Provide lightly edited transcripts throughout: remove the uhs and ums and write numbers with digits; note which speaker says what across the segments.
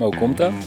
Speaker 1: Maar hoe komt dat?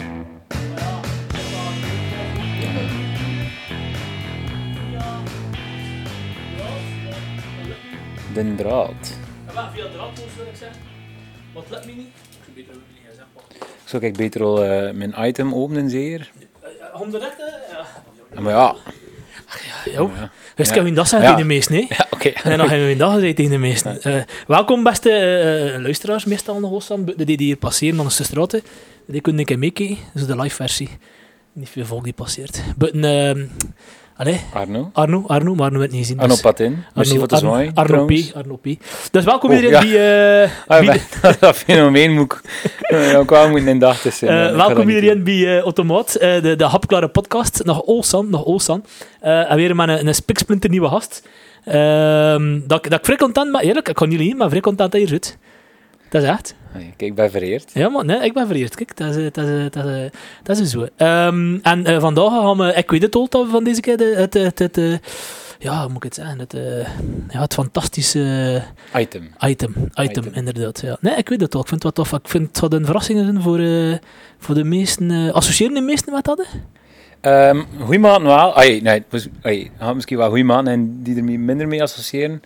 Speaker 1: De draad.
Speaker 2: Ja, via draadloos wil ik zeggen. Want het lukt me niet. Ik weet het niet zeggen.
Speaker 1: Zou ik beter al mijn item openen, zeer?
Speaker 2: Om direct, ja.
Speaker 1: Maar ja.
Speaker 2: Jo. Dus ik heb een dag zeggen tegen de meesten, hè.
Speaker 1: Ja, oké.
Speaker 2: En dan hebben we een dag gezegd tegen de meesten. Welkom, beste luisteraars, meestal nog Hossam. Die hier passeren aan de straat. Die kunnen een keer meekijken. Dat is de live versie. Niet veel volk die passeert. Allee. Arno, maar Arno werd niet gezien.
Speaker 1: Arno Patin. Merci voor de zwaai.
Speaker 2: Arno P. Dus welkom iedereen die...
Speaker 1: Dat fenomeen moet ik wel moeten in dag tussen.
Speaker 2: Welkom iedereen bij Automaat, de hapklare podcast. Nog Olsan. En weer met een spiksplinter nieuwe gast. Dat ik vrij content ben, eerlijk, ik kan niet liegen, maar vrij content dat je zit. Dat is echt.
Speaker 1: Kijk, ik ben vereerd.
Speaker 2: Ja, man, nee, ik ben vereerd. Kijk, dat is zo. En vandaag gaan we, ik weet het al van deze keer, ja, hoe moet ik het zeggen? Het fantastische item, inderdaad. Ja. Nee, ik weet het al. Ik vind het wat tof. Ik vind het wat een verrassing zijn voor de meesten. Associëren de meesten met dat?
Speaker 1: Goeie maanden wel. Nee, had misschien wel goeie maanden en die er minder mee associëren.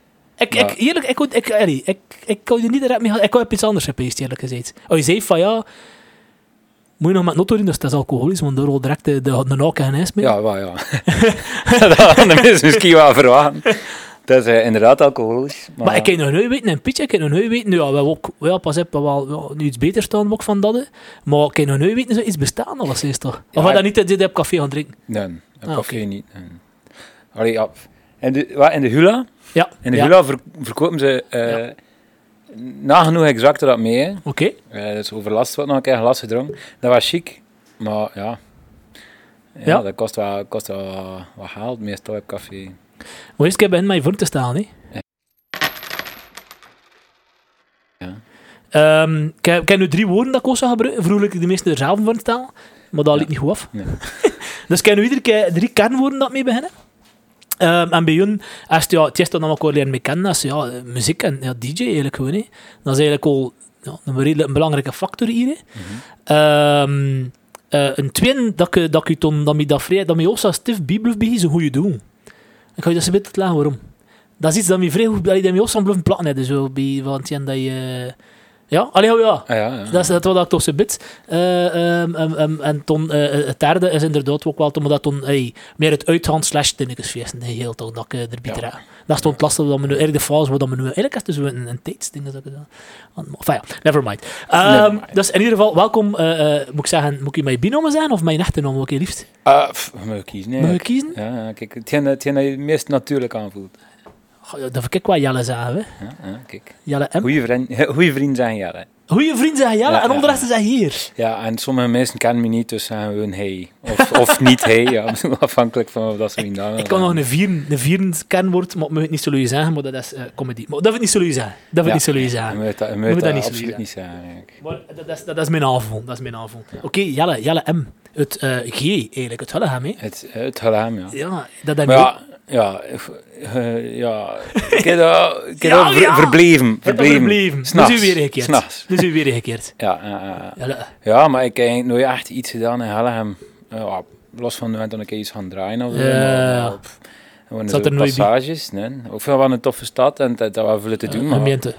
Speaker 2: Ik kon je niet direct mee. Ik heb iets anders gepeest, eerlijk gezegd. Je zei van ja, moet je nog met notto doen, dus dat is alcoholisch, want daar rolt direct de naken en ijs mee.
Speaker 1: Ja, wel ja. Dat hadden de mensen misschien wel verwachten. Dat is inderdaad alcoholisch. Maar
Speaker 2: ik kan nog nooit weten, en Pietje, ik kan nog nooit weten, nu, ja, we hebben ook, ja, pas op, we wel nu iets beter staan ook van dat, hè. Maar ik kan nog nooit weten, zou iets bestaan alleszins toch? Of we dat niet dit op café gaan drinken?
Speaker 1: Nee, op café niet. Nee. Allee, ja. En de Hula?
Speaker 2: Ja.
Speaker 1: In de Hula verkopen ze nagenoeg exact dat mee. Hè.
Speaker 2: Oké.
Speaker 1: Dus overlast wordt nog een keer glas gedronken. Dat was chic, maar ja. Dat kost wel wat geld, meestal op café.
Speaker 2: Maar eerst beginnen met je voor te staan, hè?
Speaker 1: Ja.
Speaker 2: Ik heb nu 3 woorden dat ik zou gebruiken. Vroeger ik de meeste er zelf voor staan, maar dat liep niet goed af.
Speaker 1: Nee.
Speaker 2: Dus ik heb nu iedere keer 3 kernwoorden dat mee beginnen. En bij hun, als je het eerst dan elkaar leren mee kennen, als muziek en DJ eigenlijk gewoon, hè. Dat is eigenlijk al een belangrijke factor hier. Hè. Een tweede, dat je dat je ook zo stief bijblijft bij is een goede doel. Ik ga je dat een beetje uitleggen waarom. Dat is iets dat me vrij goed, dat je ook zo blijven plakken hebt, zo bij, want dat je... Ja,
Speaker 1: Ja.
Speaker 2: Dat is wat ik toch zo bid. En toen, het derde is inderdaad ook wel, omdat toen meer het uitgaan / dingetjesfeesten, de hele dag dat ik erbij draag. Dat stond lastig, dat we nu eigenlijk de fase waar we nu eigenlijk is dus een tijdsding. Enfin ja, never mind. Dus in ieder geval, welkom, moet ik zeggen, moet ik mijn binomen zijn of mijn echte naam, wat je liefst?
Speaker 1: Mag ik kiezen?
Speaker 2: Mag ik kiezen?
Speaker 1: Ja, kijk, hetgeen dat je het meest natuurlijk aanvoelt.
Speaker 2: Dat vind ik wel Jelle zeggen, hè.
Speaker 1: Ja, kijk.
Speaker 2: Jelle M.
Speaker 1: Goeie vriend zijn Jelle.
Speaker 2: Goeie vriend zeggen Jelle, en onder de rest is hij hier.
Speaker 1: Ja, en sommige mensen kennen me niet, dus zeggen we een hey. Of niet hey, ja, afhankelijk van wat dat ze vinden.
Speaker 2: Ik kan nog een vierde kernwoord, maar ik moet het niet zo jullie zeggen, maar dat is comedy. Maar dat wil ik niet zo jullie zeggen.
Speaker 1: Je moet dat absoluut niet zeggen.
Speaker 2: Maar dat is mijn aanvoel. Ja. Oké, Jelle M. Het G, eigenlijk, het Hullegem, hè?
Speaker 1: Het Hullegem, ja.
Speaker 2: Ja, dat heb
Speaker 1: je... Ik heb dat verbleven.
Speaker 2: Dus u weer gekeerd.
Speaker 1: Ja, maar ik heb eigenlijk nooit echt iets gedaan in Hullegem. Los van dat ik iets gaan draaien of zo. Zat er nooit passages, nee. Ook veel van een toffe stad en dat was veel te doen.
Speaker 2: Miente.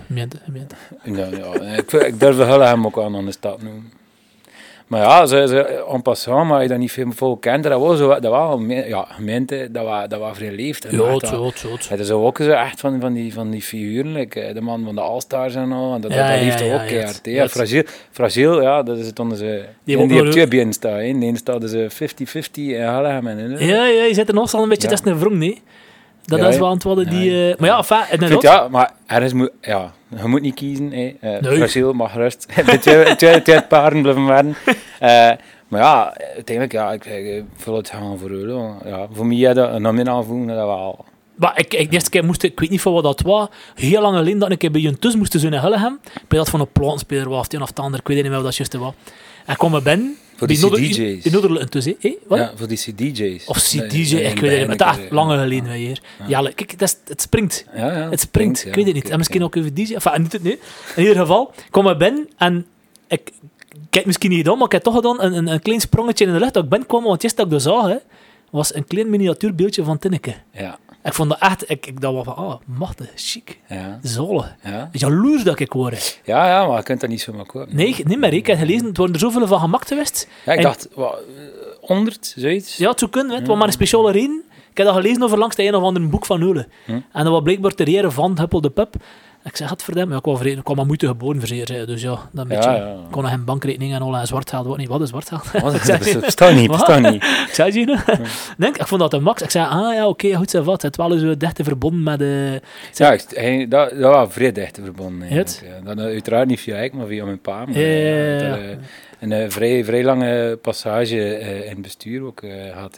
Speaker 1: Ik durf Hullegem ook wel aan de stad noemen. Maar ja, ze en passant, maar je dat niet veel volk kent, dat was zo, gemeente, dat was vrij leeft.
Speaker 2: Ja,
Speaker 1: het is ook zo echt van die figuren, like, de man van de All-Stars en al, en dat leeft ook keihard. Ja, Fragiel, ja, dat is het dan ze. Die op 2 binnen staan, in de ene staat ze 50-50 in Haarlem en
Speaker 2: Ja, je zit er nog al een beetje tussen een wrong, nee. Dat is wel antwoorden die... Maar ja, enfin...
Speaker 1: Ja, maar ergens moet... Ja, je moet niet kiezen. Nee. Fragiel mag rust. twee paren blijven werden. Maar ja, uiteindelijk, ja, ik vul het gaan voor euro. Ja, voor mij dat een nominaal voelen, dat wel...
Speaker 2: Maar de eerste keer moest ik weet niet van wat dat was, heel lang geleden dat ik bij een tussen moest zo in Hullegem. Ik dat van een plaanspeler was, of het ander, ik weet niet meer wat dat juist was. En kwam ik binnen...
Speaker 1: Voor die CDJ's.
Speaker 2: In Noorderland tussen, wat?
Speaker 1: Ja, voor die CDJ's.
Speaker 2: Of CDJ, ik weet het niet, maar dat is lange geleden weer. Ja, kijk, het springt.
Speaker 1: Ja,
Speaker 2: het springt, ik weet het niet. En misschien ook over DJ, enfin, niet het nu. In ieder geval, kom ik binnen en ik heb misschien niet gedaan, maar ik heb toch gedaan een klein sprongetje in de lucht dat ik binnenkwam, want eerst dat ik dat zag, hè, was een klein miniatuurbeeldje van Tinneke.
Speaker 1: Ja.
Speaker 2: Ik vond dat echt, ik dacht van, machtig, chic, zalig.
Speaker 1: Ja.
Speaker 2: Jaloers dat ik hoor.
Speaker 1: Ja, maar je kunt dat niet zomaar kopen.
Speaker 2: Nee, niet meer. Ik heb gelezen, het worden er zoveel van gemaakt geweest.
Speaker 1: Ja, ik dacht, 100, zoiets?
Speaker 2: Ja, het zou kunnen, het was maar een speciale reden. Ik heb dat gelezen over langs de een of ander boek van Eulen. En dat was blijkbaar ter ere van Huppel de Pup. Ik zeg, godverdamme, ik kwam maar moeite geboren verzekerd. Dus ja, dat beetje. Ik kon nog geen bankrekening en al en zwart geld. Wat niet, wat is zwart geld?
Speaker 1: Dat bestaat niet.
Speaker 2: Ik zei je nog? Nee, ik vond dat een max. Ik zei, oké, goed, zeg wat. Het wel zo dicht verbonden met de...
Speaker 1: dat was vrij dicht verbonden. Dat uiteraard niet via ik, maar via mijn pa. Maar, een vrij lange passage in het bestuur ook had.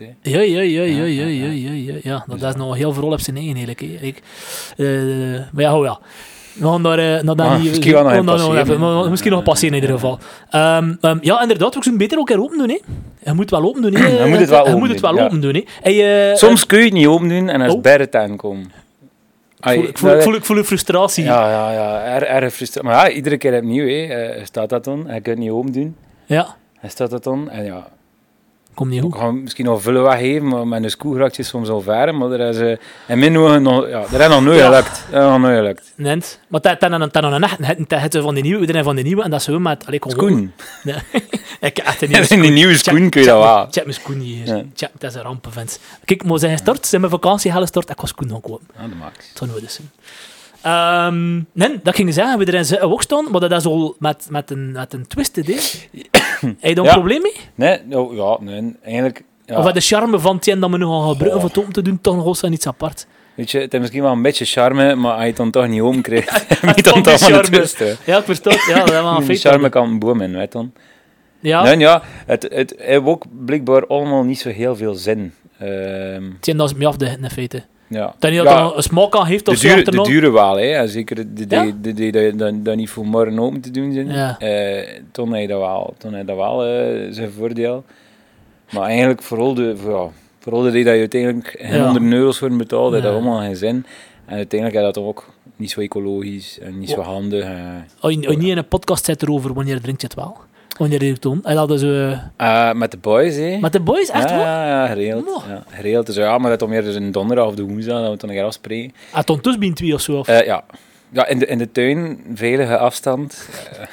Speaker 2: Ja, dat is nog heel vooral op zijn eigen eigenlijk. Maar ja. We gaan daar misschien nog passeren in ieder geval. Ja, inderdaad, we moeten beter ook open doen. Hè. Je moet wel open doen.
Speaker 1: Je moet het wel open
Speaker 2: doen.
Speaker 1: Soms kun je het niet open doen en als het bij het aankomt.
Speaker 2: Ik voel frustratie.
Speaker 1: Ja, erg frustratie. Maar ja, iedere keer opnieuw staat dat dan. Je kunt het niet open doen.
Speaker 2: Ja.
Speaker 1: Hij staat dat dan en ja...
Speaker 2: Komt niet goed.
Speaker 1: Ik ga misschien nog vullen weggeven, maar met een scoe raakt je soms al ver. Maar er is in mijn ogen nog... Ja, er is nog nooit gelukt.
Speaker 2: Nee, maar dat is van die nieuwe, iedereen van die nieuwe, en dat is zo met...
Speaker 1: Schoen.
Speaker 2: Nee. Ik echt een nieuwe
Speaker 1: schoen. In die nieuwe schoen kun je dat wel.
Speaker 2: Check mijn schoen hier. Ja. Check, dat is een rampen, vent. Kijk, maar zijn gestort, zijn mijn vakantie gestort, ik ga schoen gaan kopen.
Speaker 1: Ja, dat maakt.
Speaker 2: Dat zou nooit zijn. Nee, dat ging zeggen, we erin ook staan, maar dat is al met een twisted, hè. Heb je daar een probleem mee?
Speaker 1: Nee, eigenlijk... Ja.
Speaker 2: Of de charme van het dat we nu gaan gebruiken voor het om te doen, toch nog eens iets apart.
Speaker 1: Weet je, het is misschien wel een beetje charme, maar als je het dan toch niet open krijgt, heb je dan toch van het twisten.
Speaker 2: Ja, ik versta het. Ja, dat is wel een feit.
Speaker 1: Charme kan een boom in, weet dan.
Speaker 2: Ja.
Speaker 1: Nee, ja, het heeft ook blijkbaar allemaal niet zo heel veel zin.
Speaker 2: Tien dat is me afdicht in feite.
Speaker 1: Ja.
Speaker 2: Dat niet dat het een smaak aan heeft of zo.
Speaker 1: De dure wel, hè. Zeker die dat niet voor morgen open te doen zijn.
Speaker 2: Ja.
Speaker 1: Toen heb je dat wel zijn voordeel. Maar eigenlijk vooral de die dat je uiteindelijk €100 voor betaalt, dat allemaal geen zin. En uiteindelijk is dat ook niet zo ecologisch en niet zo handig.
Speaker 2: Als je niet in een podcast zit erover, wanneer drink je het wel? Wanneer je het doen? En dat is,
Speaker 1: met de boys, hè.
Speaker 2: Met de boys, echt wel?
Speaker 1: Ja, geregeld. Oh. Ja, geregeld. Dus ja, maar dat om meer dus een donderdag of de woensdag, dat we dan een keer afspreken.
Speaker 2: Het on tussen 2 of zo? Of?
Speaker 1: Ja, in de tuin, veilige afstand.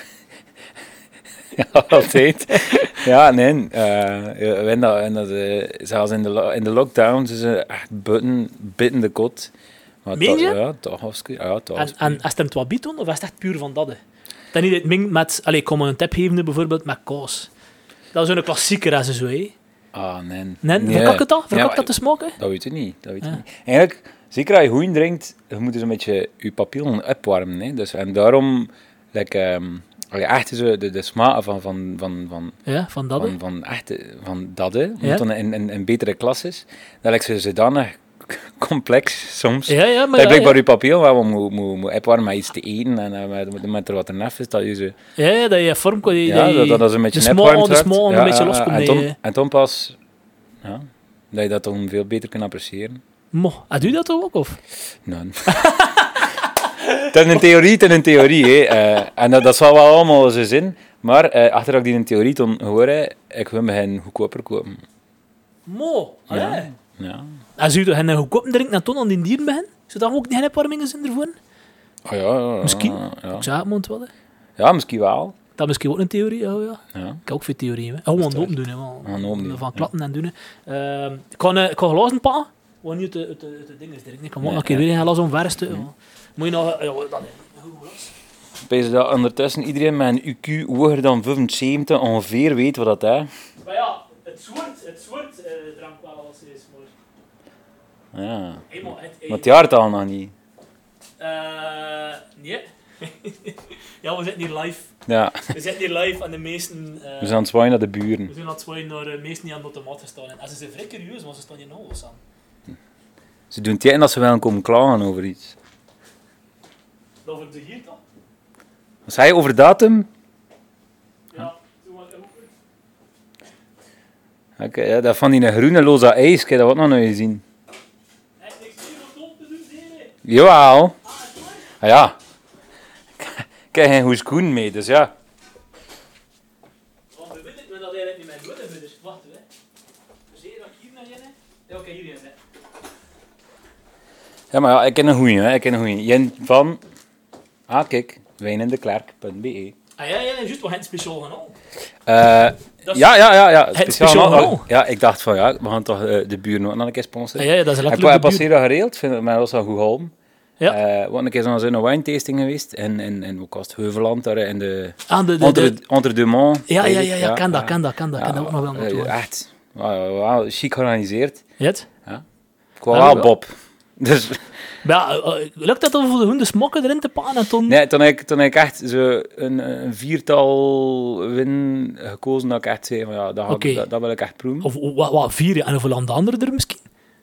Speaker 1: Ja, altijd. Ja, nee. Zelfs in de lockdown is het echt buiten de kot.
Speaker 2: Meen je?
Speaker 1: Ja, toch.
Speaker 2: En is het hem wat biet doen, of is het echt puur van dat? Dat niet het ming met... ik kom een tip geven, bijvoorbeeld met kaas. Dat is een klassieker, als ze zo, hè.
Speaker 1: Nee.
Speaker 2: Verkak het dan? Verkak dat te smaken?
Speaker 1: Dat weet je niet. Eigenlijk, zeker als je goed drinkt, je moet dus een beetje je papillen opwarmen, hè. Dus, en daarom... echt zo de smaak van dat, van dat, omdat dan in betere klasses, dat ik ze zodanig complex soms.
Speaker 2: Ja, maar
Speaker 1: dat blijkbaar je papier wel moet opwarmen met iets te eten en met er wat eraf is, dat je ze...
Speaker 2: Ja, dat je vorm kon...
Speaker 1: dat is een beetje opwarmd
Speaker 2: wordt. Een beetje loskomt.
Speaker 1: En dan pas... Ja, dat je dat dan veel beter kunt appreciëren.
Speaker 2: Doe je dat ook, of?
Speaker 1: Nee. Het is een theorie, hè. En dat zal wel allemaal zo zijn, maar achter dat ik die een theorie toen hoor, ik wil me geen goedkoper kopen. Ja.
Speaker 2: Als je een goedkoper drinkt en toen aan die dieren begint, zou dat ook geen opwarmingen zijn ervoor? Misschien.
Speaker 1: Ja.
Speaker 2: Ik zou het wel, hè.
Speaker 1: Ja, misschien wel.
Speaker 2: Dat is misschien ook een theorie, ja. Ik heb ook veel theorieën. Gewoon open doen, hè. Van klappen en doen. Ik ga glazen pakken. Gewoon niet uit de dingen drinken. Ik kan ook nog een keer weer een glas omversten. Moet je nog...
Speaker 1: Wees dat ondertussen iedereen met een IQ hoger dan 75 ongeveer weet wat dat is.
Speaker 2: Maar ja, het soort drank wel als is, maar...
Speaker 1: Ja. Maar het jaartal nog niet.
Speaker 2: Nee. Ja, we zitten hier live.
Speaker 1: Ja.
Speaker 2: We zitten hier live en de meesten...
Speaker 1: we zijn aan het zwaaien naar de buren.
Speaker 2: We zijn aan het zwaaien naar de meesten die aan de automaten staan. En ze zijn vrij curieus, want ze staan hier nog eens aan.
Speaker 1: Ze doen het dat ze wel komen klagen over iets.
Speaker 2: Over de hier dan?
Speaker 1: Wat zei je over datum?
Speaker 2: Ja, zo wat ook.
Speaker 1: Oké, ja, dat van die groene loza ijs, kijk dat wat nog nooit gezien.
Speaker 2: Ik zie wat om te doen, Dere.
Speaker 1: Jawel. Ja. Ik heb geen goede schoen mee, dus ja. Ja, maar ja, ik ken een goeie. Jen van... kijk, wijnindeklerk.be.
Speaker 2: Ja, juist, we gaan speciaal gaan al.
Speaker 1: Ja.
Speaker 2: Het speciaal.
Speaker 1: Ja, ik dacht van we gaan toch de buren ook nog een keer sponsoren.
Speaker 2: Ja, dat is een lekker
Speaker 1: Ik passeer dat geregeld, vind het mij wel zo goed geholpen.
Speaker 2: Ja.
Speaker 1: Want een keer zijn we zo'n wine tasting geweest en hoe kost Heuveland daar in de... Entre deux Monts.
Speaker 2: Ja, kan dat ook nog wel naartoe.
Speaker 1: Echt, wauw, chic georganiseerd.
Speaker 2: Het?
Speaker 1: Ja. Ik wou wel Bob. Dus...
Speaker 2: Ja, lukt dat om de honden smokken erin te pakken en toen...
Speaker 1: Nee, toen ik echt zo een viertal win gekozen dat ik echt zei, van, dat wil ik echt proeven.
Speaker 2: Of wat 4 en hoeveel landen anderen er misschien?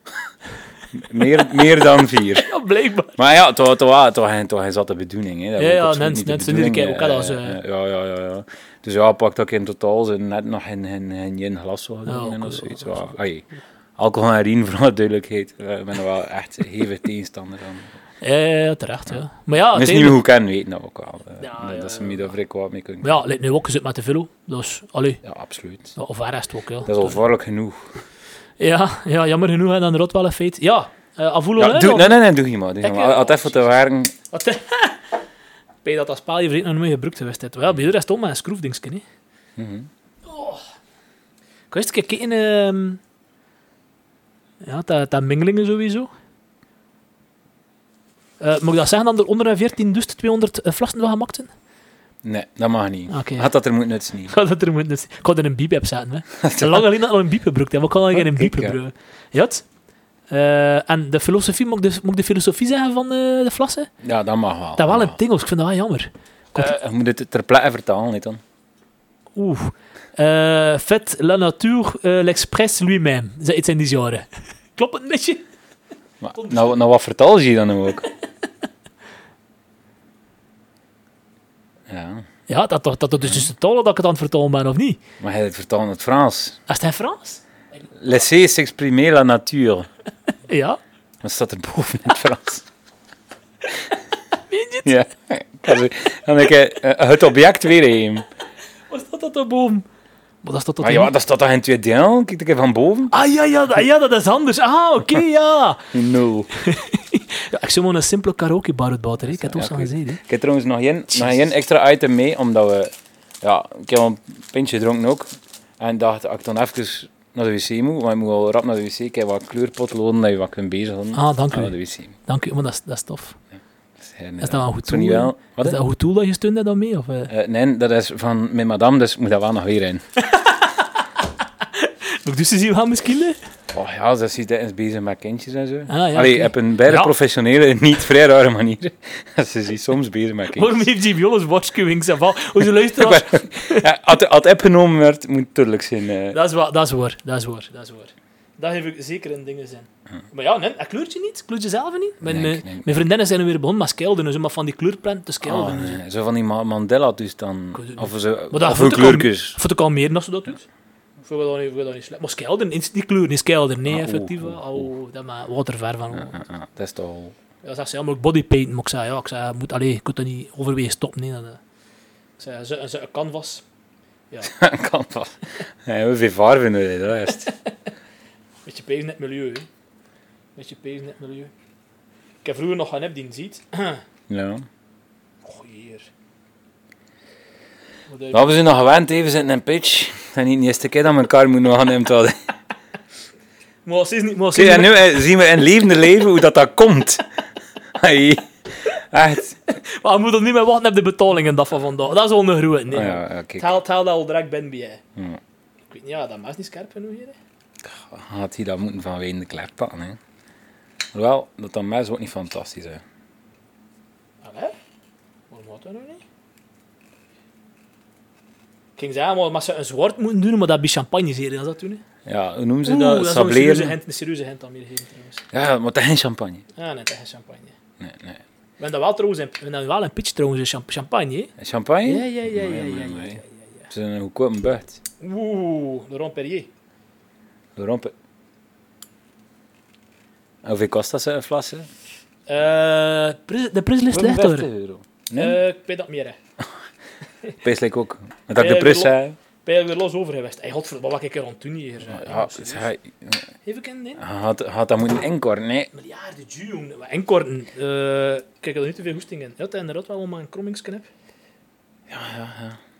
Speaker 1: meer dan 4.
Speaker 2: Ja, blijkbaar.
Speaker 1: Maar ja, toch een zatte bedoeling. Hè.
Speaker 2: Net iedere keer ook al zo.
Speaker 1: Ja. Dus ja, pak dat ik in totaal zo net nog een glas zo gedaan of zoiets. Alcohol en rien, voor de duidelijkheid. Ik ben er wel echt hevig tegenstander van.
Speaker 2: Ja, terecht, ja. Maar ja,
Speaker 1: dat is niet meer hoe ik ken, weten dat ook wel. Dat ze me daar vrij kwaad mee kunnen.
Speaker 2: Ja, nu ook zit met te veel. Dus, allee.
Speaker 1: Ja, absoluut.
Speaker 2: Of de rest ook, ja.
Speaker 1: Dat is al gevaarlijk genoeg.
Speaker 2: Ja, jammer genoeg, en dan rot wel een feit. Ja, Avulo...
Speaker 1: Nee, doe je maar. Had even te werken...
Speaker 2: Bij dat spel je vreemd nog nooit gebruikt geweest hebt. Ja, bij de rest om met een schroefdingske, hè. Ik wist een keer kijken... dat mengelingen sowieso. Moet ik dat zeggen dat er onder 14.200 flassen van gemaakt zijn?
Speaker 1: Nee, dat mag niet.
Speaker 2: Okay.
Speaker 1: Had dat er moeten nutsen niet.
Speaker 2: Ik had er een biep op zetten. Lang alleen dat nog een biep gebruikt heb, maar ik kan al geen biep gebruiken. Ja. En de filosofie, moet ik de filosofie zeggen van de flassen?
Speaker 1: Ja, dat mag wel.
Speaker 2: Dat is wel een Engels, ik vind dat wel jammer.
Speaker 1: Je moet het ter plekke vertalen, niet dan?
Speaker 2: Fait la nature l'express lui-même. Dat iets in die jaren. Klopt het een beetje?
Speaker 1: Maar, nou, wat vertaal je dan ook?
Speaker 2: Ja, dat is dus de taal dat ik het aan het vertalen ben, of niet?
Speaker 1: Maar hij het vertalen in het Frans.
Speaker 2: Is het in Frans?
Speaker 1: Laissez s'exprimer la nature.
Speaker 2: Ja.
Speaker 1: Wat staat er boven in het Frans?
Speaker 2: Meen je het?
Speaker 1: Ja. Dan heb ik het object weer heen.
Speaker 2: Wat staat dat daarboven? Maar dat staat tot
Speaker 1: dat staat toch in 2 delen? Kijk even van boven.
Speaker 2: Ja, dat is anders. Oké, ja.
Speaker 1: No.
Speaker 2: Ja, ik zou maar een simpele karaokebar uitbouwen. Ik heb het ook al gezegd.
Speaker 1: Ik heb trouwens nog één extra item mee, omdat we... Ja, ik heb een pintje gedronken ook. En dacht, ik dan even naar de wc moet, maar ik moet wel rap naar de wc. Ik heb wat kleurpotloden dat je wat kunt bezighouden.
Speaker 2: Dank u.
Speaker 1: Naar de wc.
Speaker 2: Dank u, maar dat is tof.
Speaker 1: Ja.
Speaker 2: Is dat wel een goed tool? Is dat een goed tool dat je steunde dan mee? Of?
Speaker 1: Nee, dat is van mijn madame, dus moet dat wel nog weer in.
Speaker 2: Nog dus zien gaan misschien?
Speaker 1: Oh ja, ze is eens bezig met kindjes en zo.
Speaker 2: Okay.
Speaker 1: Op een bijna professionele, niet vrij rare manier. Ze is soms bezig met kindjes.
Speaker 2: Waarom heeft die bij ons waarschuwing? Hoe ze luisteren?
Speaker 1: Als het app werd, moet het duidelijk zijn.
Speaker 2: Dat is waar. Dat heeft ik zeker in dingen zijn. Maar ja, nee, kleurtje niet? Kleurtje zelf niet? Mijn vriendinnen zijn weer begonnen met schilderen, maar van die kleurprenten te schilderen.
Speaker 1: Zo van die Mandela dus dan. Of
Speaker 2: kleurtjes. Of het ook al meer als ze dat doet. Of we dat niet slecht. Maar schilderen, die kleur, niet schilderen. Nee, effectief. Dat maar waterver van.
Speaker 1: Dat is toch...
Speaker 2: Ja, zeg ze, ja, maar ook bodypainten, moet ik zeggen. Ja, ik zei, ik moet dat niet overwegen stoppen. Nee, ik zei, een canvas. Ja.
Speaker 1: Een canvas. Ja, hoeveel vaar vinden we dat eerst?
Speaker 2: Beetje pees net milieu, hè. Ik heb vroeger nog gaan heb die ziet.
Speaker 1: Ja.
Speaker 2: Oh, hier.
Speaker 1: Nou, we zijn nog gewend, even zitten in pitch. En niet de eerste keer dat we elkaar moeten gaan nemen hadden. En nu zien we in levende leven hoe dat komt. Hey. Echt.
Speaker 2: Maar we moeten niet meer wachten op de betalingen dat van vandaag. Dat is ondergroeien. Nee. Het haalt dat al direct ben bij jij.
Speaker 1: Ja.
Speaker 2: Ik weet niet, dat is niet scherp genoeg hier.
Speaker 1: Had hij dat moeten vanwege de klep pakken, hè. Hoewel, dat mes ook niet fantastisch, hè.
Speaker 2: Allee? Waarom had dat nog niet? Ik ging zeggen, maar ze een zwart moeten doen, maar dat bij champagne zeer, dat dat doen, hè.
Speaker 1: Ja, hoe noemen ze dat? Sableren?
Speaker 2: Een serieuze hint aan meer geven, trouwens.
Speaker 1: Ja, maar dat is geen champagne.
Speaker 2: Ja, nee, dat is champagne.
Speaker 1: Nee.
Speaker 2: We hebben wel een pitch trouwens, champagne, hè.
Speaker 1: Champagne?
Speaker 2: Ja.
Speaker 1: Het is een goedkope buit.
Speaker 2: Laurent Perrier.
Speaker 1: Hoeveel kost dat, een fles?
Speaker 2: De prijs ligt licht, hoor.
Speaker 1: Nee?
Speaker 2: Ik weet dat meer, hè.
Speaker 1: Prijs lijkt ook. Dat ik de prijs zei.
Speaker 2: Ben je weer los over geweest? Hey, godverdomme, wat ik er aan het doen hier. Even kennen, nee?
Speaker 1: Had dat moeten inkorten, nee.
Speaker 2: Miljarden jongen. Inkorten. Kijk, ik heb er niet te veel goesting in. Ja, het is inderdaad wel maar een krommingsknip.
Speaker 1: Ja.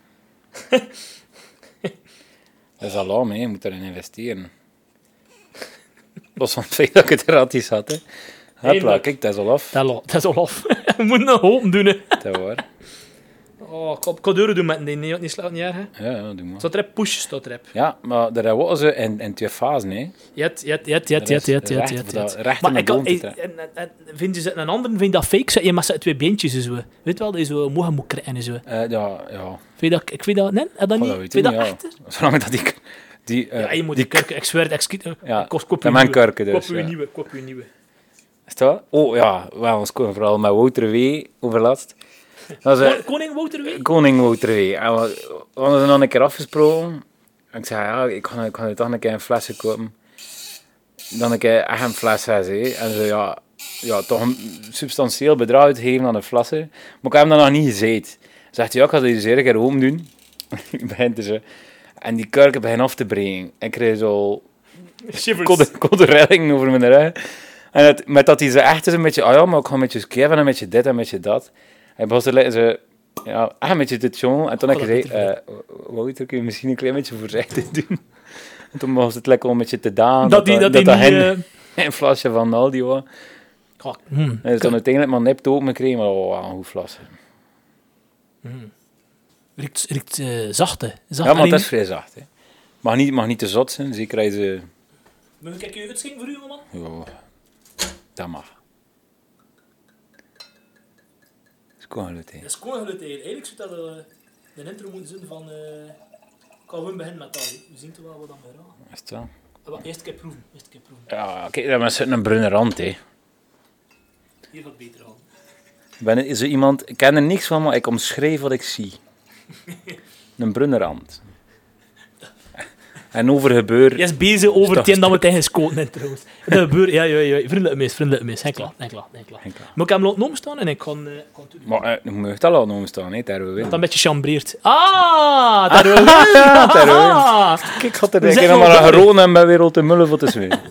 Speaker 1: Dat is al lang, je moet erin investeren. Los van het feit dat ik het gratis had, hè. Hopla, kijk, dat is al af.
Speaker 2: Dat is al af. We moeten nog open doen, hè.
Speaker 1: Dat is waar.
Speaker 2: Oh, ik ga deuren doen met die niet slaat niet erg, hè.
Speaker 1: Ja, doe maar.
Speaker 2: Staat erop, push staat erop.
Speaker 1: Ja, maar daar hebben ze in 2 fasen, hè.
Speaker 2: Ja.
Speaker 1: Recht in de boom te trekken.
Speaker 2: Vind je een ander, vind je dat fake? Je mag ze 2 beentjes en zo. Weet je wel, dat je zo mogen moet krijgen en zo.
Speaker 1: Ja.
Speaker 2: Ik vind dat, nee? Dat niet? Vind je dat echt?
Speaker 1: Zolang dat
Speaker 2: ja, je moet die kurken, ik zweer het, koop
Speaker 1: je mijn kurken dus.
Speaker 2: Koop je nieuwe.
Speaker 1: Is dat? Oh ja, wel, ons koning vooral met Wouter W. overlast.
Speaker 2: Koning Wouter W?
Speaker 1: Koning Wouter W. En we hadden nog een keer afgesproken. En ik zei, ja, ik ga nu toch een keer een flesje kopen. Dan een keer echt een fles hebben. En zo, ja, toch een substantieel bedrag uitgeven aan een flessen. Maar ik heb hem dat nog niet gezegd. Zegt hij, ja, ik ga dit een keer open doen. Begint er zo. En die kurken beginnen af te breken. Ik kreeg zo koude redding over mijn rug. En met dat hij ze echt is een beetje, ja, maar ik ga een beetje skiën en een beetje dit en een beetje dat. Hij begon te leggen ze, ja, een beetje dit jongen. En toen heb ik gezegd, Wouter, kun je misschien een klein beetje voorzichtig doen? En toen begon het lekker een beetje te daan. Dat een flesje van Aldi was. En dus dan uiteindelijk maar nipt open gekregen, maar een goed flesje.
Speaker 2: Riekt zachte.
Speaker 1: Ja, maar het is vrij zacht. Hè. Mag niet te zot zijn, zeker als ze...
Speaker 2: Moet ik je uitschenken voor u, man?
Speaker 1: Ja, dat mag. Dat is koolgeluid, hè.
Speaker 2: Dat is koolgeluid, eigenlijk zou dat de intro moeten zijn van... Ik ga gewoon beginnen met dat, hè. We zien toch wel wat dan weer aan.
Speaker 1: Is het zo?
Speaker 2: Eerst een keer proeven.
Speaker 1: Ja, kijk, dat is een bruine rand, hè.
Speaker 2: Hier gaat beter aan.
Speaker 1: Ik ken er niks van, maar ik omschrijf wat ik zie. Een bruine rand. En over gebeur...
Speaker 2: Je is bezig over hetgeen dat we tegen gescoten hebben, trouwens. De gebeur, ja. Vriendelijk mis. Geen klaar. Maar ik heb hem laten omstaan en ik kan doen.
Speaker 1: Maar je mag dat laten omstaan, hè, daar we winnen.
Speaker 2: Dat een beetje chambreert. Daar we winnen.
Speaker 1: Kijk, ik had er een keer maar een geroon en ben weer al te mullen voor te zwemmen.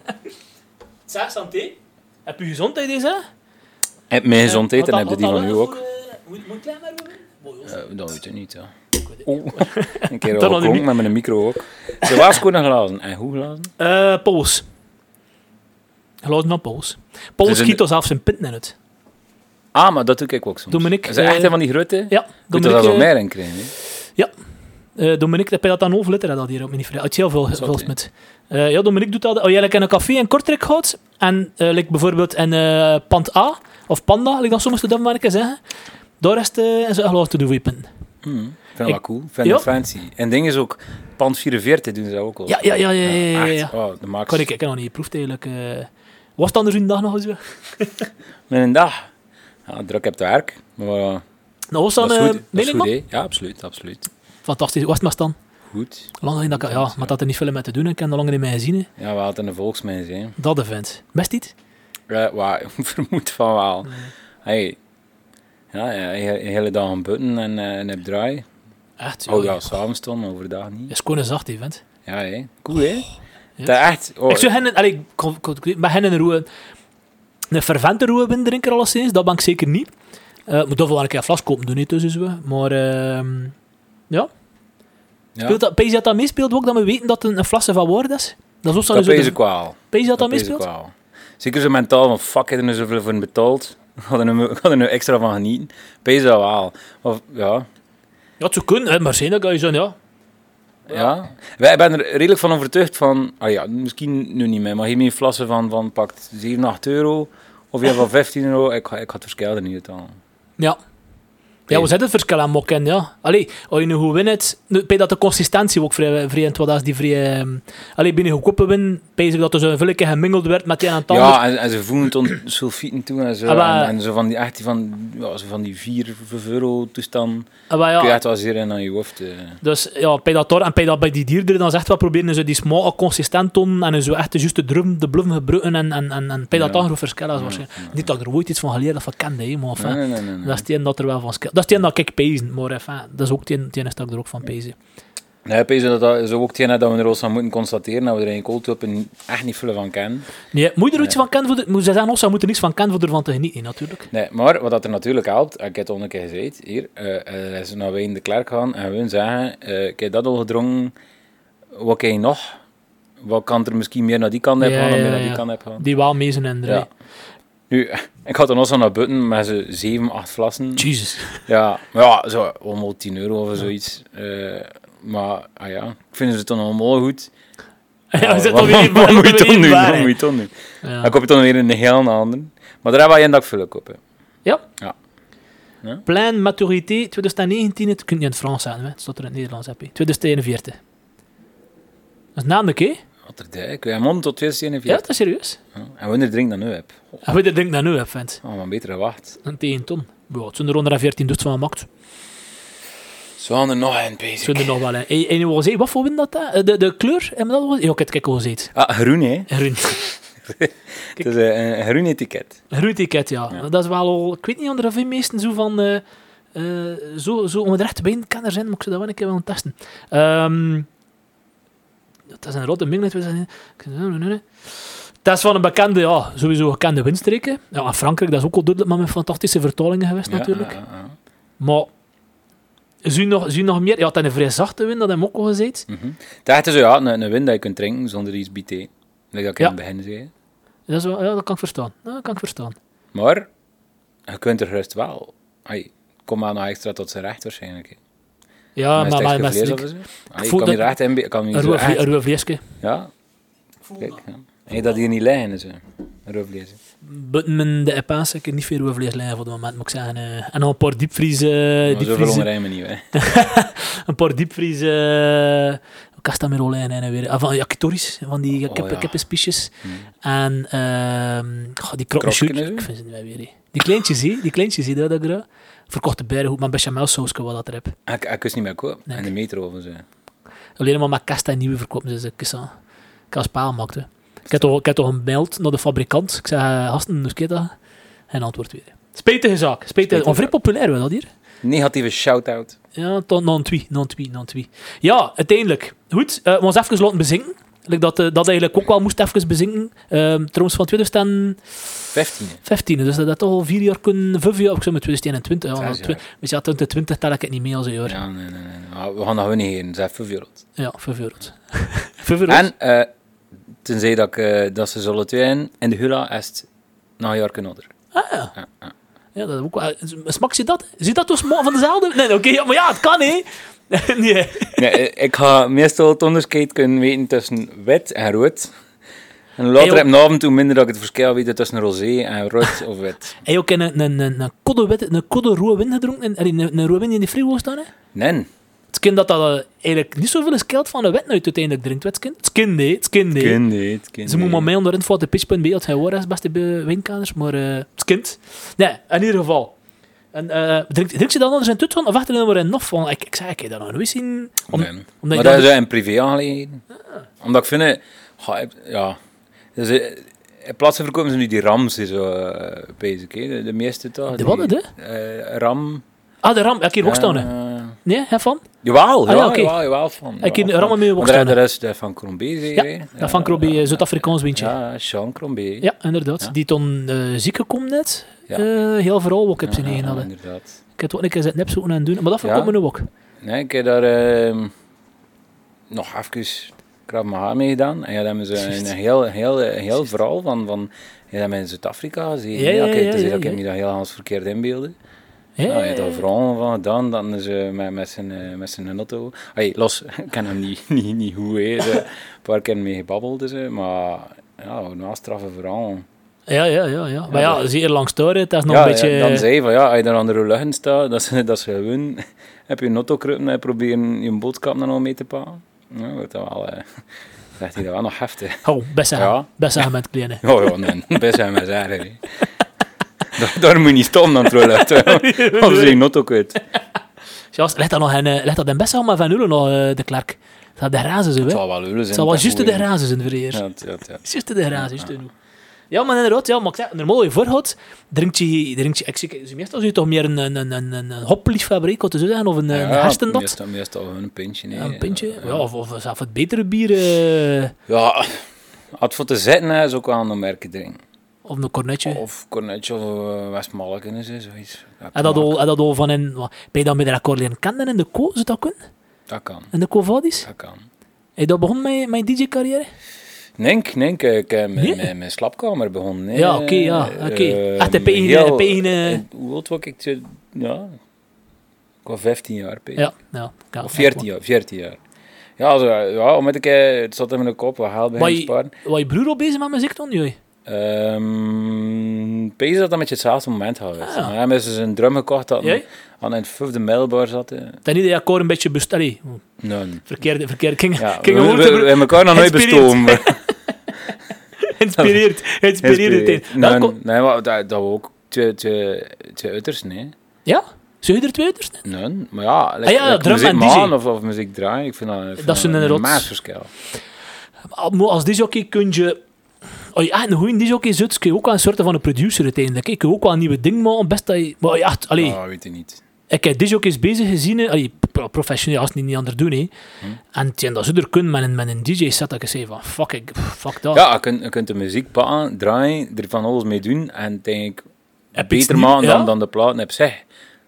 Speaker 2: Zeg, Santé, heb je gezondheid deze?
Speaker 1: Ik heb mijn gezondheid en heb je die van u ook.
Speaker 2: Moet je klein maar doen?
Speaker 1: Dat weet je niet, ja. Een keer al geklonken met mijn micro ook. Ze was gewoon een glazen. En hoe glazen?
Speaker 2: Pauls. Glazen van Pauls. Pauls schiet er zelfs zijn pinten in het.
Speaker 1: Ah, maar dat doe ik ook soms.
Speaker 2: Dominique,
Speaker 1: is echt een van die grote?
Speaker 2: Ja.
Speaker 1: Moet er zo meer in krijgen, hè?
Speaker 2: Ja. Dominique, heb je dat dan overletter dat hier op mijn vriend? Het heel veel met. Ja, Dominique doet dat. Als je in een café in Kortrijk gaat, en bijvoorbeeld in Pand A, of Panda, ik dan soms de Denemarken zeggen, daar is het een glazen te doen voor je pinten.
Speaker 1: Ik vind dat wel cool. Ik vind het fancy. En ding is ook, Pand 44 doen ze ook al.
Speaker 2: Ja.
Speaker 1: Oh, de max.
Speaker 2: Ik heb nog niet geproefd eigenlijk. Was het anders een dag nog zo?
Speaker 1: Met een dag? Ja, druk op het werk. Maar,
Speaker 2: nou, was dan
Speaker 1: dat is goed,
Speaker 2: hè?
Speaker 1: Ja, absoluut.
Speaker 2: Fantastisch. Was het maar dan?
Speaker 1: Goed.
Speaker 2: Lang geleden dat ik... Ja, maar dat er niet veel mee te doen. Ik heb er lang niet mee gezien. Hè.
Speaker 1: Ja, we hadden een volksmens, hè.
Speaker 2: Dat event. Best iets?
Speaker 1: Ja, ik vermoed van wel. Hey. Ja, een hele dag aan butten en heb draai.
Speaker 2: Echt?
Speaker 1: Ja, s'avonds dan, overdag niet.
Speaker 2: Het is gewoon een zacht event.
Speaker 1: Ja, hè. Cool, hè.
Speaker 2: Ja.
Speaker 1: Dat echt...
Speaker 2: Ik zou hen... Met hen een fervente roe binnen drinken alleszins. Dat ben ik zeker niet. Moet toch wel een keer een fles kopen doen, niet tussen zo. Maar... ja. Pees dat meespeelt ook, dat we weten dat een flasje van waarde is? Dat is ook
Speaker 1: pees ik wel.
Speaker 2: Pees dat meespeelt?
Speaker 1: Zeker zo mentaal, van fuck, ik heb er zoveel voor betaald. Ik ga er nu extra van genieten. Pees dat wel. Of, ja.
Speaker 2: Ja, het zou kunnen, maar zijn dat ga je zo, ja.
Speaker 1: Ja. Wij ben er redelijk van overtuigd van, misschien nu niet meer, maar geef me een flassen van pakt 7, 8 euro, of je van 15 euro, ik ga het verschil er niet aan.
Speaker 2: Ja. Ja, we zetten het verschil aan mokken, ja. Allee, als je nu goed wint, bij dat de consistentie ook vrij in wat is die vrij... binnen goedkope win, bezig dat er zo veel keer gemingeld werd met die aan het ander.
Speaker 1: Ja, en ze voelen tot sulfieten toe en zo. En zo van die, echt van die 4 euro toestand. Kun je echt wel zeer in aan je hoofd.
Speaker 2: Dus ja, bij dat door en bij dat bij die dieren dan echt wel proberen ze die smaak consistent tonen en zo echt de juiste drum, de bluffen gebruiken en bij dat dan groot verschil is waarschijnlijk. Niet dat ik er ooit iets van geleerd of van kende, maar
Speaker 1: nee.
Speaker 2: dat is die dat er wel van skill. Dat is die dat ik pezen, maar dat is ook die is dat ik er ook van pezen.
Speaker 1: Nee, dat is ook hetgeen dat we er ons aan moeten constateren, dat we er in kooltulpen echt niet veel van kennen.
Speaker 2: Nee, moet je er iets van kennen? Moet ze zeggen, ze moeten niets van kennen voor ervan te genieten, natuurlijk.
Speaker 1: Nee, maar wat dat er natuurlijk helpt, ik heb het al een keer gezegd, hier, is naar wij in de Klerk gaan en we zeggen, ik heb dat al gedronken, wat kan je nog? Wat kan er misschien meer naar die kant hebben gaan of meer naar die kant hebben gaan?
Speaker 2: Die wel mee zijn en
Speaker 1: ja. Nu, ik had dan nog zo naar buiten met zo'n 7, 8 flessen.
Speaker 2: Jezus.
Speaker 1: Ja, maar ja, zo ongeveer 10 euro of zoiets. Maar ja, ik vind het dan allemaal goed.
Speaker 2: Ja, we
Speaker 1: wat moet je dan doen? Dan koop je dan weer een heel ander. Maar daar hebben we een dag vullen kopen.
Speaker 2: Ja.
Speaker 1: Ja.
Speaker 2: Plein maturité 2019, het kun je in het Frans zeggen, het staat er in het Nederlands, heb je. 2041. Dat is namelijk, hè?
Speaker 1: Ik heb mond tot 2041.
Speaker 2: Ja, dat is serieus.
Speaker 1: Ja. En wanneer drink dat nu heb?
Speaker 2: En wanneer drink dat nu heb, vindt?
Speaker 1: Oh, maar beter gewacht.
Speaker 2: Een tegen een ton. Ja, het zijn er 114 dus van gemaakt.
Speaker 1: Zo er nog een bezig.
Speaker 2: Zo er nog wel een. En je wil zeggen, wat voor wind dat? De kleur? En dat was? Ja, ik heb het al gezegd.
Speaker 1: Ah, groen, hè?
Speaker 2: Groen.
Speaker 1: Het is een groen etiket.
Speaker 2: Een groen etiket, ja. Dat is wel al... Ik weet niet, onder de meesten zo van... zo om het recht bij in kan er zijn, maar ik zou dat wel een keer willen testen. Dat is een rode minglet. Dat is van een bekende, ja, sowieso gekende windstreken. Ja, in Frankrijk, dat is ook al duidelijk, maar met fantastische vertolingen geweest, natuurlijk.
Speaker 1: Ja.
Speaker 2: Maar... Zie je nog meer? Ja, het is een vrij zachte wind, dat heb ik ook al gezegd.
Speaker 1: Het is zo, een wind dat je kunt drinken zonder iets bij thee. Dat ik in het begin zei.
Speaker 2: Dat is wel, ja, dat kan ik verstaan.
Speaker 1: Maar, je kunt er gerust wel. Kom maar nog extra tot zijn recht waarschijnlijk. Hè.
Speaker 2: Ja, maar
Speaker 1: kan je er echt in...
Speaker 2: Een ruwe vleesje.
Speaker 1: Ja. Kijk, ja. En je dat hier niet liggen, dus, een ruwe vlees.
Speaker 2: Buiten de epaas heb ik niet veel ruwe vlees liggen voor het moment, moet ik zeggen. En nog een paar diepvriezen...
Speaker 1: Zoveel onderrijmen niet, hè.
Speaker 2: Een paar diepvriezen... Castamerolijn en weer. Van yakitoris, van die kippenspiesjes. En die krokkenschut. Ik vind ze niet meer weer. Die kleintjes, dat ik graag. Verkochte bijna goed, maar een bechamelsaus wat dat er heb.
Speaker 1: Ik kus niet meer kopen. Nee. En de metro of zo.
Speaker 2: Alleen maar met kast en nieuwe verkopen ze. Ik als paal maakte. Ik heb toch een mail naar de fabrikant. Ik zei, gasten, hoe dat? En antwoord weer. Spijtige zaak. Vrij populair, dat hier.
Speaker 1: Negatieve shout-out.
Speaker 2: Ja, tot non twee. Ja, uiteindelijk. Goed, we ons even laten bezinken. Dat eigenlijk ook wel moest even bezinken. Trouwens van 2015. Dus dat toch al 4 jaar kunnen... 5 jaar, ik zou met 2021. Ja, we zaten 2020, tel ik het niet mee als een jaar.
Speaker 1: Ja, nee. We gaan dat gewoon niet heen. Dat is 5 euro.
Speaker 2: Ja, 5 euro. 5 euro.
Speaker 1: En, tenzij dat ze zullen twee in de Hula is het nog een jaar kunnen onder.
Speaker 2: Ah, ja. Ja, dat is ook wel... Smak je dat? Zie dat dus van dezelfde? Nee, oké, ja, maar ja, het kan, hè. Nee, ik ga meestal het onderscheid kunnen weten tussen wit en rood. En later heb ik af en toe minder dat ik het verschil weet tussen rosé en rood of wit. Heb je ook een kodde rode win gedronken? Een rode win in de frigo staan, hè?
Speaker 1: Nee.
Speaker 2: Het kind dat eigenlijk niet zoveel scheelt van de wet uit uiteindelijk drinkt. Het kind. Ze moet maar mij onder in voor de pitchpunt bij dat hij hoort is beste wijnkaders, maar het kind. Nee, in ieder geval. En drink je dan anders in het van of achter er maar in nog van? Ik zei, ik heb dat nog nooit zien.
Speaker 1: Nee. Maar dat is een privé aangelegenheid. Omdat ik vind, ja, dus, in plaats van verkopen ze nu die rams zo bezig, de meeste toch?
Speaker 2: De wat, hè?
Speaker 1: Ram.
Speaker 2: Ah, de ram. Heb ik hier ook staan, Nee, hè, van?
Speaker 1: Jawel, jawel van.
Speaker 2: Ik heb rammen mee ook staan.
Speaker 1: De rest van Crombé,
Speaker 2: ja, dat van Crombé, Zuid-Afrikaans windje.
Speaker 1: Ja, Jean Crombé.
Speaker 2: Ja, inderdaad. Ja. Die toen ziek gekomen net. Ja. Heel vooral ook heb ze niet hadden.
Speaker 1: Inderdaad.
Speaker 2: Ik heb het ook een keer het nepzoeken aan doen, maar dat verkomt me nu ook.
Speaker 1: Nee, ik heb daar nog even Krav Maga mee gedaan. En ja, dan hebben ze een heel verhaal van ja, in Zuid-Afrika. Dus ik heb me dat heel anders verkeerd inbeelden. Ja, je hebt daar vooral van gedaan, dan is met zijn auto. Los, ik ken hem niet goed, een paar keer mee gebabbeld, dus, maar ja, een straffe verhaal.
Speaker 2: Ja. Maar ja, zeer lang storen, het is nog een beetje...
Speaker 1: Ja, dan zei je van, als je daar aan de lucht staat, dat is gewoon... Heb je een auto kruipen en proberen je boodschap dan al mee te pakken? Ja, wordt dat wel... zegt hij dat wel nog heftig.
Speaker 2: Oh, best zeggen met kleine.
Speaker 1: Ja, nee, best zeggen met zeggen. Daar moet je niet staan dan terug. Als je een auto kwijt.
Speaker 2: Jas, ligt dat dan best wel maar van Ulen nog de Klerk? Dat de razen zo, hè?
Speaker 1: Het zal wel Ulen zijn.
Speaker 2: Het zal wel juist de razen zijn voor eerst.
Speaker 1: Ja.
Speaker 2: Juist de razen, juist nu. Ja, maar inderdaad, ja, maar ik zeg, normaal je voorhoudt, drinkt je meestal zie je toch meer een hopliefhebber, ik had het zo zeggen, of een herstendot.
Speaker 1: Meestal een pintje. Nee.
Speaker 2: Ja, een pintje, ja, of zelfs het betere bier.
Speaker 1: Ja, als voor te zetten is ook wel een merken drinken.
Speaker 2: Of een cornetje.
Speaker 1: Of cornetje of Westmalken is zoiets.
Speaker 2: En dat al van in... Ben je dan met de akkoord leren kennen in de co? Zou dat kunnen?
Speaker 1: Dat kan.
Speaker 2: In de co-vadis?
Speaker 1: Dat kan.
Speaker 2: Heb je dat begonnen met mijn DJ-carrière?
Speaker 1: Nee, ik heb mijn slaapkamer begonnen. Nee.
Speaker 2: Ja, oké. Echt een pegen...
Speaker 1: Hoe oud was ik? Ja, ik was 15 jaar.
Speaker 2: Ja.
Speaker 1: Of 14 jaar. Ja, zo, ja, omdat het zat in mijn kop, wat haal bij sparen.
Speaker 2: Was je broer al bezig met muziek dan, jullie?
Speaker 1: Pees dat met je hetzelfde moment had. Hij heeft dus een drum gekocht dat aan een 5e middelbaar zat.
Speaker 2: Dat niet dat je akkoord een beetje
Speaker 1: Nee.
Speaker 2: Verkeerd.
Speaker 1: We hebben elkaar nog nooit bestomen.
Speaker 2: Inspireerd.
Speaker 1: Nee, dat was ook twee uitersten, nee.
Speaker 2: Ja? Zou je er twee uitersten?
Speaker 1: Nee, maar ja,
Speaker 2: drum en
Speaker 1: DJ. Of muziek draaien, ik vind dat een maatverschil.
Speaker 2: Als DJ kun je... Als je echt een goede DJ zit, kun je ook wel een soort van een producer uiteindelijk. Ik kun je ook wel een nieuwe ding maken, best dat je... Maar echt,
Speaker 1: weet je niet.
Speaker 2: Ik heb DJ's bezig gezien, professioneel, als het niet anders doen, hè. En dat ze er kunnen met een DJ-set, dat ik zei van, fuck dat.
Speaker 1: Ja, je kunt de muziek pakken, draaien, er van alles mee doen, en denk ik beter maken dan de platen heb zeg.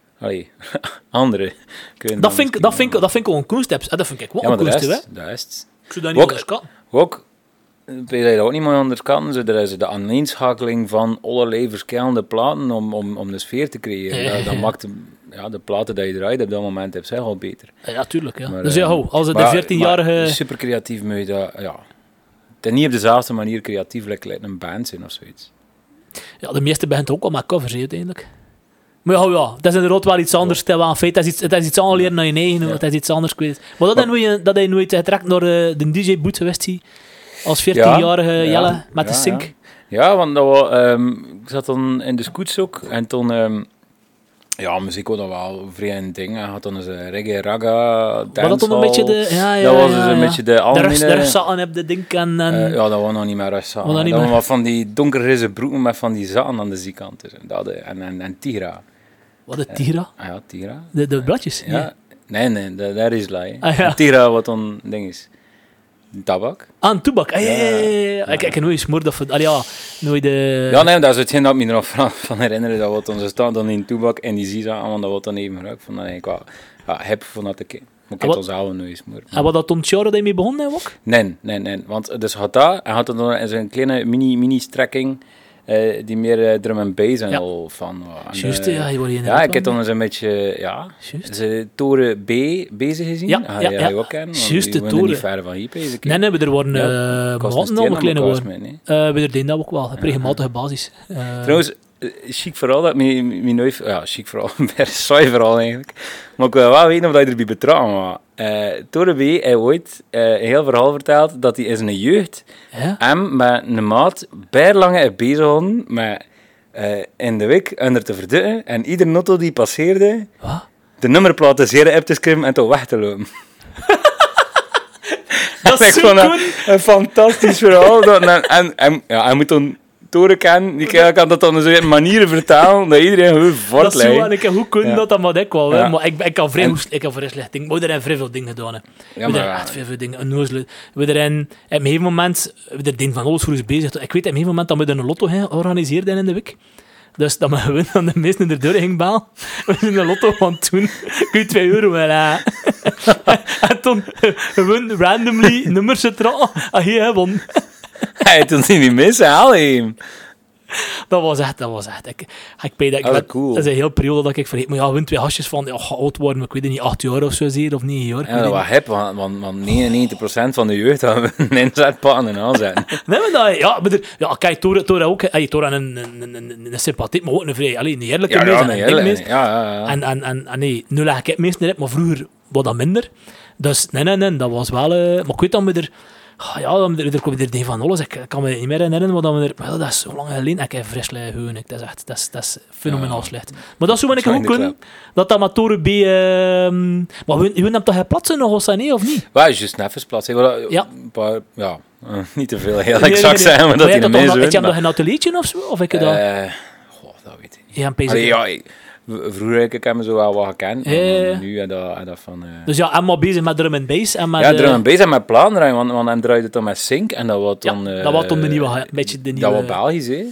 Speaker 1: Andere.
Speaker 2: Dat vind ik wel een kunst. Dat vind ik wel een kunst, hè.
Speaker 1: Dat is het.
Speaker 2: Ik zou dat niet onderschatten.
Speaker 1: Ook, ben je dat ook niet meer onderschatten, er is de aaneenschakeling van allerlei verschillende platen om de sfeer te creëren. Dat maakt de platen die je draait op dat moment heb zij al beter.
Speaker 2: Ja, tuurlijk. Ja. Maar, dus als het de 14-jarige...
Speaker 1: Super creatief moet je dat... Ja, het is niet op dezelfde manier creatief, lekker een band zijn of zoiets.
Speaker 2: Ja, de meeste begint ook al met covers, uiteindelijk. Maar ja, dat is inderdaad wel iets anders. Het is iets anders leren naar je eigen, het is iets anders kwijt. Maar dat hij nooit getrekt naar de DJ-boot geweest als 14-jarige Jelle met de Sink.
Speaker 1: Ja, want dat was, ik zat dan in de scoots ook en toen... muziek was dan wel vrij een ding. Hij had dan eens een reggae, raga, dancehall.
Speaker 2: Was dat dan een beetje de...
Speaker 1: dat was dus een beetje de algemene...
Speaker 2: De rustzatten heb de ding en...
Speaker 1: ja, dat was nog niet meer rustzatten. Dat was van die donkergrijze broeken met van die zaten aan de zijkant. Dus, en Tigra.
Speaker 2: Wat is Tigra?
Speaker 1: Ja, Tigra.
Speaker 2: De bladjes?
Speaker 1: Ja. Nee, dat is laai. Tigra wat dan ding is. Tabak.
Speaker 2: Een toebak. Ik heb nooit gesmoord of... nooit de...
Speaker 1: Ja, nee, dat is hetgeen dat ik me er nog van herinneren. Dat wat onze staan dan in toebak en die zie aan, want dat wordt dan even gebruikt. Van dat ik wel heb van dat ik... Maar ik heb ons oude nooit gesmoord.
Speaker 2: En wat dat toen het jaar dat je mee begon ook?
Speaker 1: Nee. Want dus had dat... Hij had dan een kleine mini-strekking... die meer drum en bass en al van.
Speaker 2: Juist, je wordt hier
Speaker 1: ik heb dan eens een beetje, de Toren B bezig gezien. Ja, je ook kennen.
Speaker 2: Juist, de Toren.
Speaker 1: Niet ver van hier bezig.
Speaker 2: Nee, we er worden maanden al een kleine worden. We deden dat ook wel, op regelmatige basis.
Speaker 1: Trouwens, chic vooral dat mijn neuf... Ja, chic vooral, een saai vooral eigenlijk. Maar ik wil wel weten of je erbij betrokken was. Toren B heeft ooit een heel verhaal verteld dat hij in zijn jeugd hem met een maat bijlange heeft bezig gehouden met in de week onder te verdukken en iedere auto die passeerde de nummerplaten zeer op te schrijven en toch weg te lopen.
Speaker 2: Dat is zo
Speaker 1: een fantastisch verhaal. Hij moet dan Toren kennen, die kan dat dan op manieren vertalen dat iedereen gewoon voortlijkt.
Speaker 2: Dat is zo, en ik heb goed kunnen dat maar ik wel. Ja. Maar ik kan vrij slecht dingen. Maar we hebben vrij veel dingen gedaan. We hebben echt veel dingen. We hebben op een gegeven moment, we hebben van alles voor ons bezig. Ik weet op een gegeven moment dat we een lotto gaan organiseren in de week. Dus dat we gewoon aan de meesten er deur ging bellen. We zijn een lotto van toen. Kun je €2 wel. En toen gewoon randomly nummers getrokken. En je gewonnen.
Speaker 1: Hij toen niet missen, haal hem.
Speaker 2: Dat was echt. Cool. Dat is een heel periode dat ik vergeet. Maar win 2 hasjes van, oud worden, maar ik weet het niet, 8 jaar of zo zeer, of 9 jaar.
Speaker 1: Ja, dat was hip, want 99% van de jeugd hadden we een inzetpan en aanzetten.
Speaker 2: Nee, maar kijk, Tora ook, Tora een sympathiek, maar ook een vrij, een eerlijke meest.
Speaker 1: Ja.
Speaker 2: En nee, nu leg ik meest niet op, maar vroeger was dat minder. Dus nee, dat was wel... maar ik weet dat we er... Er komt er dingen van alles. Ik kan me niet meer herinneren, maar dat is zo lang geleden. Ik heb fris gewoon. Dat is echt, dat is fenomenaal slecht. Maar dat zou ik ook kunnen, dat Matoren B... maar je hebt toch plaatsen nog, of niet?
Speaker 1: Ja, juist even plaatsen. Ja. Niet te veel heel exact zijn, maar dat hij ermee zo...
Speaker 2: Heb je nog een ateliertje of zo? Of ik dat...
Speaker 1: dat weet ik niet. Vroeger heb ik hem zo wel wat gekend, maar nu en dat van...
Speaker 2: Dus ja, en maar bezig met drum and bass. En met
Speaker 1: drum and bass en met plaat draaien, want hij draaide het dan met sync en dat was dan...
Speaker 2: dat was dan de nieuwe... beetje de nieuwe...
Speaker 1: Dat was Belgisch, hè?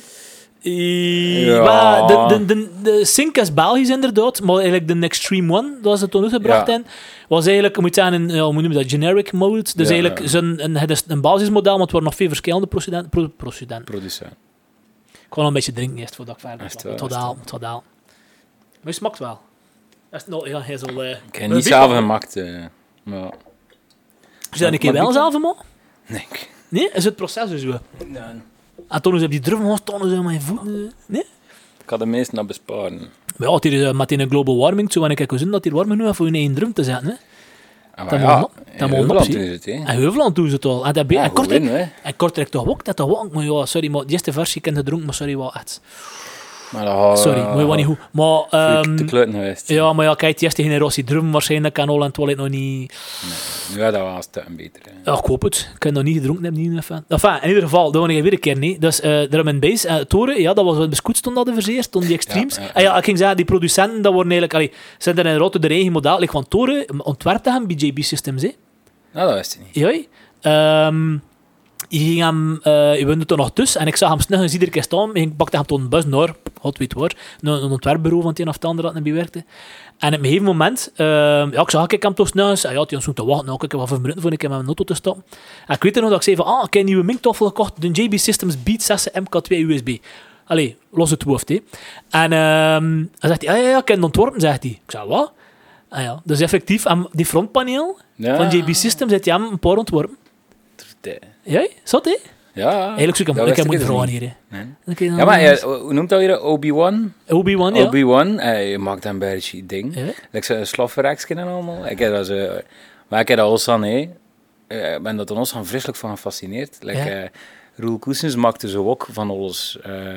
Speaker 2: Ja. De sync is Belgisch inderdaad, maar eigenlijk de Extreme One, dat is het toen uitgebracht in, was eigenlijk, je moet zeggen, hoe noem je dat, generic mode. Dus eigenlijk een basismodel, maar het waren nog veel verschillende producenten. Ik ga nog een beetje drinken eerst voordat ik verder ga. Totaal. Maar het smaakt wel. Hij is al...
Speaker 1: ik heb niet zelf gemaakt. Maar...
Speaker 2: Is dat een keer wel zelf gemaakt?
Speaker 1: Nee.
Speaker 2: Is het proces dus zo?
Speaker 1: Nee.
Speaker 2: En toen heb die drum gewoon staan op mijn voeten. Nee?
Speaker 1: Ik had de meeste naar besparen.
Speaker 2: Maar ja, met die global warming, zo, en ik heb gezien dat die warming nu voor je eigen drum te zetten. Hè?
Speaker 1: In Heuveland doen ze het, hè?
Speaker 2: In Heuveland doen ze het al. En Kortrijk toch ook. Maar ja, sorry, maar de eerste versie kent gedronken, maar sorry, wat echt... Sorry, moet je wel niet goed. Maar,
Speaker 1: te kleuten geweest.
Speaker 2: Ja, maar ja, kijk, de eerste generatie drum waarschijnlijk kan al en het toilet nog niet...
Speaker 1: Nee, ja, dat was een beter.
Speaker 2: Ja, ik hoop het. Ik heb nog niet gedronken hebben. In ieder geval, dat wil ik weer een keer niet. Dus drum and bass, Toren, ja, dat was wat bescoet stond dat verzeierd, stond die extremes. Ik ging zeggen, die producenten, dat worden eigenlijk... zijn er inderdaad door de eigen model. Like van Toren ontwerpte hem bij JB Systems, hè?
Speaker 1: Nou, dat wist ik niet.
Speaker 2: Ja, je ging hem, je woonde toen nog tussen en ik zag hem snel eens iedere keer staan. Ik pakte hem toen een bus naar, god weet waar, een ontwerpbureau van het een of het ander dat hij bij werkte. En op een gegeven moment, ik zag hem toch snel eens, die ons te wachten, ik heb wel 5 minuten voor ik met mijn auto te stoppen. En ik weet nog dat ik zei van, ik heb een nieuwe mengtafel gekocht, de JB Systems Beat 6 MK2 USB. Allee, los het hoofd, hè. En dan zegt hij, ik heb het ontworpen, zegt hij. Ik zei, wat? Dus effectief, die frontpaneel van JB Systems heeft hij hem een paar ontworpen. Ja, zat hè?
Speaker 1: Ja.
Speaker 2: Eigenlijk zoek ik hem moeten vragen hier.
Speaker 1: Nee. Ja, maar hoe noemt dat weer? Obi-Wan?
Speaker 2: Obi-Wan, ja.
Speaker 1: Obi-Wan, je maakt een beetje ding. Like zo'n slofferekje en allemaal. Ik heb dat zo... Maar ik heb dat alles aan, hè. Ik ben dat ons aan vreselijk van gefascineerd. Like, Roel Koesens maakte zo ook van alles...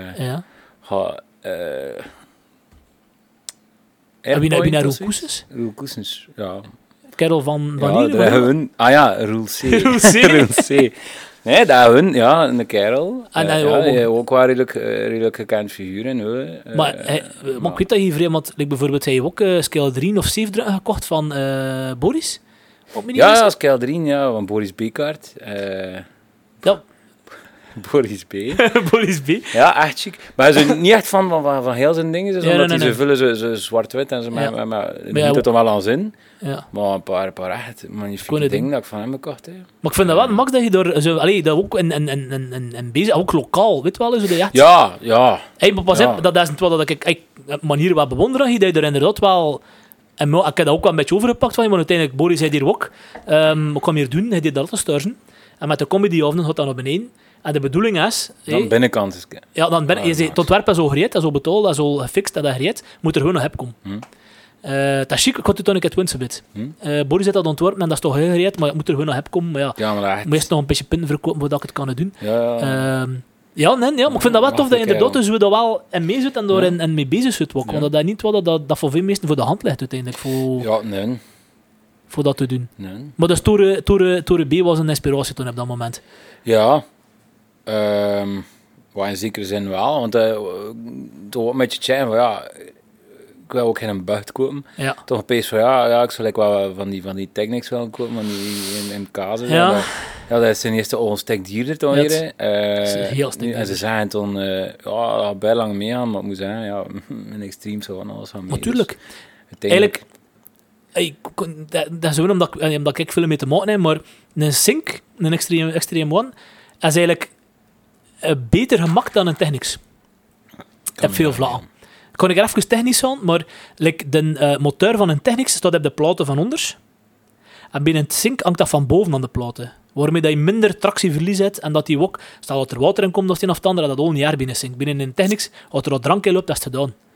Speaker 2: Heb je naar Roel Koesens?
Speaker 1: Roel Koesens, ja.
Speaker 2: Kerel van
Speaker 1: hier? Roel C. Roel C. Nee, dat hun, een kerel. En ook wel redelijk gekend figuur in.
Speaker 2: Maar ik weet dat je vreemd, want bijvoorbeeld hij ook Scale 3 of 7 gekocht van Boris?
Speaker 1: Ja, Scale 3, van Boris B-kaart.
Speaker 2: Ja.
Speaker 1: Boris B.
Speaker 2: Boris B.
Speaker 1: Ja, echt chic. Maar hij is niet echt van heel zijn dingen. Omdat hij vullen zo zwart-wit en zo. Maar niet het wel aan zin. Ja. Maar een paar echt magnifieke dingen dat ik van hem gekocht heb.
Speaker 2: Maar ik vind dat wel max dat je door zo... dat ook in bezig... Ook lokaal, weet je wel? Zo echt...
Speaker 1: Ja.
Speaker 2: Hey, maar pas op, dat is niet wel dat ik manier wat bewonder dat je er inderdaad wel... En ik heb dat ook wel een beetje overgepakt van je, maar uiteindelijk, Boris zei hier ook. Wat kan meer doen? Hij deed dat te sturzen. En met de comedy-avond gaat dat naar beneden. En de bedoeling is...
Speaker 1: Dan binnenkant is...
Speaker 2: Ja, dan ben je... Het ontwerp is al gereed, dat is al betaald, dat is al gefixt, dat is gereed. Moet er gewoon nog heb komen. Dat is chic, ik had het toen een keer winsen bit. Boris heeft dat ontworpen en dat is toch heel gereed, maar het moet er gewoon nog heb komen. Maar je moet eerst nog een beetje punten verkopen voordat ik het kan doen. Maar ik vind dat wel tof dat je inderdaad dus we dat wel in mee zit en door en mee bezig zit ook. Want dat is niet wat dat voor veel mensen voor de hand ligt uiteindelijk. Voor dat te doen.
Speaker 1: Nee.
Speaker 2: Maar dus Toren B was een inspiratie toen op dat moment.
Speaker 1: Ja. Wat in zekere zin wel. Want toch een beetje tjijn van ik wil ook geen bucht kopen. Ja. Toch opeens van ik zou wel van die Technics wel kopen, van die MK's. Ja. Dat is ten eerste al een stuk duurder dan hier.
Speaker 2: Heel stuk duurder.
Speaker 1: En ze zeggen toen, dat bij lang meegaan, maar ik moet zeggen, in extreem zou van alles gaan mee.
Speaker 2: Natuurlijk. Dus, eigenlijk, dat is gewoon omdat ik veel mee te maken heb, maar een Sync, een Extreme One, is eigenlijk beter gemaakt dan een Technics. Ik heb veel vlakken. Kon ik er even technisch aan, maar de motor van een Technics staat op de platen van onder. En binnen het Sync hangt dat van boven aan de platen. Waarmee dat je minder tractieverlies hebt en dat die ook, stel dat er water in komt of het een of het ander, dat al niet jaar binnen Sync. Binnen een Technics, als er wat drank in loopt, dat is het gedaan.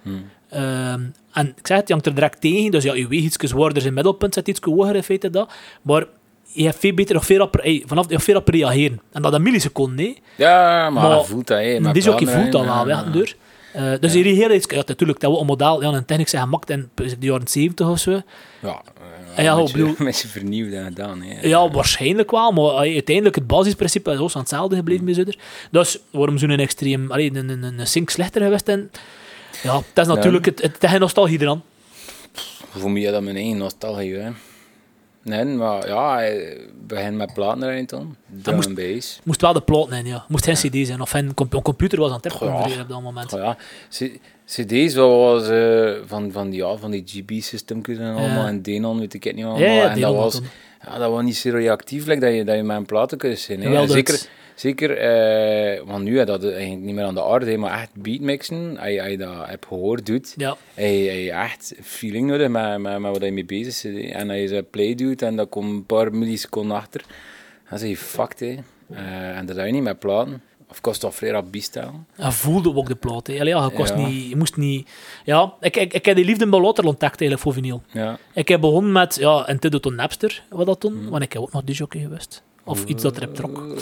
Speaker 2: En ik zeg het, je hangt er direct tegen, dus je weegt iets zwaarder, zijn middelpunt zit iets hoger in feite dat. Maar je hebt veel beter, nog veel rapper, veel rapper reageren. En dat een milliseconden, nee.
Speaker 1: Ja, maar je voelt dat,
Speaker 2: Een disjockey voelt dat wel, ja. Dus hier heel iets, natuurlijk, dat was een model, een techniek zijn gemaakt in de jaren 70 of zo.
Speaker 1: Ja, een beetje vernieuwd en gedaan. Hè.
Speaker 2: Ja, waarschijnlijk wel, maar uiteindelijk het basisprincipe is ook aan hetzelfde gebleven bij Zuider. Dus waarom zo'n extreem, een sync slechter geweest en ja, dat is natuurlijk het nostalgie eraan.
Speaker 1: Voor mij is dat mijn eigen nostalgie, hè. Nee, maar ja, hij begint met platen erin dan. Drum and bass.
Speaker 2: Moest wel de platen in, ja. Moest geen CD zijn. Of een computer was aan het converteren op dat moment.
Speaker 1: Ja, CD's was van die GB-systemjes en allemaal. En Denon, weet ik het niet allemaal.
Speaker 2: Ja,
Speaker 1: en dat was niet zo reactief, like, dat je met een platen kunt zijn. Hè. Zeker, want nu dat eigenlijk niet meer aan de orde, maar echt beatmixen, als je dat hebt gehoord doet, heb je echt feeling nodig met wat je mee bezig bent. En als je zo play doet en dat komt een paar milliseconden achter, dan zeg je fucked, hè. En dat doe je niet met platen. Of kost dat vrij rap bijstellen.
Speaker 2: Je voelde ook de plaat, hè. Je moest niet... Ja, ik heb die liefde bij later ontdekt eigenlijk voor vinyl.
Speaker 1: Ja.
Speaker 2: Ik heb begonnen met, en toen toen Napster, wat dat toen, want ik heb ook nog disjockey geweest. Of iets dat erop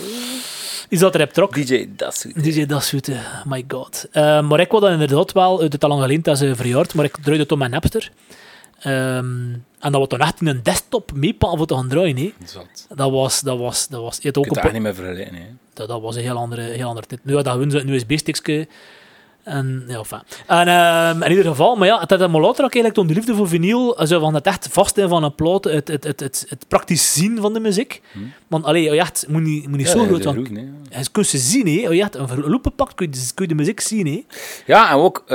Speaker 2: trok.
Speaker 1: DJ Dassoet.
Speaker 2: DJ Dassoet, my god. Maar ik was dan inderdaad wel, uit het al lang geleden dat ze verjaard, maar ik draaide toen mijn Napster. En dat was toen echt in een desktop meepakken voor te gaan draaien. Hè. Dat was je
Speaker 1: kunt daar niet meer vergelijken. Hè.
Speaker 2: Dat was een heel andere tijd. Nu had dat gewoon zo'n USB-stickje. En ja, enfin. En in ieder geval, maar ja, het had een later ook eigenlijk toen de liefde voor vinyl, zo van het echt vast van een plaat, het praktisch zien van de muziek. Want allee, je echt moet niet zo groot zijn. Je kunt ze zien, hè. Je echt een loepen pakt, kun je de muziek zien, hè.
Speaker 1: Ja, en ook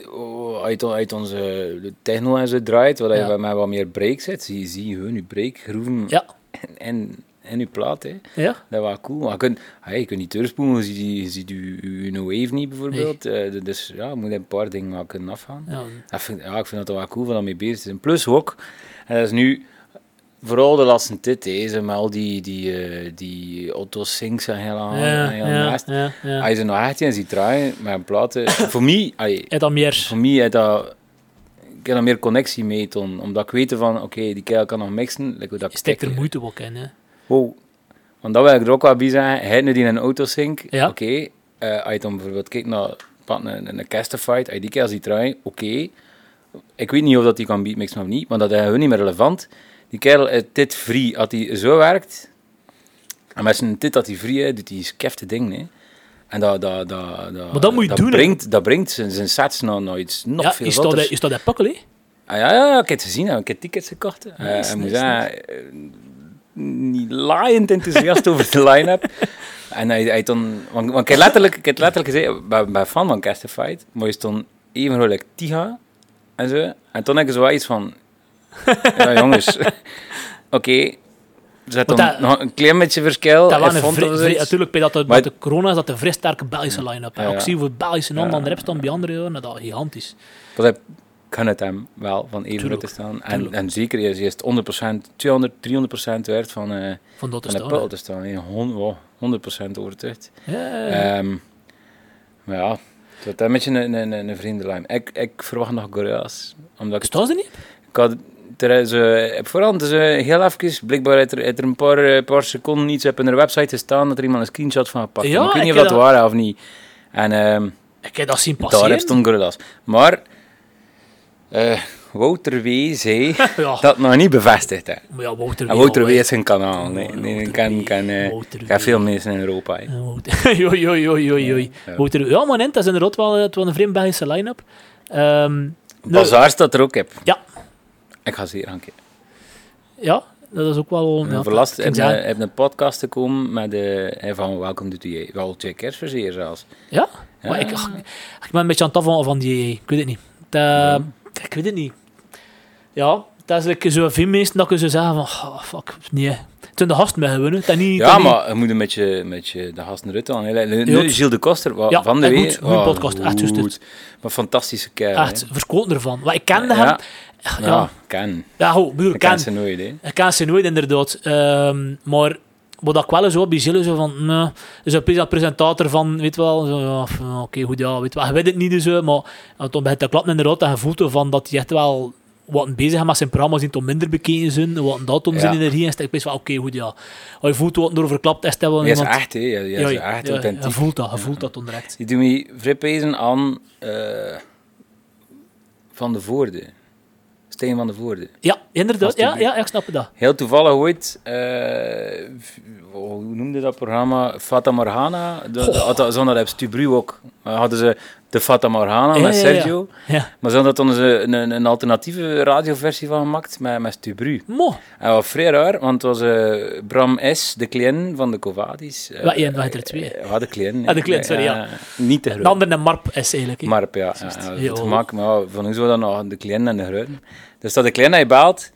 Speaker 1: uit onze techno en zo draait, waar je met wat meer break zit, zie je gewoon je breakgroeven en je plaat, hè.
Speaker 2: Ja.
Speaker 1: Dat was cool. Maar je kunt niet doorspoelen, je ziet je wave niet, bijvoorbeeld. Nee. Dus ja, je moet een paar dingen wel kunnen afgaan. Ja. Ik vind dat wel cool, van dat mee bezig zijn. Plus ook, en dat is nu vooral de laatste tijd, hè, met al die auto-syncs en heel naast. Als je ze nog echt in ziet draaien met een platen, voor mij... Voor mij is dat... Ik heb daar meer connectie mee, omdat ik weet van, oké, die kerel kan nog mixen.
Speaker 2: Je steekt er moeite ook in, hè.
Speaker 1: Wow. Want dat wil ik er ook wel bij zeggen. Hij heeft nu die in een autosync.
Speaker 2: Ja.
Speaker 1: Oké. Als je dan bijvoorbeeld kijkt naar een Castified, als je die kerel ziet draaien, oké. Ik weet niet of dat die kan beatmixen of niet, want dat is gewoon niet meer relevant. Die kerel is dit free. Als hij zo werkt, en met zijn dit dat hij free is, doet hij skefte dingen, hè. En
Speaker 2: maar dat moet je doen,
Speaker 1: dat brengt zijn sets naar iets nog veel zotters.
Speaker 2: Is dat dat pakkel, hè?
Speaker 1: Ja, ik heb het gezien. Ik heb tickets gekocht. Ik moet zeggen, niet laaiend enthousiast over de line-up. En hij toen... Want ik heb letterlijk gezegd, bij fan van Castified, maar je stond even gewoon Tiga en zo. En toen heb ik zo wel iets van... Ja, jongens. Oké. Er zit dan nog een klein beetje verschil.
Speaker 2: Natuurlijk, bij de corona is dat een vrij sterke Belgische line-up. Ik zie hoeveel Belgische namen aan de rap staan bij andere jaren. Dat is gigantisch.
Speaker 1: Ik kan het hem wel van even te staan. En zeker, je is 100%, 200, 300% waard van de pul te staan. 100% overtuigd. Maar ja, het is een beetje een vreemde lijn. Ik verwacht nog Gorillaz.
Speaker 2: Staan ze niet?
Speaker 1: Op voorhand is heel even, blijkbaar heeft er een paar seconden iets op hun website gestaan dat er iemand een screenshot van gepakt.
Speaker 2: Ja,
Speaker 1: ik weet niet of dat waar of niet. En,
Speaker 2: ik heb dat zien passeren.
Speaker 1: Daar stond Gorillaz. Maar Wouter W. zei dat nog niet bevestigd. Hè.
Speaker 2: Maar ja,
Speaker 1: Wouter W. is geen kanaal. Nee, kan veel mensen in Europa.
Speaker 2: Ja, maar dat is inderdaad wel een vreemd Belgische line-up.
Speaker 1: Bazaar staat er ook op.
Speaker 2: Ja.
Speaker 1: Ik ga ze hier gaan kijken.
Speaker 2: Ja, dat is ook wel...
Speaker 1: Verlast heb een podcast te komen met van Welcome to the wel 2 kerstversier zelfs.
Speaker 2: Ja? Maar ik ben een beetje aan het af van die... Ik weet het niet. Ik weet het niet. Ja, dat is like zo veel mensen dat je zo zeggen van... fuck, nee. Het zijn de gasten mee gewonnen.
Speaker 1: Maar je moet een beetje de gasten Rutte aan. Gilles de Koster van de
Speaker 2: Week. Goeie podcast, echt juist.
Speaker 1: Maar fantastische kerel.
Speaker 2: Echt, verskoten ervan. Maar ik kende hem...
Speaker 1: ken.
Speaker 2: Ja, ik ken
Speaker 1: ze nooit, hè.
Speaker 2: Ik ken ze nooit, inderdaad. Maar wat ik wel zo bij Gilles zo van... is een presentator van, weet wel... Oké, goed, ja, weet wel. Je weet het niet, dus, maar toen begint te klappen inderdaad en je voelt van dat hij echt wel... wat bezig zijn met zijn programma's die toch minder bekeken zijn, wat dat om zijn energie en ik wist wel, oké, goed, ja. Als je voelt wat erover klapt, is dat wel
Speaker 1: Je is
Speaker 2: iemand...
Speaker 1: echt, hè. Je is echt authentiek.
Speaker 2: Je voelt dat direct.
Speaker 1: Je doet me vrij pezen aan Van de Voorde. Steen van de Voorde.
Speaker 2: Ja, inderdaad. Ja, ik snap dat.
Speaker 1: Heel toevallig ooit, hoe noemde dat programma? Fata Morgana. Zo dat op Stubru ook. Hadden ze de Fata Morgana met Sergio.
Speaker 2: Ja.
Speaker 1: Maar ze hadden dan een alternatieve radioversie van gemaakt met Stubru.
Speaker 2: Mo.
Speaker 1: En wat vrij raar, want het was Bram S., de cliënt van de Covadis.
Speaker 2: Wat één, wat er twee?
Speaker 1: De cliënt.
Speaker 2: De cliënt, sorry, ja.
Speaker 1: Niet te groot.
Speaker 2: De andere Marp is eigenlijk. He.
Speaker 1: Marp, ja. Het gemaakt, maar van hoe zou dat nog de cliënt en de grote. Dus dat de cliënt hij belt,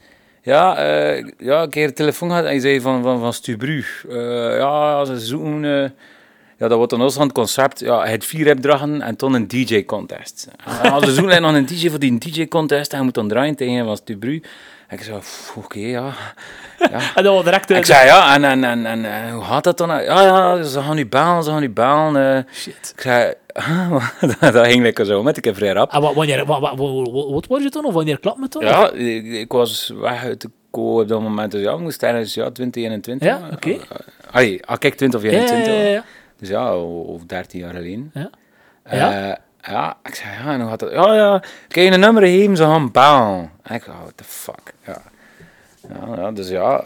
Speaker 1: een keer de telefoon gehad en je zei van Stubru. Ze zoeken... dat wordt dan ons het concept, het 4 hebt en toen een DJ-contest. Ze zoeken nog een DJ voor die DJ-contest en je moet dan draaien tegen van Stubru. En ik zei, oké, ja.
Speaker 2: En dan direct...
Speaker 1: Ik zei, en hoe gaat dat dan? Ze gaan nu bellen.
Speaker 2: Shit.
Speaker 1: Ik zei, dat ging lekker zo met, ik heb vrij rap.
Speaker 2: En wat was je toen? Of wanneer klapt het toen?
Speaker 1: Ja, ik was weg uit de co op dat moment, dus ik moest tijdens 2021.
Speaker 2: Ja, oké.
Speaker 1: Kijk, 20 of 21.
Speaker 2: Ja.
Speaker 1: Dus of 13 jaar geleden.
Speaker 2: Ja.
Speaker 1: Ik zei, en hoe gaat dat? Kan je een nummer geven, ze gaan bellen. En ik what the fuck. Dus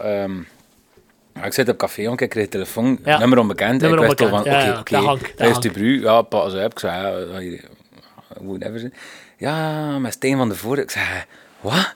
Speaker 1: ik zit op café, ik kreeg telefoon, nummer onbekend.
Speaker 2: Nummer
Speaker 1: ik wist
Speaker 2: onbekend,
Speaker 1: van, oké,
Speaker 2: dat
Speaker 1: is de bru, pas op. Ik zei, whatever. Ja, met Steen van de Voorde. Ik zei, wat?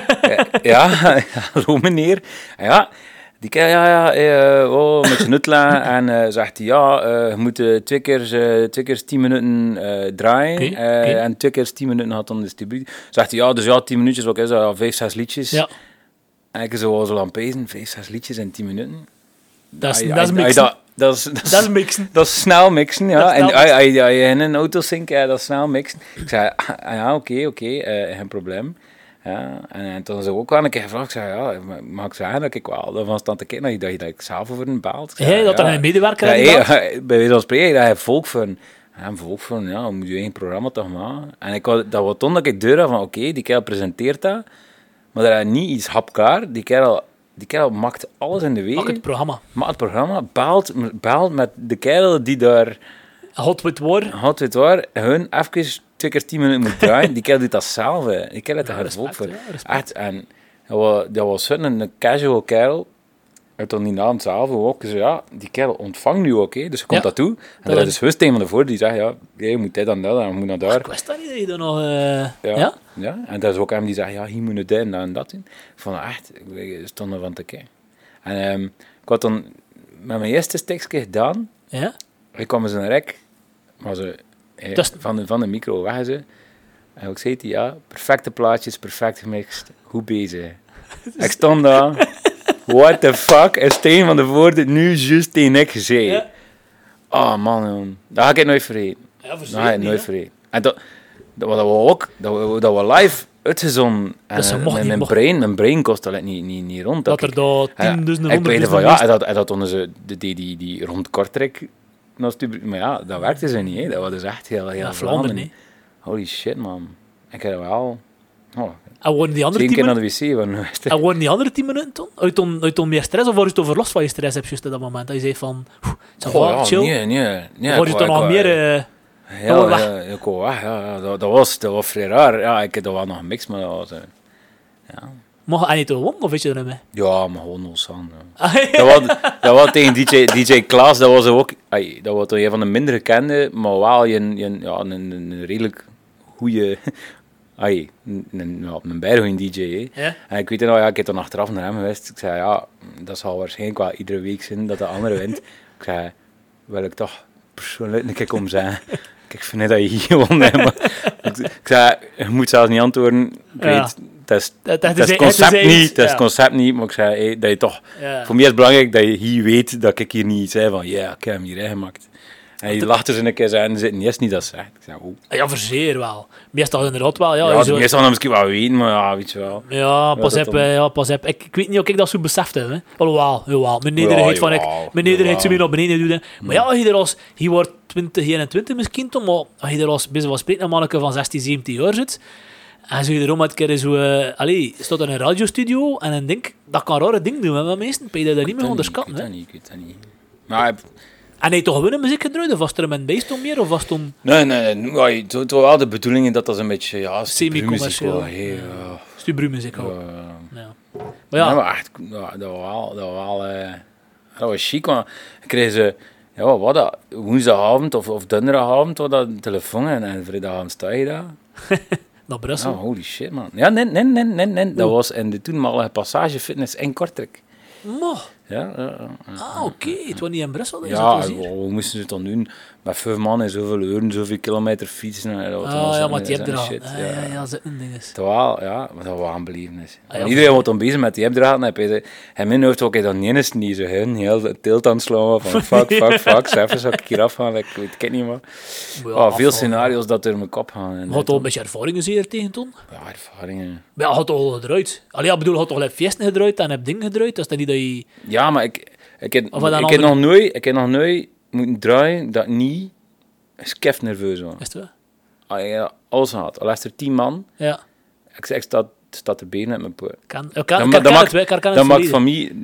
Speaker 1: Hallo meneer. Die kijk, met je nutla en zegt hij, je moet 2 keer 10 minuten draaien en 2 keer 10 minuten had dan de distributie. Zegt hij, dus 10 minuutjes, wat is dat, 5, 6 liedjes.
Speaker 2: Ja.
Speaker 1: En ik zo aan pezen, 5, 6 liedjes in 10 minuten.
Speaker 2: Dat is mixen.
Speaker 1: Dat is mixen. Dat is snel mixen, ja. En als je in een auto zinkt, dat is snel mixen. Ik zei, oké, geen probleem. Ja, en toen ze ook aan een keer gevraagd, ik zei, mag ik zeggen dat ik wel van stand te kijken dat je zelf over een baalt?
Speaker 2: Dat er een medewerker
Speaker 1: bij wijze van spreken, dat je volk van, moet je eigen programma toch maken? En dat was toen dat ik deur had van, die kerel presenteert dat, maar dat is niet iets hapkaar, die kerel maakt alles in de wereld. Maakt het programma, baalt met de kerel die daar...
Speaker 2: Hot with war,
Speaker 1: hun even 2 keer 10 minuten moet draaien. Die kerel doet dat zelf. Die kerel heeft daar volk voor. Echt, en dat was een casual kerel. Uit dan die naam zelf ook. Dus die kerel ontvangt nu ook. Dus je komt dat toe. En er is dus een van de voor die zegt, je moet dit en dat, en je moet naar daar.
Speaker 2: Ik wist dat niet dat je dan nog...
Speaker 1: Ja, en dat is ook hem die zegt, hier moet je dit en dat doen. Ik vond het echt, ik stond er van te kijken. En ik had dan met mijn eerste stekje gedaan.
Speaker 2: Ja?
Speaker 1: Ik kwam in zijn rek, maar ze van de micro weg ze. En ik zei hij, perfecte plaatjes, perfect gemixt, goed bezig. Ik stond daar, what the fuck, is Steen van de Voorde nu juist tegen ik gezegd. Ja. Oh man, dat ga ik nooit vergeten.
Speaker 2: Ja, dat ga ik nooit vergeten.
Speaker 1: En dat we live uitgezonden. En mijn brein kost dat niet rond.
Speaker 2: Dat er daar 10.000
Speaker 1: ik weet van, dat onder ze die rond Kortrijk. Maar dat werkte ze niet. Dat was dus echt heel
Speaker 2: Vlaanderen.
Speaker 1: Holy shit, man. Ik heb wel...
Speaker 2: En waren die andere
Speaker 1: 10 keer naar de wc.
Speaker 2: En waren die andere 10 minuten toen? Uit toen meer stress, of was je toen verlost van je stress op dat moment? Dat je zei van, chill.
Speaker 1: Nee.
Speaker 2: Of was je toen nog meer...
Speaker 1: Dat was vrij raar. Ja, ik heb dat wel nog gemixt, maar dat was...
Speaker 2: Mag je niet gewonnen, of weet je er niet mee?
Speaker 1: Ja, maar gewoon Olsan. Dat was tegen DJ Klaas, dat was ook... Dat was toch een van de minder gekende, maar wel een redelijk goede... een bijna goede DJ.
Speaker 2: Ja?
Speaker 1: En ik weet nog, ik heb dan achteraf naar hem geweest. Ik zei, dat zal waarschijnlijk wel iedere week zijn dat de andere wint. Ik zei, wil ik toch persoonlijk een keer komen zeggen. Ik vind dat je hier gewonnen hebt. Ik zei, je moet zelfs niet antwoorden. Ik weet, dat is het concept niet. Dat is het concept niet. Maar ik zei, dat je toch... Voor mij is het belangrijk dat je hier weet dat ik hier niet zei van, ik heb hem hier ingemaakt. En je lacht er eens een keer en zit niet dat zegt. Ik zei,
Speaker 2: Ja, verzeer wel. Meestal inderdaad wel.
Speaker 1: Meestal dan misschien wel weten, maar weet je wel.
Speaker 2: Ja, pas op. Ik weet niet of ik dat zo beseft heb. Hè. Jawel. Mijn nederigheid van mijn nederigheid zo meer naar beneden doen. Maar je wordt 20, 21 misschien, maar als je er als best wel spreken een manneke van 16, 17 jaar zit, En zo je erom een keer zo... je staat in een radiostudio en dan denk dat kan rare dingen doen. Maar meestal ben je dat niet meer onderschatten.
Speaker 1: Ik weet dat niet. Maar...
Speaker 2: En heb je toch gewoon een muziek gedraaid? Of was er een bijstond meer? Of was het om...
Speaker 1: Nee. Het was wel de bedoeling dat een beetje... Ja,
Speaker 2: semi-commercieel. Stubru-muziek ook. Ja. Maar ja.
Speaker 1: Maar echt... Dat was chic, want ik kreeg ze... Ja, wat was dat? Woensdagavond of donderdagavond was dat een telefoon en vrijdagavond sta je daar.
Speaker 2: Naar Brussel?
Speaker 1: Ja, holy shit, man. Ja, nee. Dat was in de toenmalige Passage Fitness in Kortrijk. Ja.
Speaker 2: Oké. Het was niet in Brussel?
Speaker 1: We moesten het dan doen. Met 5 man en zoveel uren, zoveel kilometer fietsen.
Speaker 2: Maar die heb er al. Ja, zitten dingen.
Speaker 1: Terwijl, ja, maar dat was een belevenis. Iedereen wordt dan bezig met die hebdraad. En in mijn hoofd ook dan niet eens die zo heel tilt aan het slaan. Van fuck. Zelfs zou ik hier afgaan, ik weet het niet meer. Veel scenario's dat door mijn kop gaan.
Speaker 2: Had al een beetje ervaringen zeer tegen toen?
Speaker 1: Ja, ervaringen.
Speaker 2: Maar je had al gedraaid. Ik bedoel, je had al fiesten gedraaid en heb dingen gedraaid. Dat is niet dat je...
Speaker 1: Ja, maar ik heb nog nooit moeten draaien dat niet skef nerveus was.
Speaker 2: Is het
Speaker 1: wel? Alles had. Al is er 10 man.
Speaker 2: Ja.
Speaker 1: Ik staat er benen met mijn poot.
Speaker 2: Dat
Speaker 1: maakt van mij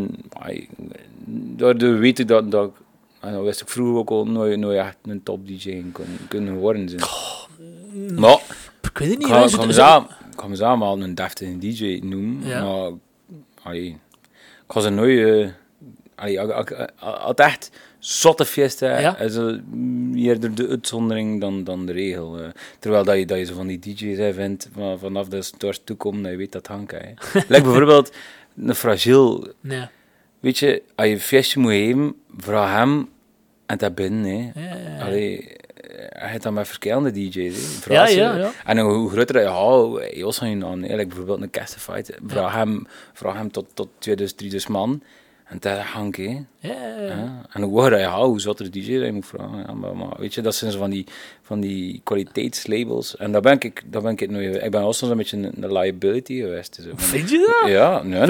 Speaker 1: daardoor weet ik dat en wist ik vroeger ook al nooit echt een top DJ kunnen worden. Maar
Speaker 2: ik weet het niet.
Speaker 1: Ik ga mezelf wel een deftige DJ noemen. Ja. Maar ik ga ze nooit... Als echt zotte fiesta is eerder de uitzondering dan de regel. Terwijl dat je zo van die DJ's vindt vanaf de stores toekomen, dat je weet dat hangt. Lijkt bijvoorbeeld een Fragiel.
Speaker 2: Nee.
Speaker 1: Weet je, als je een feestje moet geven, vraag hem en dat binnen. Allee, hij heeft dan met verschillende DJ's.
Speaker 2: Ja.
Speaker 1: En hoe groter je Jos aan je naam, bijvoorbeeld een Castified, vraag hem tot 2000-3000 man. En dat hangt, hè. Ja. En hoe hoger je hoe zotter de DJ je moet vragen. Ja, maar weet je, dat zijn zo van die kwaliteitslabels. En daar ben ik nu... Ik ben ook soms een beetje een liability geweest. Zo.
Speaker 2: Vind je dat?
Speaker 1: Ja, nee.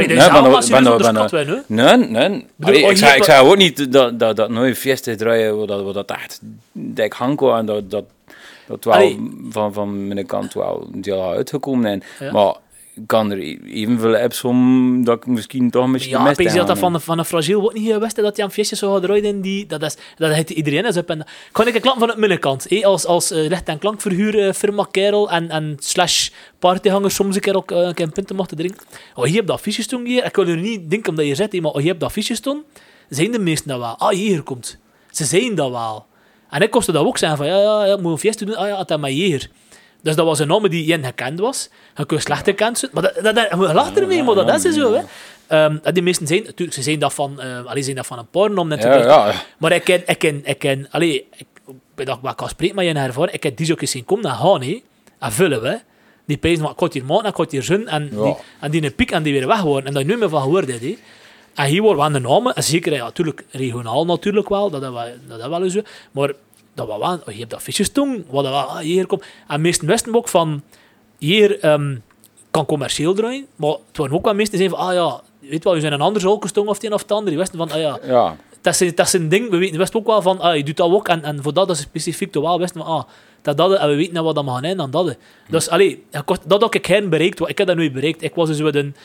Speaker 1: Ik zei ook niet dat nooit fiesta draaien, dat echt dik hangt, en dat wel van mijn kant wel deel uitgekomen is. Maar... kan er evenveel apps om dat ik misschien toch een beetje gemist heb.
Speaker 2: Ja, dat van een Fragiel wordt niet gewist dat hij aan feestjes zou gaan draaien. Dat heeft iedereen eens op. En kan ik een klant van het binnenkant, als licht- en klankverhuur firma kerel en slash partyhanger soms een keer ook een pint te mochten drinken. Je hebt dat affiches toen hier. Ik wil er niet denken omdat je zit, maar je hebt dat affiches toen. Zijn de meesten dat wel? Hier komt. Ze zijn dat wel. En ik kostte dat ook zeggen van ja, moet een feestje doen. Dat maar hier. Dus dat was een naam die je gekend was. Je kunt slecht gekend zijn. Maar je lacht ermee, maar dat is zo. Hè. Die meesten zijn... Natuurlijk, ze zijn dat van een pornom natuurlijk.
Speaker 1: Ja.
Speaker 2: Maar ik ken... Ik kan spreken met je ervaring. Ik heb die ook eens zien komen en gaan. En vullen we. Die pijzen van, ik had hier maken, ik had hier zin. En die een piek en die weer weg worden. En dat je nu meer van gehoord hebt. En hier worden we aan de namen. En zeker, natuurlijk, regionaal natuurlijk wel. Dat is wel zo. Maar... dat was wel, je hebt dat visjes toen, wat dat hier komt. En meesten wisten ook van, hier kan commercieel draaien, maar het waren ook wel meesten die zeiden van, weet wel, je zijn een ander zolkestong of het een of het ander. Die wisten van, dat is een ding, we wisten ook wel van, je doet dat ook, en voor dat is specifiek toch wel wisten van, dat en we weten wat dat mag zijn dan dat. Dus, dat had ik hen bereikt, ik heb dat nooit bereikt. Ik was dus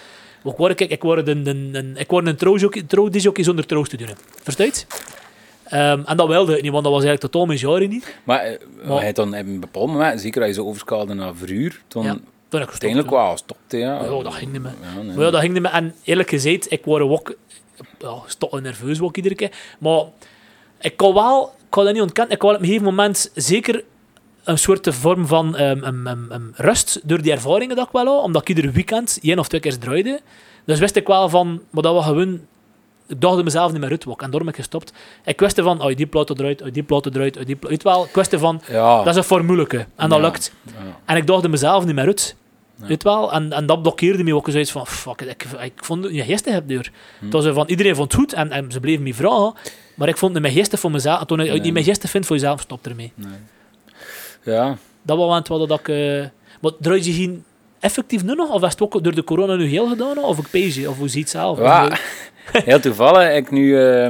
Speaker 2: ik word een trouwdisjockey zonder trouw te doen. Verstaat? En dat wilde ik niet, want dat was eigenlijk totaal mijn genre niet.
Speaker 1: Maar hij had dan op een bepaald moment, zeker als je zo overschaalde naar verhuur, toen uiteindelijk wel stopte. Ja,
Speaker 2: dat ging niet meer. Maar dat ging niet meer. En eerlijk gezegd, ik word ook nerveus ook iedere keer. Maar ik kan dat niet ontkennen, ik kan op een gegeven moment zeker een soort vorm van rust door die ervaringen dat ik wel had, omdat ik iedere weekend 1 of 2 keer draaide. Dus wist ik wel van, maar dat was gewoon... Ik dacht mezelf niet meer uit, en daarom heb ik gestopt. Ik wist van, die plaat eruit, die plaat eruit, die plaat eruit. Ik wist van, dat is een formuleke. En dat lukt. Ja. En ik dacht mezelf niet meer uit. Weet wel? En dat blokkeerde me ook zoiets van, fuck it, ik vond het niet gisteren heb deur. Het was van, iedereen vond het goed en ze bleven me vragen. Maar ik vond het niet meer gisteren voor mezelf. En toen je niet meer gisteren vindt voor jezelf, stop ermee.
Speaker 1: Nee. Ja.
Speaker 2: Dat was wel dat ik... maar draai je geen effectief nu nog? Of is het ook door de corona nu heel gedaan? Of ik pees je? Of hoe ziet het zelf?
Speaker 1: Ja. Heel toevallig, ik nu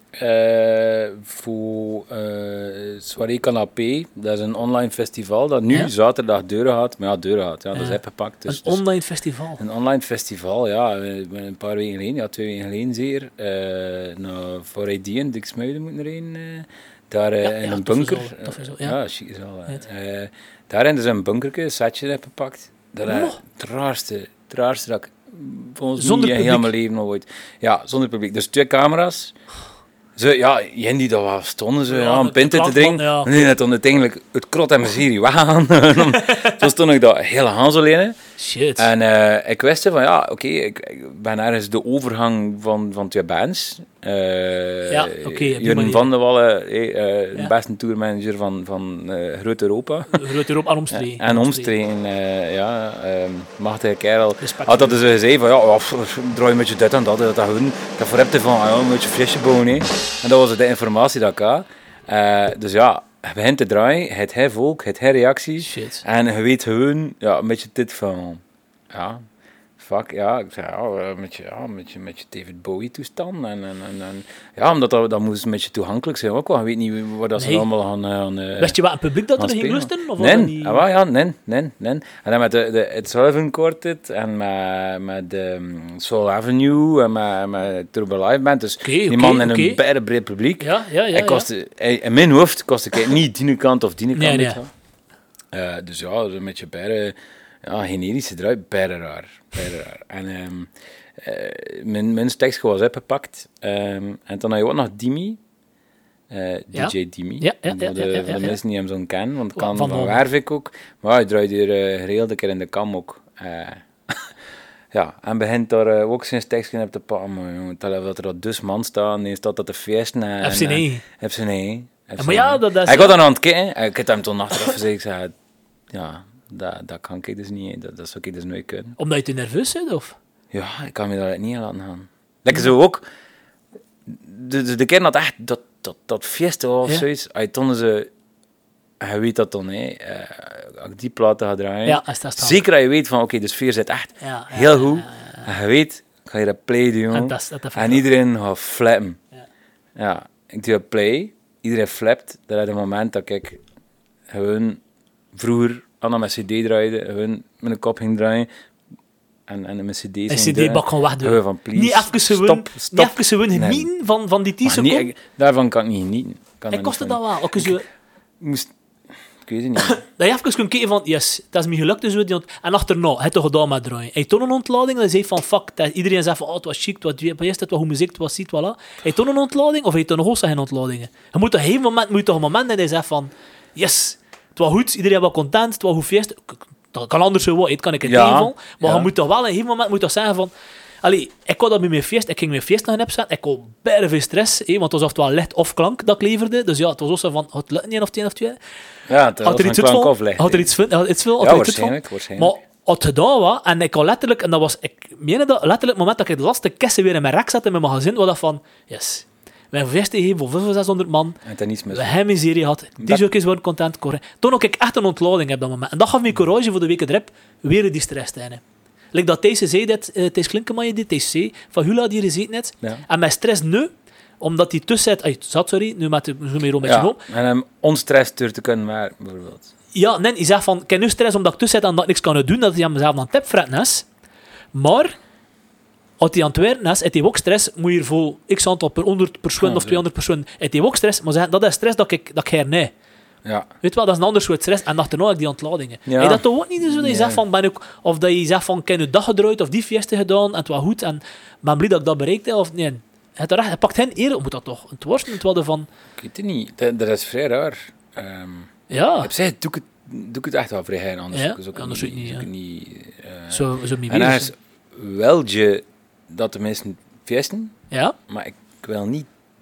Speaker 1: voor Soirée Canapé. Dat is een online festival dat nu zaterdag deuren gaat. Maar deuren gaat. Ja, dat is opgepakt. Dus,
Speaker 2: een online festival?
Speaker 1: Een online festival, ja. Een paar weken geleden, 2 weken geleden zeer. Naar Forêt Dien, Diksmuiden moet erheen. Daar in een bunker. Chic is wel. Daar hebben ze een bunkerke, een setje opgepakt. Dat is het raarste dat ik volgens mij in mijn leven nog ooit. Ja, zonder publiek. Dus 2 camera's. Jen die daar wel stonden, een pint te drinken. Ja. Nee, net uiteindelijk het krot en miserie weggaan. Toen stond ik daar heel Hans alleen.
Speaker 2: Shit.
Speaker 1: En ik wist van, ik ben ergens de overgang van 2 bands. Jurgen van der Wallen, de beste tourmanager van Groot Europa.
Speaker 2: Groot Europa en omstreken.
Speaker 1: En omstreken, machtige kerel. Had dat dus gezegd van, draai een beetje dit en dat gewoon. Ik heb voor hem van, een beetje frisje bouwen. En dat was de informatie dat ik had. Dus ja, je begint te draaien, het heeft volk, het heeft reacties.
Speaker 2: Shit.
Speaker 1: En je weet gewoon, een beetje dit van, ik zei, met je David Bowie toestand. En omdat dat moest een beetje toegankelijk zijn ook wel. Je weet niet waar dat ze allemaal gaan
Speaker 2: wist je wat een publiek dat er ging lusten?
Speaker 1: Nee. En dan met het Sullivan Quartet en met Soul Avenue en met Turbo Live Band. Dus die man in een bijna breed publiek. In mijn hoofd kostte ik niet die kant of die kant. Nee. Dus een beetje bijna... generische draai, bijna raar. En mijn tekst was opgepakt. En dan had je ook nog Dimi. DJ Dimi. Voor de mensen die hem zo kennen. Want ik kan van Wervik ook. Maar hij draait hier geregeld een keer in de kam ook. En begint daar ook zijn tekstje op te pakken. Maar dat er dus man staan. En staat dat de feesten.
Speaker 2: FCNE.
Speaker 1: Maar ja, dat is... Ik had dan aan het kijken. Ik heb hem toen achteraf gezegd. Ik zei, dat kan ik dus niet. Dat zou ik dus nooit kunnen.
Speaker 2: Omdat je te nerveus bent, of?
Speaker 1: Ja, ik kan me daar niet aan laten gaan. Lekker zo ook. De keer dat echt dat feest of zoiets. Toen ze... Je weet dat dan, als ik die platen ga draaien.
Speaker 2: Ja,
Speaker 1: zeker dat je weet van, de sfeer zit echt heel goed. En je weet, ik ga je dat play doen, jongen. En iedereen gaat flappen. Ja, ik doe een play. Iedereen flapt. Dat is het moment dat ik gewoon vroeger aan mijn cd draaide, gewoon met een kop ging draaien. En mijn cd's...
Speaker 2: Een cd-bak gewoon wegdoen.
Speaker 1: Van,
Speaker 2: niet even gewoon genieten van die 10 seconden?
Speaker 1: Daarvan kan ik niet genieten.
Speaker 2: En kostte dat wel?
Speaker 1: Ik weet het niet.
Speaker 2: Dat je even kunt kijken van, yes, dat is me gelukt. Dus, en achterna, het toch gedaan met draaien. Hij toont een ontlading, dan zei van, fuck, iedereen zegt van, het was chic, het was goed muziek, het was ziet, voilà. Hij toont een ontlading, of hij toont nog geen ontladingen? Je moet op een gegeven moment, dat hij zegt van, yes, het was goed, iedereen was content, het was goed feest. Dat kan anders zo worden, kan ik het tegenvallen. Maar je moet toch wel op een gegeven moment zeggen van... Allee, ik had dat met mijn feest. Ik ging mijn feest nog opzetten. Ik had bijna veel stress, want het was oftewel licht of klank dat ik leverde. Dus ja, het was ook zo van, het lukt niet of 1 of 2.
Speaker 1: Ja, het was een klank of licht.
Speaker 2: Had er iets van?
Speaker 1: Waarschijnlijk.
Speaker 2: Maar het gedaan was, en ik had letterlijk, en dat was, ik meen dat letterlijk het moment dat ik de laatste kisten weer in mijn rek zette in mijn magazijn, was dat van, yes... Wij hebben feest gegeven voor 500, 600 man. We hebben een serie gehad. Die jockeys worden content. Toen ook ik echt een ontlading op dat moment. En dat gaf me courage voor de weken erop weer die stress te hebben. Like dat Thijs zei, Thijs Klinkemaaier dit, Thijs zei, van Hula die gezeten net. Ja. En mijn stress nu, omdat hij tussen nu met de een beetje op.
Speaker 1: En hem onstress door te kunnen maken, bijvoorbeeld.
Speaker 2: Ja, nee, hij zegt van, ik heb nu stress omdat ik tussen zit en dat ik niks kan doen, dat hij aan mezelf aan het tipfretten is. Maar... Als hij aan het werken is, heeft hij ook stress, moet je voor x aantal per 100 personen of 200 personen, heeft hij ook stress, maar dat is stress dat ik hernij.
Speaker 1: Ja.
Speaker 2: Weet je wel, dat is een ander soort stress. En achterna heb ik die ontladingen. Ja. Heb dat toch ook niet zo dat je zegt van, of dat je zegt van, ik heb nu dat gedraaid of die fiesta gedaan en het was goed en ben blij dat ik dat bereikt heb, of nee. Hij pakt hen eerder, moet dat toch het worsten, het worden van...
Speaker 1: Ik weet het niet, dat is vrij raar.
Speaker 2: Ja.
Speaker 1: Ik zeg, doe ik het echt wel vrij anders.
Speaker 2: Ja,
Speaker 1: anders
Speaker 2: doe ik
Speaker 1: niet.
Speaker 2: Zo mee
Speaker 1: en hij is wel dat de mensen feesten, maar ik wil niet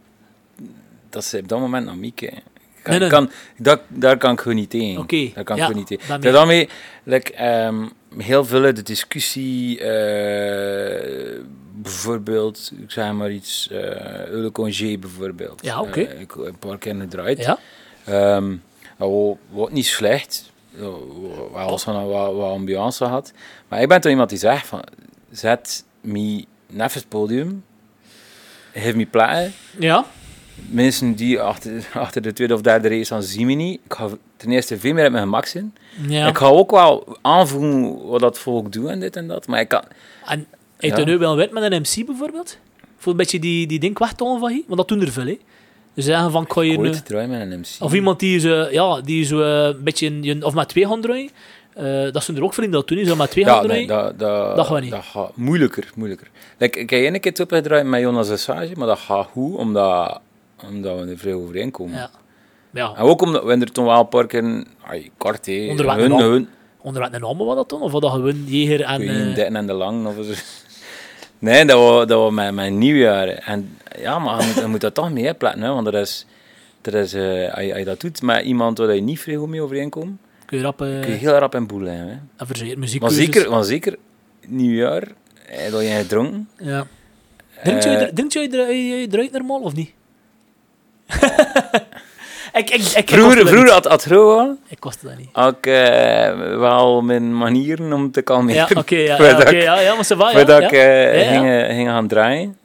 Speaker 1: dat ze op dat moment naar mij kijken. Daar kan ik gewoon niet tegen.
Speaker 2: Okay.
Speaker 1: Daar kan ik gewoon niet tegen. Daarmee, heel veel de discussie, bijvoorbeeld, ik zeg maar iets, Le Congé bijvoorbeeld.
Speaker 2: Ja, oké.
Speaker 1: Ik heb een paar keer gedraaid.
Speaker 2: Ja.
Speaker 1: Wat niet slecht, wat ambiance had. Maar ik ben toch iemand die zegt van, zet me nef het podium, geef me platen.
Speaker 2: Ja.
Speaker 1: mensen die achter de tweede of derde race staan, zien me niet. Ik ga ten eerste veel meer uit mijn gemak zijn.
Speaker 2: Ja.
Speaker 1: Ik ga ook wel aanvoelen wat dat volk doet en dit en dat, maar ik kan...
Speaker 2: En heb je nu wel wet met een MC bijvoorbeeld? Voor een beetje die ding wegtonen van je? Want dat doen er veel, hè? Dus zeggen van, kan je...
Speaker 1: Ooit draaien met een MC.
Speaker 2: Of iemand die zo een beetje... Of met twee gaan draaien. Dat zijn er ook vrienden dat doen, zo met twee gaan draaien. Dat gaat niet.
Speaker 1: Dat gaat moeilijker. Like, ik heb één keer opgedraaid met Jonas Assage, maar dat gaat goed, omdat we er vrij overeenkomen.
Speaker 2: Ja. Ja.
Speaker 1: En ook omdat we er toen wel een paar keer... kort, hé.
Speaker 2: Onder welke naam was dat dan? Of was dat gewoon Jeger en...
Speaker 1: Dit en de Lang, of zo. Nee, dat was mijn nieuwjaar. En ja, maar je moet dat toch mee plaatsen, hè, want als je dat doet met iemand waar je niet vrij goed mee overeenkomt,
Speaker 2: kun je
Speaker 1: heel rap in boel leggen. Hè.
Speaker 2: En verzekerd muziek.
Speaker 1: Maar zeker nieuwjaar, dat je gedronken.
Speaker 2: Ja. Drink je eruit normaal, of niet?
Speaker 1: Vroeger had Roa.
Speaker 2: Ik kostte dat niet.
Speaker 1: Ook wel mijn manieren om te kalmeren.
Speaker 2: Ja, oké, ja, maar ze waren.
Speaker 1: Voordat ik ging gaan draaien.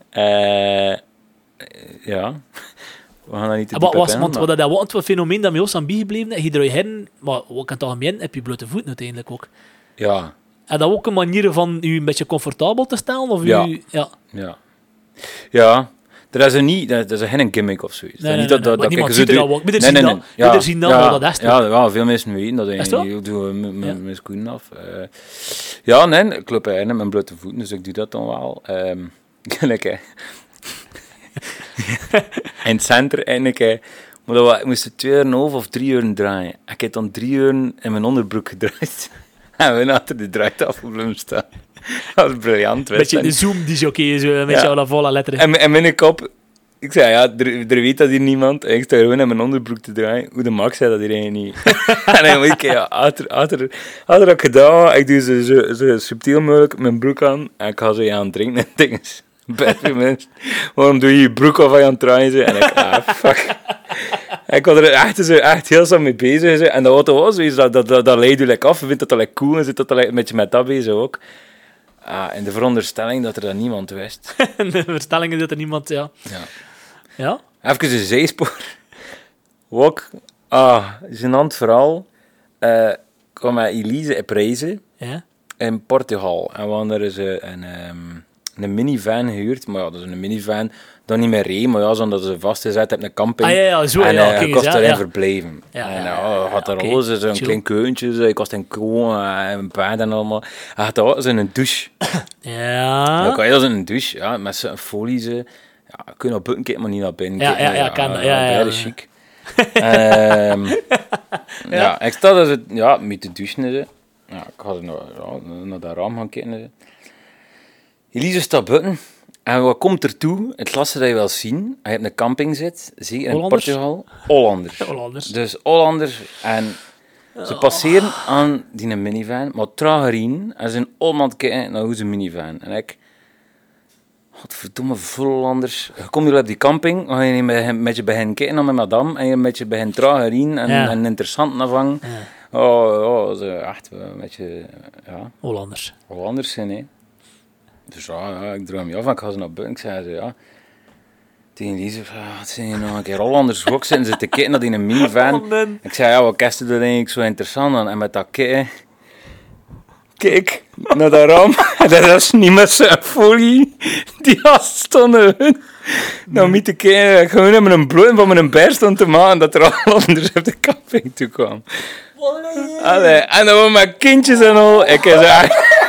Speaker 1: Ja. We gaan dat niet te diep op in.
Speaker 2: Want dat was een fenomeen dat met ons aan bijgebleven is. Je draait heen, maar ook in het algemeen heb je blote voeten uiteindelijk ook.
Speaker 1: Ja.
Speaker 2: En dat ook een manier van je een beetje comfortabel te stellen? Of
Speaker 1: Ja. Dat is geen gimmick of zoiets.
Speaker 2: Nee,
Speaker 1: niet dat
Speaker 2: niemand ziet er al wat. Wie zien dan wel dat is.
Speaker 1: Ja, veel mensen weten dat. Ik doe mijn schoenen af. Ja, nee, ik loop met mijn blote voeten, dus ik doe dat dan wel. Lekker. In het centrum eigenlijk. Maar ik moest 2,5 of 3 uur draaien. Ik heb dan 3 uur in mijn onderbroek gedraaid. En we achter de draaitafel blijven staan. Dat was briljant.
Speaker 2: Beetje de zoom die jockey is met jou volle letteren.
Speaker 1: En mijn kop, ik zei er weet dat hier niemand. En ik sta gewoon in mijn onderbroek te draaien. Hoe de Max zei dat hier eigenlijk niet. En dan moet ik, had ik gedaan. Ik doe zo subtiel mogelijk mijn broek aan. En ik ga zo aan het drinken en dingen. Beste mensen, waarom doe je je broek af aan het draaien? En ik, fuck. Ik was er echt heel snel mee bezig. En dat auto was zoiets, dat leidt je lekker af. Je vindt dat dat cool en zit dat een beetje met dat bezig ook. In de veronderstelling dat er dan niemand wist.
Speaker 2: In de veronderstelling dat er niemand, ja.
Speaker 1: Even een zijspoor. Ook, gênant verhaal. Ik kwam met Elise op reizen in Portugal. En we hadden er een minivan gehuurd. Maar ja, dat is een minivan dat niet meer reed, maar ja, zodat ze vastgezet hebben een camping. En ik kost erin verblijven. Had er alles, zo'n klein keutje, ik kost een koon, een bed en allemaal. Hij had alles in een douche.
Speaker 2: Ja.
Speaker 1: Dan kan je dat in een douche, met zo'n folie. Ja, kun je naar buiten kijken, maar niet naar binnen kijken. Dat is chic. Ik sta dus met de douche. Ik ga naar dat raam gaan kijken. Elise staat buiten. En wat komt er toe? Het laatste dat je wil zien, als je op een camping zit, zie je in Portugal, Hollanders. Dus Hollanders. En ze passeren aan die minivan, maar trager in. En ze zijn allemaal kijken naar hoe ze minivan. En ik, godverdomme, vol Hollanders. Je komt hier op die camping, dan ga je met je beginnen kijken naar mijn madame, en je met je begint trager in en interessant navangen. Ja. Ze echt een beetje, Hollanders zijn, hè. Dus ik droom me af en ik ga ze naar buiten. Ik zei ze, tegen Lise, wat zijn hier nog een keer Hollanders ook? Zitten ze te kijken naar die minivan. Ik zei, wat kerst je dat eigenlijk zo interessant aan? En met dat kijk naar dat raam. Dat is niet met zijn folie. Die gast stonden hun. Nou, niet te kijken. Gewoon hebben een bloem van mijn beer stond te maken dat er Hollanders op de camping toe kwamen. En dan waren mijn kindjes en al. Ik zei...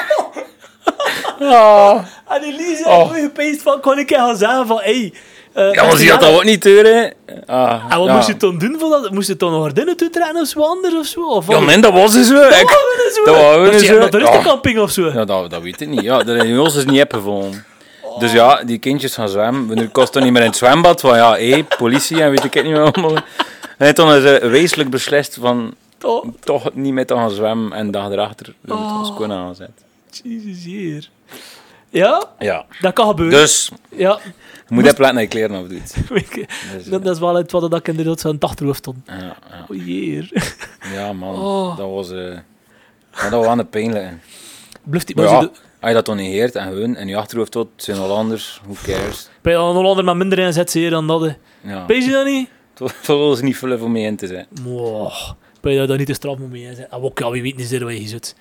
Speaker 2: En Elise heeft gepeest van, kon ik gaan zeggen van,
Speaker 1: maar ze had dat ook niet deuren.
Speaker 2: En wat moest je dan doen voor dat? Moest je dan nog gordijnen toetrekken of zo anders of zo? Of
Speaker 1: nee, dat was dus zo.
Speaker 2: Dat is een camping of zo?
Speaker 1: Ja, dat weet ik niet. Ja, dat is ons dus niet gevonden. Dus die kindjes gaan zwemmen. Nu kost het niet meer in het zwembad. Van politie en weet ik het niet meer allemaal. En toen is ze wezenlijk beslist van toch niet meer te gaan zwemmen. En de dag erachter het gewoon aangezet.
Speaker 2: Jezus hier. Ja? Dat kan gebeuren.
Speaker 1: Dus, je moet even laten naar je kleren afdoet.
Speaker 2: Dat is wel het wat ik inderdaad zo'n dachterhoofd stond.
Speaker 1: Ja.
Speaker 2: Oh jeer.
Speaker 1: Ja man, dat was wel een pijnlijke. als je dat dan negeert en gewoon in je achterhoofd tot zijn Hollanders, who cares?
Speaker 2: Ben je een Hollander met minder inzet dan dat?
Speaker 1: Ja.
Speaker 2: Ben je dat niet?
Speaker 1: Dat wil ze niet vullen voor mee in te zijn.
Speaker 2: Ben je daar niet te straf mee in zijn? Ja, wie weet niet zeker wat je zit.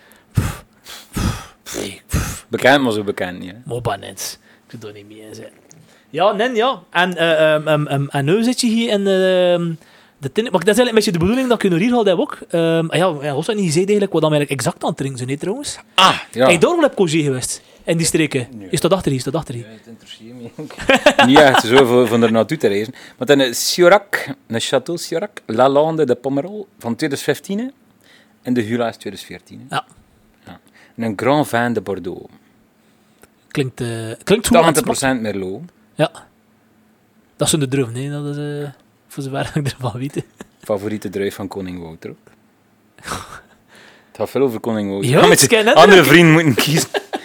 Speaker 1: Bekend, maar zo bekend niet.
Speaker 2: Maar net. Ik doe er niet mee in zijn. Ja, nee, ja. En nu zit je hier in de tin. Maar dat is eigenlijk een beetje de bedoeling dat ik je nog hier had ook. Ja, was dat niet gezegd eigenlijk wat dan eigenlijk exact aan het drinken, zo niet trouwens?
Speaker 1: Ja.
Speaker 2: Heb je daar al op Cogé geweest? In die streken?
Speaker 1: Nee.
Speaker 2: Is dat achter hier?
Speaker 1: Ja, het interesseert me ook. Niet echt zo van er naartoe te reizen. Maar dan een Sirac, een Château Sirac, Lalande de Pomerol van 2015 en de Hula is 2014.
Speaker 2: Ja.
Speaker 1: En een Grand Vin de Bordeaux.
Speaker 2: Klinkt goed.
Speaker 1: 80% Merlot.
Speaker 2: Ja. Dat zijn de druiven, hè. Dat is voor zover ik ervan weet.
Speaker 1: Favoriete druif van Koning Wouter ook. Het gaat veel over Koning Wouter.
Speaker 2: Ja,
Speaker 1: met je andere vrienden moeten kiezen.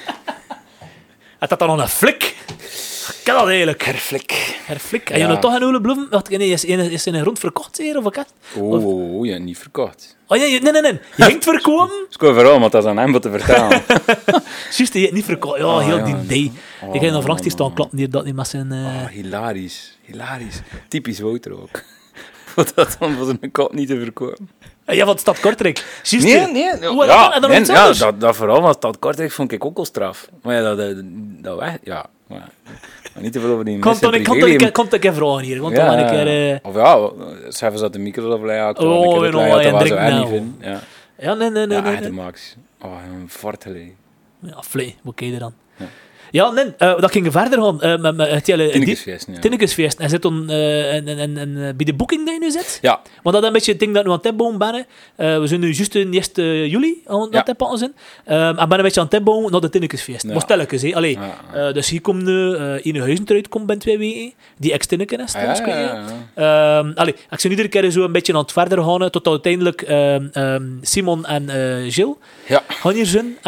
Speaker 2: Had dat dan nog een flik? Ik ken dat eigenlijk. Herflik. En je nou toch een oude bloem? Is een rond verkocht hier of wat?
Speaker 1: Ja, niet verkocht.
Speaker 2: Oh nee. Je ging het verkopen?
Speaker 1: Ik wil vooral, want dat is aan hem wat te vertellen.
Speaker 2: Juist, je hebt niet verkocht. Ja, heel die idee. Ik ga nog langs die staan klappen hier dat niet met zijn...
Speaker 1: Hilarisch. Typisch Wouter ook. Wat dat dan was een kop niet te verkopen.
Speaker 2: Ja, van Stad Kortrijk. Juist.
Speaker 1: Nee.
Speaker 2: Hoe
Speaker 1: dat vooral van Stad Kortrijk vond ik ook al straf. Maar ja, dat weg... Ja, maar niet te veel over die mensen.
Speaker 2: Komt ik even vragen hier. Want dan een keer...
Speaker 1: Of ja, zelfs dat de micro of dat was zo erg niet vinden.
Speaker 2: Ja, nee.
Speaker 1: De Max. Een fortele.
Speaker 2: Ja, vlee. Wat ken je dan? Ja, nee, dat ging verder gaan met het hele... Tinnekesfeest. Hij zit dan bij de boeking dat je nu zit.
Speaker 1: Ja.
Speaker 2: Want dat is een beetje het ding dat we aan het opbouwen ben. We zijn nu juist in 1 juli aan het oppakken zijn. En ben een beetje aan het opbouwen naar de Tinnekesfeest. Maar stelletjes, hè. Allee, dus hier komt nu in Huizen eruit, komt binnen 2 weken. Die ex-Tinneken is trouwens. Allee, ik ben iedere keer zo een beetje aan het verder gaan, tot uiteindelijk Simon en Gilles gaan hier zijn.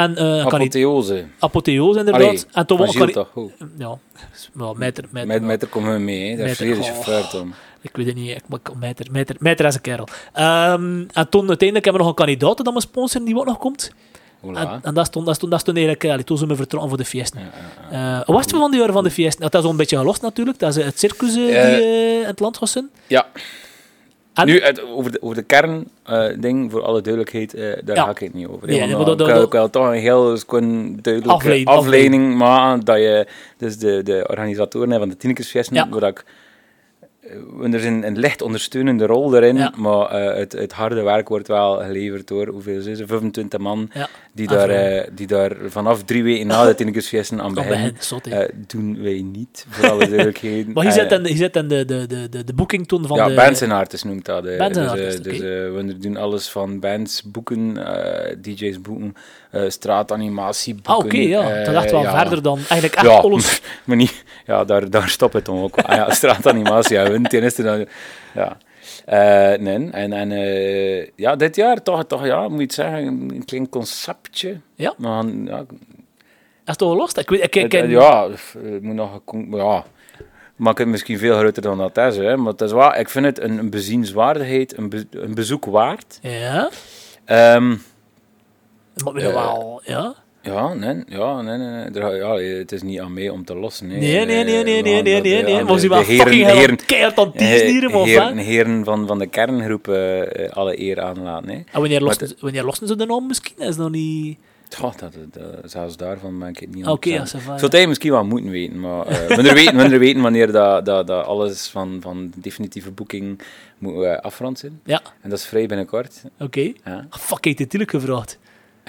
Speaker 2: Apotheose, inderdaad.
Speaker 1: Allee,
Speaker 2: en toen
Speaker 1: Gilles toch goed?
Speaker 2: Ja, meter.
Speaker 1: Meter komen we mee, dat is vrede chauffeur, Tom.
Speaker 2: Ik weet het niet, meter als een kerel. En toen uiteindelijk hebben we nog een kandidaat dat we sponsoren die ook nog komt. En dat stond eigenlijk, toen zijn we vertrokken voor de feesten. Wat was het van die jaren van de feesten? Dat is al een beetje gelost natuurlijk, dat is het circus die in het land was.
Speaker 1: Ja. En nu, over de kernding, voor alle duidelijkheid, daar ga ik het niet over.
Speaker 2: Nee,
Speaker 1: ik wil toch een heel duidelijke afleiding maken dat je dus de organisatoren van de Tinnekesfeesten, waar ik er is een licht ondersteunende rol daarin, maar het harde werk wordt wel geleverd door, hoeveel zijn ze? 25 man, die daar vanaf 3 weken na de Tinnekesfeesten aan beginnen. Doen wij niet, voor alle duidelijkheid.
Speaker 2: Maar je zet dan de boeking toen van de...
Speaker 1: Bands en Artists noemt dat.
Speaker 2: Dus
Speaker 1: we doen alles van bands boeken, DJ's boeken, straatanimatie boeken.
Speaker 2: Dat gaat wel verder dan eigenlijk echt alles.
Speaker 1: Maar niet, daar stopt het dan ook. Straatanimatie, ten eerste dan, nee. En dit jaar toch, moet je het zeggen, een klein conceptje.
Speaker 2: Ja.
Speaker 1: Maar,
Speaker 2: is toch wel los? Ik
Speaker 1: moet nog... maak het misschien veel groter dan dat is, hè. Maar het is waar, ik vind het een bezienswaardigheid, een bezoek waard.
Speaker 2: Ja. Maar wel, ja.
Speaker 1: Ja, nee. Het is niet aan mij om te lossen.
Speaker 2: Nee. Maar ze wel fucking keihard aan tiesdieren, maar
Speaker 1: heren van de kerngroep alle eer aanlaten. En
Speaker 2: wanneer lossen ze dan om misschien? Is nog niet...
Speaker 1: Zelfs daarvan ben ik het niet
Speaker 2: zou
Speaker 1: hij misschien wel moeten weten, maar wanneer weten wanneer dat alles van de definitieve boeking moet afgerond zijn.
Speaker 2: Ja.
Speaker 1: En dat is vrij binnenkort.
Speaker 2: Oké. Fuck, ik heb het natuurlijk gevraagd.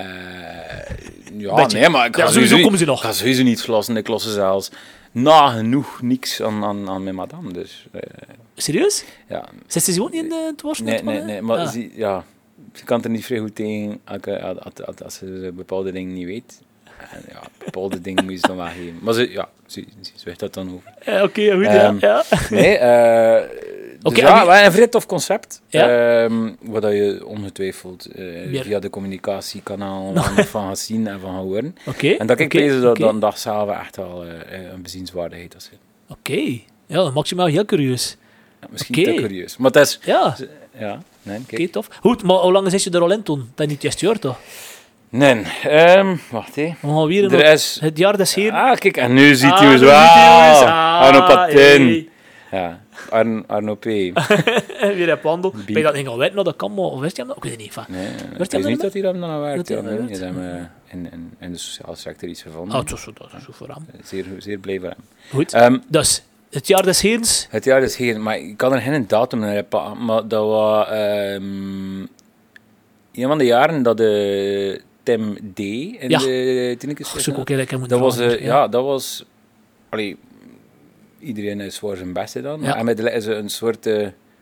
Speaker 1: Nee, maar ik ga
Speaker 2: sowieso
Speaker 1: niet lossen. Ik los ze zelfs nagenoeg niks aan mijn madame. Dus,
Speaker 2: serieus?
Speaker 1: Ja.
Speaker 2: Zit ze gewoon niet in het worst?
Speaker 1: Nee, maar ze kan er niet vrij goed tegen als ze bepaalde dingen niet weet. En bepaalde dingen moet je dan wel geven. Maar ze zegt dat dan over.
Speaker 2: Oké, goed, ja.
Speaker 1: Nee, we hebben een vrij tof concept. Waar je ongetwijfeld via de communicatiekanaal van gaat zien en van gaan horen. En dat ik deze dat een dag zelf echt wel een bezienswaardigheid is.
Speaker 2: Oké, ja, maximaal heel curieus.
Speaker 1: Ja, misschien te curieus. Maar het is...
Speaker 2: Oké, tof. Goed, maar hoe lang zit je er al in toen? Dat is niet juist jaar, toch?
Speaker 1: Nee, wacht hé.
Speaker 2: We gaan weer
Speaker 1: Er is...
Speaker 2: het jaar des heren.
Speaker 1: Ah, kijk, en nu ziet hij
Speaker 2: nu
Speaker 1: eens
Speaker 2: ziet hij eens.
Speaker 1: wel. Arno Patin.
Speaker 2: Hey.
Speaker 1: Ja, Arno P.
Speaker 2: Weer op wandel. Ben je dat niet gaan weten? Nou, dat kan maar. Of wist je hem dat? Ik weet het niet. Van.
Speaker 1: Nee,
Speaker 2: Wist
Speaker 1: ik
Speaker 2: je
Speaker 1: weet
Speaker 2: hem
Speaker 1: niet
Speaker 2: dat?
Speaker 1: dat hij daar dan aan werkt.
Speaker 2: Dat
Speaker 1: Ja,
Speaker 2: hij
Speaker 1: nee.
Speaker 2: aan
Speaker 1: Je hebt hem in de sociale sector iets gevonden.
Speaker 2: Oh, dat is zo voor hem.
Speaker 1: Zeer blij voor hem.
Speaker 2: Goed. Dus, het jaar des herens.
Speaker 1: Het jaar is hier, maar ik kan er geen datum naar pakken, maar dat was een van de jaren dat de Tim D. in de Tinnitus
Speaker 2: Zoek ook eigenlijk.
Speaker 1: dat was, dat was, allee, iedereen is voor zijn beste dan, en met is een soort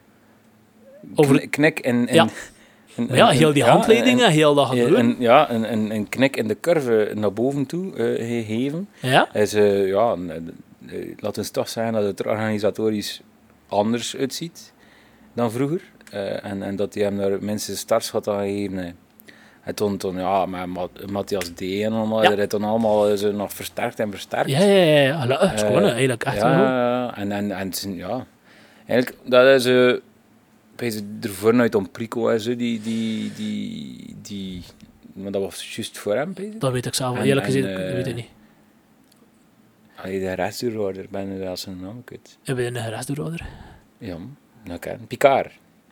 Speaker 1: knik in
Speaker 2: heel die handleidingen, heel dat gebeuren.
Speaker 1: Een knik in de curve naar boven toe gegeven.
Speaker 2: Ja?
Speaker 1: Is, laten we toch zeggen dat het er organisatorisch anders uitziet dan vroeger. En dat hij hem daar minstens starts had gegeven. Hij toont toen, met Matthias D. en allemaal, dat hij toen allemaal zo nog versterkt.
Speaker 2: Ja. Dat is gewoon eigenlijk echt wel.
Speaker 1: Eigenlijk, dat is ervoor uit om Prico en zo, maar dat was juist voor hem.
Speaker 2: Dat weet ik zelf, eerlijk gezegd, ik weet het niet.
Speaker 1: De restdoorhouder, ben je wel zijn naam kwijt.
Speaker 2: Ben je een restdoorhouder?
Speaker 1: Ja, oké. Picard.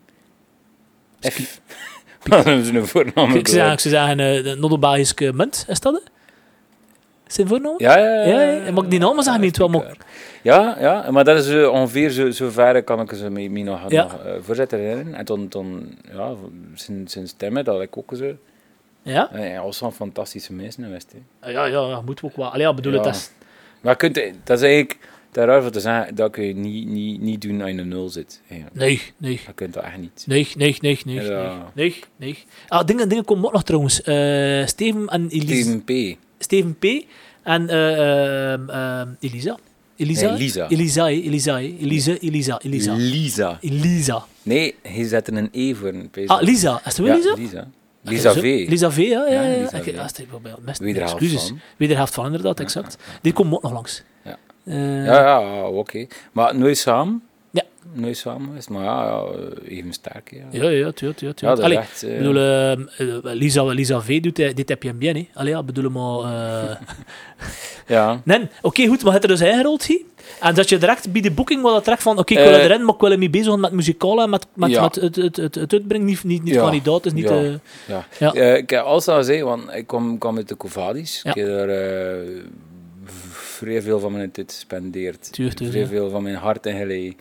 Speaker 1: F. Dat is een voornaam.
Speaker 2: Ik zou zeggen, de Noord-Belgische munt, is dat het? Zijn voornaam?
Speaker 1: Ja.
Speaker 2: Mag ik die naam zeggen? Niet wel, maar...
Speaker 1: Ja, maar dat is ongeveer zo ver kan ik ze mee nog voorzitter herinneren. En toen zijn stemmen, dat ik ook zo...
Speaker 2: Ja?
Speaker 1: Hij was een fantastische mensen geweest.
Speaker 2: Ja, moet ook wel. Allee, bedoel het is...
Speaker 1: Maar dat is eigenlijk te raar voor te zeggen, dat kun je niet doen als je in 0 zit.
Speaker 2: Nee.
Speaker 1: Dat kunt dat echt niet.
Speaker 2: Nee. Dingen komen ook nog trouwens. Steven en Elisa. Steven P. En Elisa. Elisa.
Speaker 1: Nee, je zet er een E voor.
Speaker 2: Lisa. Is het wel Lisa?
Speaker 1: Lisa V.
Speaker 2: Lisa V, ja.
Speaker 1: Wederhelft
Speaker 2: van, inderdaad, exact. Die komen ook nog langs.
Speaker 1: Oké. Maar nooit samen?
Speaker 2: Ja.
Speaker 1: Nooit samen is, maar even sterk.
Speaker 2: Ja, tuurlijk. Allee, ik bedoel, Lisa V doet dit heb je hem bien, hè. Allee, bedoel maar...
Speaker 1: Ja.
Speaker 2: Nee, oké, goed, maar het er dus ingerold, hier. En dat je direct bij de boeking was dat direct van, oké, ik wil erin, maar ik wil mee bezig met muzikaal en met het uitbrengen, niet kandidaat, dus niet...
Speaker 1: Ik heb alles al gezegd, want ik kwam uit de Covadis. Ik heb daar vrij veel van mijn tijd gespendeerd. Vrij veel van mijn hart ingelegen.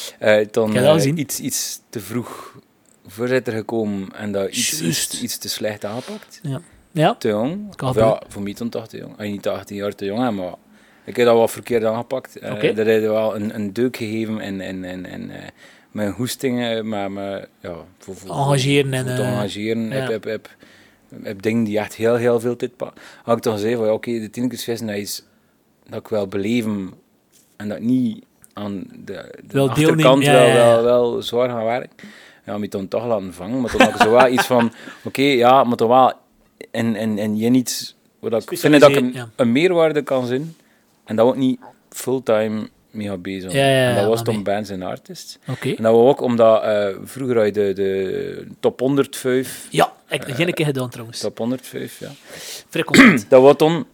Speaker 1: Toen iets te vroeg voorzitter gekomen en dat iets te slecht aangepakt.
Speaker 2: Ja.
Speaker 1: Te jong. Voor mij toen toch te jong. Niet 18 jaar te jong, maar ik heb dat wel verkeerd aangepakt. Dat heeft wel een deuk gegeven en mijn hoestingen, maar voor engageren. Heb dingen die echt heel veel tijd pakken. Had ik dan gezegd van de Tinnitusfeesten, dat ik wel beleven en dat niet aan de achterkant wel zwaar gaan werken. Ja, me dan toch laten vangen, maar toen had ik zo wel iets van maar toch wel en je niet wat ik vind dat ik een meerwaarde kan zien en dat ook niet fulltime mee gaan bezig. En dat was toen bands en artists. En dat was ook omdat vroeger had je de top 105.
Speaker 2: Ja, ik heb geen keer gedaan trouwens.
Speaker 1: Top 105, ja.
Speaker 2: Vrij content.
Speaker 1: Dat was toen...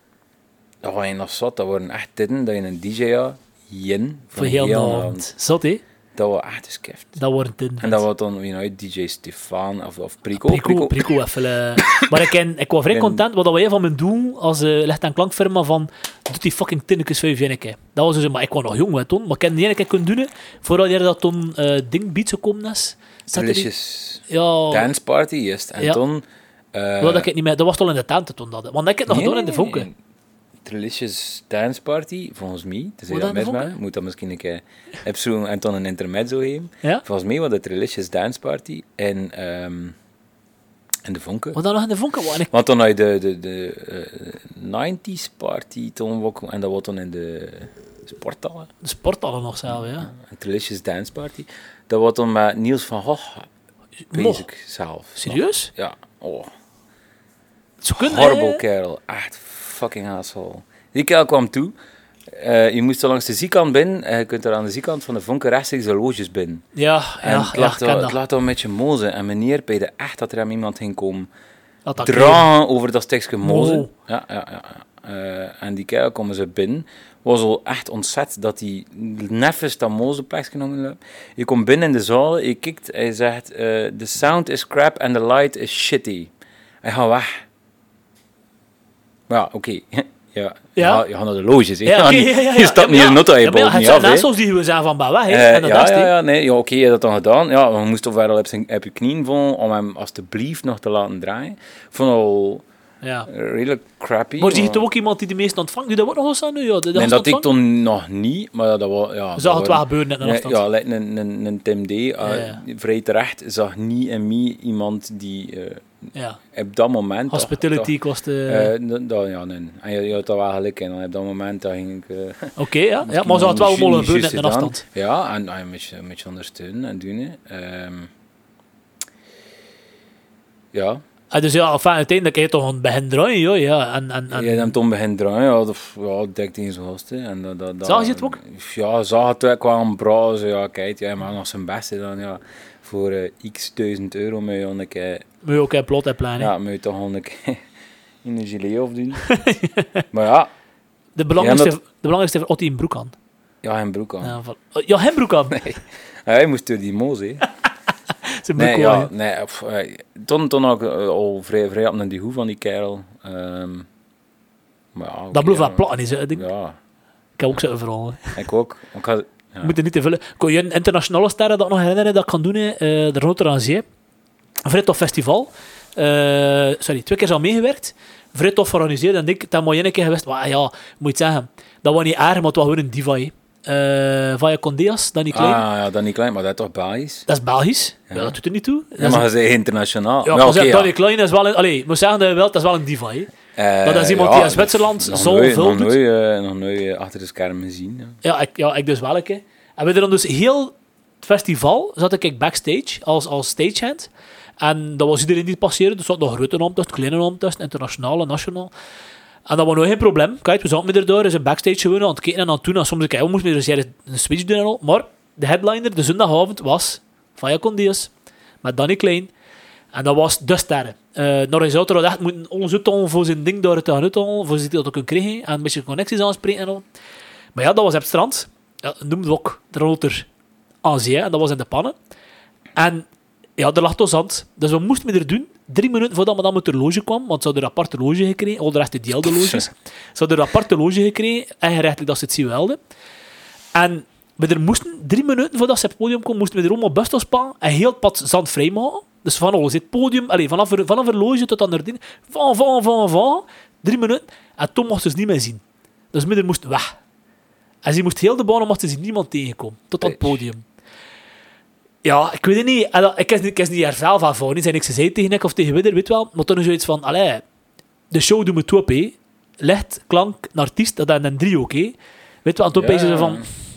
Speaker 1: Dat was je nog zat, dat waren echt tijden dat je een DJ had,
Speaker 2: voor heel Nederland. Zot, hè?
Speaker 1: Dat was echt een skift.
Speaker 2: Dat waren tijden.
Speaker 1: En dat was dan, DJ Stefan of Prico.
Speaker 2: Prico even. Maar ik was vrij content, wat dat was een van mijn doel als licht- en klankfirma van, doet die fucking Tinnitus 5 een keer. Dat was dus, maar ik was nog jong toen, maar ik heb niet een keer kunnen doen, vooral dat toen Beats gekomen is.
Speaker 1: Delicious Dance Party, juist. En toen...
Speaker 2: dat was al in de tent toen, want ik heb het nog gedaan in de Vonken.
Speaker 1: Delicious Dance Party, volgens mij. Moet dat misschien een keer opzoeken en dan een intermezzo geven.
Speaker 2: Ja?
Speaker 1: Volgens mij was het Delicious Dance Party in de Vonken.
Speaker 2: Wat dan nog in de Vonken?
Speaker 1: Want dan had je de 90s Party en dat was dan in de sporthallen.
Speaker 2: De sporthallen nog zelf, ja.
Speaker 1: Een Delicious Dance Party. Dat was dan met Niels van Gogh bezig zelf.
Speaker 2: Serieus?
Speaker 1: Ja. Oh.
Speaker 2: Horrible
Speaker 1: kerel. Echt fucking asshole. Die kerel kwam toe. Je moest er langs de zijkant binnen. Je kunt er aan de zijkant van de Vonken rechtstreeks de loges binnen.
Speaker 2: Het lag
Speaker 1: al een beetje mozen. En meneer peide echt dat er hem iemand ging komen. dragen over dat stukje moze. Ja. En die kerel komen ze binnen. Was al echt ontzet dat hij neffens dat mozeplekje genomen. Je komt binnen in de zaal, je kijkt, hij zegt, the sound is crap and the light is shitty. Hij gaat weg. Ja, oké. Ja. Je gaat naar de loges. Je stapt niet in de nota, je bouwt niet af.
Speaker 2: Net zoals die we zijn van weg.
Speaker 1: Oké, je hebt dat dan gedaan. Ja, we moesten wel op je knieën vallen om hem alsjeblieft nog te laten draaien. Ik vond al redelijk crappy.
Speaker 2: Maar zie je toch ook iemand die de meesten ontvangt? Die dat wordt nog eens aan nu? Ja,
Speaker 1: nee, dat ik toen nog niet, maar dat was... Ja,
Speaker 2: zag het wel gebeuren net een afstand.
Speaker 1: Ja, een Tim D. Vrij terecht zag niet in mij iemand die... op dat moment...
Speaker 2: Hospitality kostte...
Speaker 1: nee. En je had dat wel gelijk in. Op dat moment ging ik...
Speaker 2: Oké, maar zou het wel mogen gebeuren net een afstand?
Speaker 1: Ja, en een beetje ondersteunen en doen. Ja.
Speaker 2: Dus uiteindelijk heb je toch een begin draaien, joh. Ja,
Speaker 1: je hebt toen begin draaien, dekt in zijn gasten.
Speaker 2: Zag je het ook?
Speaker 1: Ja, zag het ook wel een brazen. Ja, kijk, hij maakt nog zijn beste dan, voor x €1000 moet je een keer...
Speaker 2: Moet je ook een plot hebben,
Speaker 1: ja, moet je toch een keer in een gilet afdoen. Maar ja...
Speaker 2: De belangrijkste voor Otti een broek aan.
Speaker 1: Ja, hem broek aan.
Speaker 2: Hem broek aan?
Speaker 1: Nee, hij moest door die moos, hè. Toen had ik al vrij op naar die hoef van die kerel.
Speaker 2: Dat blijft wel platten, is het ding.
Speaker 1: Ja.
Speaker 2: Ik heb ook zo'n verhaal.
Speaker 1: Ik ook.
Speaker 2: Je moet er niet te vullen. Kon je een internationale sterren dat nog herinneren dat ik kan doen? De Rotter aan Zee. Een vrij tof festival. 2 keer is al meegewerkt. Vrij tof georganiseerd. En ik heb maar 1 keer geweest. Maar ja, moet je zeggen. Dat was niet erg, maar het was gewoon een diva. Via Condeas, Danny Klein.
Speaker 1: Ja, Danny Klein, maar dat is toch Belgisch?
Speaker 2: Dat is Belgisch. Ja, dat doet er niet toe.
Speaker 1: Ja, maar ze is internationaal.
Speaker 2: Ja, maar Danny Klein is wel een... Allee, moet zeggen dat is wel een diva. Dat is iemand die in Zwitserland zo veel doet.
Speaker 1: Nog nooit achter de schermen gezien.
Speaker 2: Ik dus wel een keer. En we dan dus heel het festival zat ik backstage als stagehand. En dat was iedereen die passeerde. Dus zat nog grote naam tussen, kleine naam tussen, internationaal en nationaal. En dat was nog geen probleem. Kijk, we zaten met erdoor, is een backstage gewoon aan het kijken en aan het doen. En soms moest we dus een switch doen en al. Maar de headliner, de zondagavond, was Vaya Con Dios met Danny Klein. En dat was de sterren. Norris Auto had echt moeten alles uithalen voor zijn ding daar te gaan uithalen, voor zijn dat te kunnen krijgen en een beetje connecties aanspreken en al. Maar ja, dat was op het strand. Ja, noemden we ook de Rotter aan Zee, en dat was in de pannen. En ja, er lag toch zand. Dus we moesten er doen. 3 minuten voordat we dan met de loge kwam, want ze hadden een aparte loge gekregen, al de rest deelde loges. Ze hadden een aparte loge gekregen, eigenrechtelijk dat ze het zien wilden. En we moesten 3 minuten voordat ze op het podium kwam, moesten we er allemaal bustos pakken en heel het pad zand vrijmaken. Dus van alles, het podium, vanaf de loge tot aan de ding, van, 3 minuten. En toen mochten ze niet meer zien. Dus we moesten weg. En ze moest heel de baan, mochten ze niemand tegenkomen, tot aan het podium. Ja, ik weet het niet. Ik is niet er zelf van voor. Niet zijn ik ze zei tegen ik of tegen Widder, weet wel. Maar toen is zoiets van, de show doen we toe op, licht, klank, een artiest, dat is een 3 ook, weet wel. En toen pezen ze van...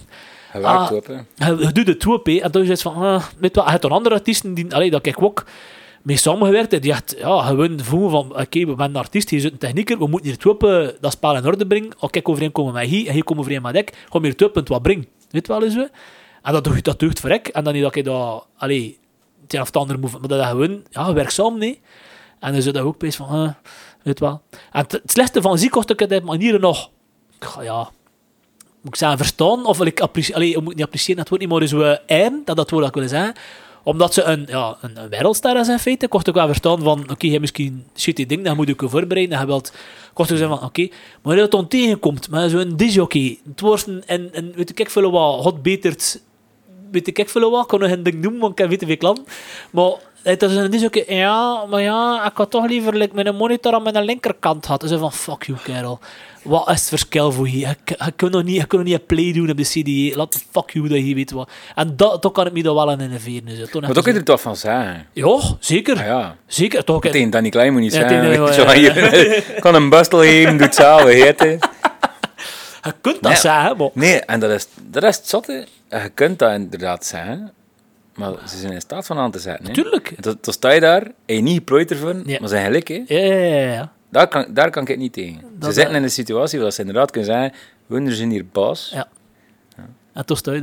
Speaker 2: Je doet het toe op, en toen is zoiets van, weet wel, je hebt dan andere artiesten, die, dat ik ook mee samengewerkt heb, die echt, gewoon voelen van, oké, we zijn een artiest, je zit een technieker, we moeten hier toe op, dat spel in orde brengen. Kijk, overeen komen met hier, en hier komen overeen met ik. Kom hier toe op, wat brengt. Weet wel eens we. En dat deugt voor ik. En dan niet dat je dat... het een of het andere moet... Maar dat je gewoon... werkzaam, nee. En dan zou dat ook best van... weet wel. En het slechte van ziek kost ik het manieren nog... moet ik zeggen, verstaan? Of ik moet niet appreciëren, dat wordt niet maar eens we eigen, dat woord dat ik wil zeggen. Omdat ze een wereldster is in feite, kost ik wel verstaan van... Oké, je hebt misschien shitty ding, dan moet ik je voorbereiden. En je wilt... Kost ik zeggen van... Oké, maar dat het dan tegenkomt met zo'n disjockey. Het wordt een weet ik veel wat, hot betert... Weet ik veel wat, ik kan nog een ding doen, want ik weet veel klant. Maar het is een disjockey... ik had toch liever met een monitor aan mijn linkerkant had. En ze van, fuck you, kerel. Wat is het verschil voor hier? Ik kan nog niet een play doen op de CD. Laat fuck you dat je weet wat. En toch kan ik me dat wel aan innoveren. Dus,
Speaker 1: maar toch kun je er toch van zeggen?
Speaker 2: Ja, zeker. Zeker. Toch,
Speaker 1: meteen Danny Klein moet niet zeggen. Kan een bustel geven, doet hetzelfde, heet.
Speaker 2: Je kunt dat zeggen, maar...
Speaker 1: Nee, en dat is het zotte. Je kunt dat inderdaad zeggen, maar ze zijn in staat van aan te zetten.
Speaker 2: Natuurlijk.
Speaker 1: Dan sta je daar, en je niet geplooid ervan, maar ze zijn gelijk.
Speaker 2: Ja.
Speaker 1: Daar kan ik het niet tegen. Ze zitten in een situatie waar ze inderdaad kunnen zeggen, we zijn hier baas.
Speaker 2: Ja. En toch sta je er,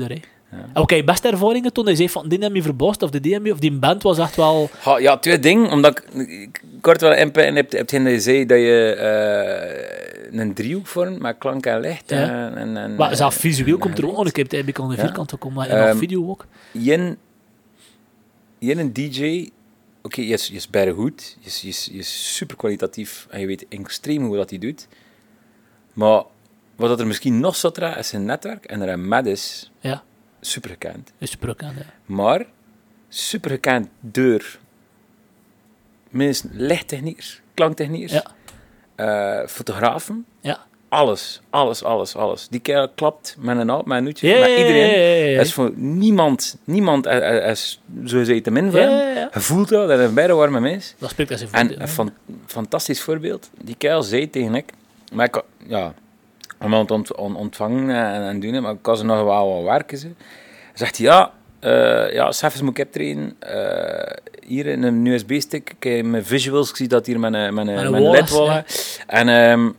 Speaker 2: En oké, beste ervaringen toen hij zei van, die heb je verbaasd, of die band was echt wel...
Speaker 1: Ja, 2 dingen, omdat ik kort wel inpitten heb hetgeen dat je zei, dat je een driehoek vormt met klank en licht.
Speaker 2: Ja.
Speaker 1: En
Speaker 2: Maar zelfs visueel komt er ook nog, ik heb het eigenlijk aan de vierkant gekomen, en nog video ook.
Speaker 1: Je een DJ, oké, je is bijna goed, je is super kwalitatief en je weet extreem hoe dat hij doet. Maar wat dat er misschien nog zo is zijn netwerk en er een met is,
Speaker 2: Ja.
Speaker 1: super gekend.
Speaker 2: Is super bekend, ja.
Speaker 1: Maar super gekend door minstens lichttechniekers, klanktechniekers, fotografen.
Speaker 2: Ja.
Speaker 1: Alles. Die kerel klapt met een hout, met een noetje, met iedereen. Dat is voor niemand is zo zei te min van hem. Je voelt dat hij een bijna warme mens.
Speaker 2: Dat spreekt als een
Speaker 1: En een fantastisch voorbeeld. Die kerel zei tegen ik, maar ik hem aan het ontvangen en doen, maar ik kan ze nog wel wat werken. Ze. Zegt hij, s'avonds moet ik optreden. Hier in een USB-stick, ik heb mijn visuals, ik zie dat hier met een LED-wall. En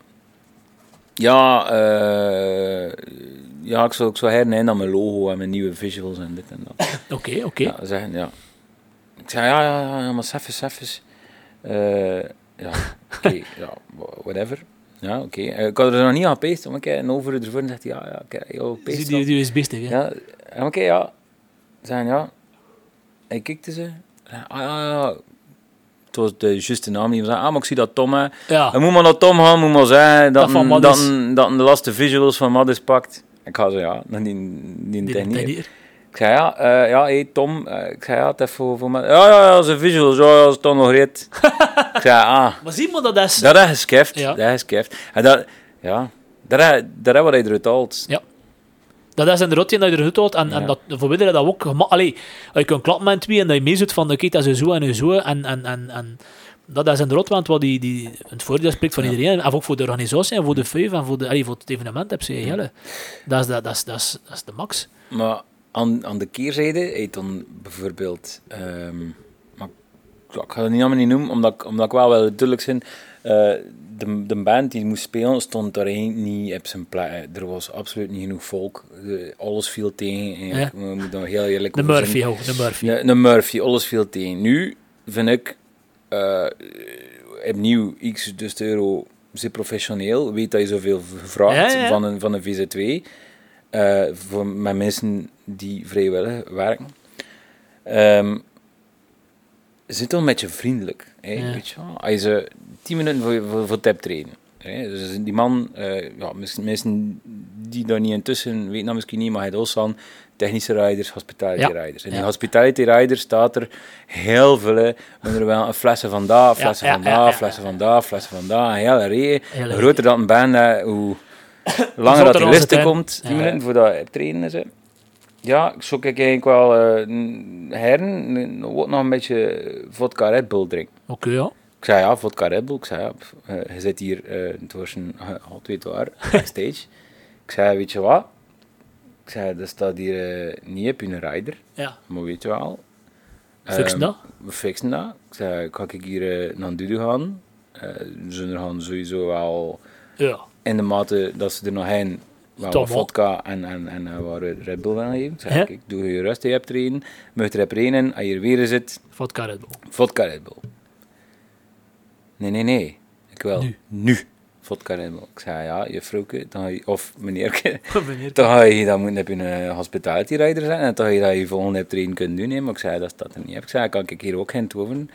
Speaker 1: ik zou herinneren aan mijn logo en mijn nieuwe visuals en dit en dat.
Speaker 2: Oké.
Speaker 1: Ja, zeggen, ja. Ik zei, ja, maar s'avonds. Whatever. Ja, oké. Ik had er nog niet aan gepeest, maar een over ervoor en zegt hij, peest.
Speaker 2: Die USB-stick, hè?
Speaker 1: Ja, oké, ja. Zeggen, ja. Hij kikte ze. Ja. Het was de juiste naam. Die zei, maar ik zie dat Tom, hè.
Speaker 2: Ja.
Speaker 1: Je moet maar naar Tom gaan, moet maar zeggen dat de laatste visuals van Maddis pakt. Ik ga zo, naar die techniek. Ik zei, hey Tom, het is voor mij. Ja, zijn visuals, dat is toch nog reed. Ik zei,
Speaker 2: Maar zie maar, dat is...
Speaker 1: Dat is geskift,
Speaker 2: Ja.
Speaker 1: dat is geskift. En dat is wat hij eruit haalt.
Speaker 2: Ja. Dat is een rotje dat je eruit haalt. En dat, voor mij dat ook... Allee, als je een klappen met twee en dat je mee zit van, oké, dat is zo en zo. En dat is een rot, want wat die het voordeel spreekt van iedereen. En ook voor de organisatie en voor de vijf en voor het evenement heb je dat is de max.
Speaker 1: Maar aan de keerzijde, hij dan bijvoorbeeld... maar ik ga het niet allemaal niet noemen, omdat ik wel duidelijk ben... De band die moest spelen stond daar niet op zijn plek. Er was absoluut niet genoeg volk. Alles viel tegen. We moeten heel eerlijk
Speaker 2: de Murphy.
Speaker 1: De Murphy, alles viel tegen. Nu vind ik opnieuw x €, zeer professioneel. Weet dat je zoveel vraagt van een VZ2. Met mensen die vrijwillig werken. Zit wel een beetje vriendelijk. Weet je wel? Als je 10 minuten voor tap trainen. Dus die man, mensen die daar niet intussen weten dat misschien niet, maar hij doet dan technische riders, hospitality riders. En die hospitality riders staat er heel veel. We hebben er wel een flessen van daar, flessen van daar, een hele regen. Groter dan een band, hoe langer dat die liste komt, 10 minuten voordat je trainen is. Ja, ik zou eigenlijk wel wat nog een beetje vodka Red Bull drinken.
Speaker 2: Oké, ja.
Speaker 1: Ik zei, vodka Red Bull. Ik zei, je zit hier, het was al 2 jaar, backstage. Ik zei, weet je wat? Ik zei, dat staat hier niet op in een rider.
Speaker 2: Ja.
Speaker 1: Maar weet je wel.
Speaker 2: Fixen dat?
Speaker 1: We fixen dat. Ik zei, kan ik hier naar Dudu gaan? Ze gaan sowieso wel in de mate dat ze er nog heen wat vodka en wat Red Bull willen geven. Ik zei, kijk, doe je rust, je hebt trainen. Moet er op trainen, als je er weer zit.
Speaker 2: Vodka Red Bull.
Speaker 1: Vodka Red Bull. Nee. Ik wil nu vodka Red Bull. Ik zei, ja, juffrouwke, of meneerke, dan ga je dat moeten op een hospitality rider zijn en dan ga je dat je volgende trainen kunnen doen. Nee, maar ik zei, dat staat er niet. Ik zei, kan ik hier ook geen toven?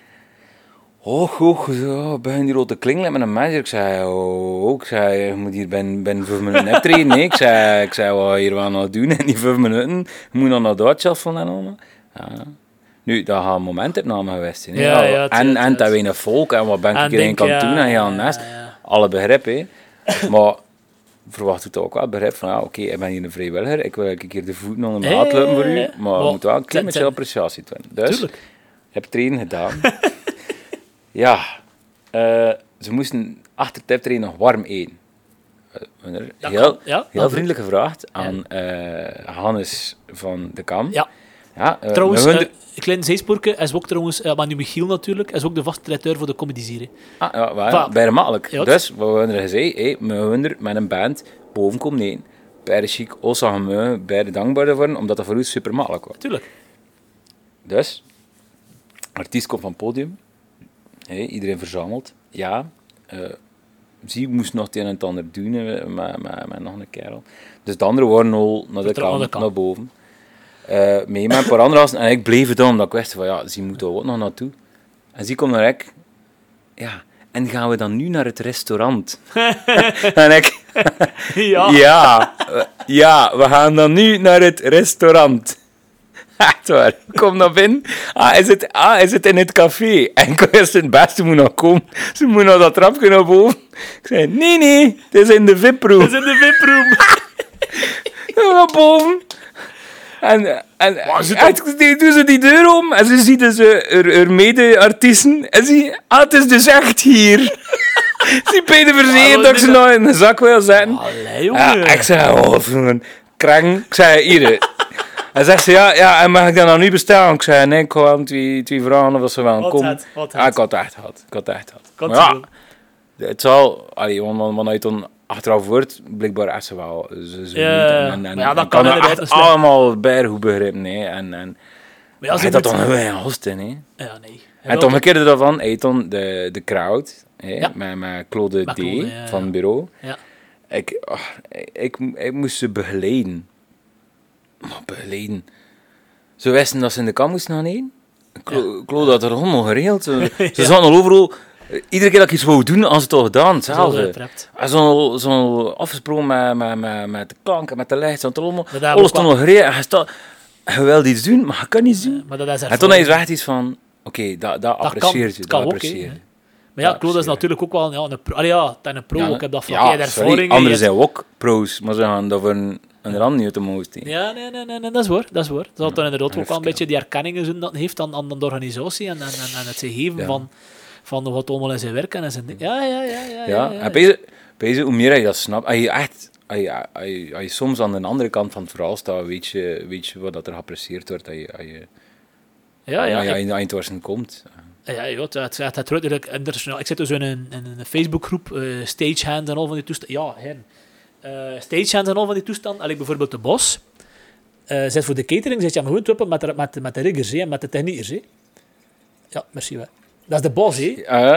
Speaker 1: Begin die rode klingelen met een manager. Ik zei, je moet hier ben 5 minuten trainen. Nee, ik zei, wat hier wel nog doen in die 5 minuten? Je moet dan naar dat shuffelen en allemaal. Ja. Nu, dat gaat een momentopname geweest zijn. En dat weinig volk en wat ben ik iedereen kan doen en heel nest. Alle begrip, hè. Maar verwacht het ook wel begrip van, oké, ik ben hier een vrijwilliger, ik wil hier de voeten onder mijn haat lopen voor u, maar je moet wel een klein beetje appreciatie doen. Dus, ik heb trainen gedaan. Ze moesten achter het trainen nog warm eten. Heel vriendelijk gevraagd aan Hannes van de Kam.
Speaker 2: Ja, trouwens, een klein zijspoortje is ook trouwens, maar nu Michiel natuurlijk, is ook de vaste directeur voor de comedy-serie.
Speaker 1: Bijna makkelijk. Dus, wat we hebben gezegd, we hebben met een band boven komen eten. beide chic, Ossa beide dankbaar worden, omdat dat voor ons super makkelijk was.
Speaker 2: Tuurlijk.
Speaker 1: Dus, artiest komt van het podium, iedereen verzameld, ja, zie moest nog het een en het ander doen met nog een kerel. Dus de anderen waren al naar de kant, naar boven. Mee met een paar andere gasten, en ik bleef het dan, omdat ik wist van ja, ze moet er ook nog naartoe. En ze komt naar ik, ja, en gaan we dan nu naar het restaurant? En ik, ja, we gaan dan nu naar het restaurant. Echt waar. Ik kom naar binnen. Is het in het café? En ik wist het beste moet nog komen. Ze moet nog dat trapje naar boven. Ik zei, nee, het is in de VIP-room.
Speaker 2: Het is in de VIP-room.
Speaker 1: Naar boven. En doe ze die deur om en ze ziet dus haar mede-artiesten en ze het is dus echt hier. Ze beide verzekerd dat ik ze nog in de zak wil zetten.
Speaker 2: Allee, jongen.
Speaker 1: Ik zei, krang. Ik zei, hier. En zegt ze, ja, en mag ik dat nou nu bestellen? Ik zei, nee, ik ga twee vragen of ze wel komen. Ja, ik had het echt gehad. Maar ja, het zal, want hij dan achteraf wordt, blijkbaar echt zo wel. En dat kan echt allemaal bij goed begrijpen, nee. En
Speaker 2: ja,
Speaker 1: hij dat dan een host in, hè.
Speaker 2: Ja, nee.
Speaker 1: En toen omgekeerde daarvan, hij dan de crowd, met Claude D. van het bureau.
Speaker 2: Ja.
Speaker 1: Ik moest ze begeleiden. Maar begeleiden. Ze wisten dat ze in de kant moesten gaan heen. Claude had er allemaal geregeld. Ze zaten al overal. Iedere keer dat ik iets wou doen, had ze het al gedaan. Hetzelfde. Zo'n afgesproken met de klank en met de licht. Alles stond nog geregeld. Je wilt iets doen, maar je kan niets doen. En toen is echt iets van... Oké, dat apprecieert je. Dat apprecieer je.
Speaker 2: Maar ja, Claude is natuurlijk ook wel een pro. Ik heb dat van ervaring.
Speaker 1: Anderen zijn ook pro's, maar ze gaan dat voor een rand niet uit de mouw steken.
Speaker 2: Ja, nee, dat is waar. Dat zal dan inderdaad ook wel een beetje die erkenningen zijn dat het heeft aan de organisatie en het zich geven van wat allemaal in zijn werk en zijn ding. Ja.
Speaker 1: En bij hoe meer je dat snapt, als je soms aan de andere kant van het verhaal staat, weet je wat dat er geapprecieerd wordt, als je in Eindhoven komt.
Speaker 2: Ja, het natuurlijk internationaal. Ik zit dus in een Facebookgroep, stagehands en al van die toestanden. Stagehands en al van die toestanden. Bijvoorbeeld de Bos. Zit voor de catering, zit je aan gewoon tuppen met de riggers en met de techniekers. Ja, merci wel. Dat is de Bos, hè?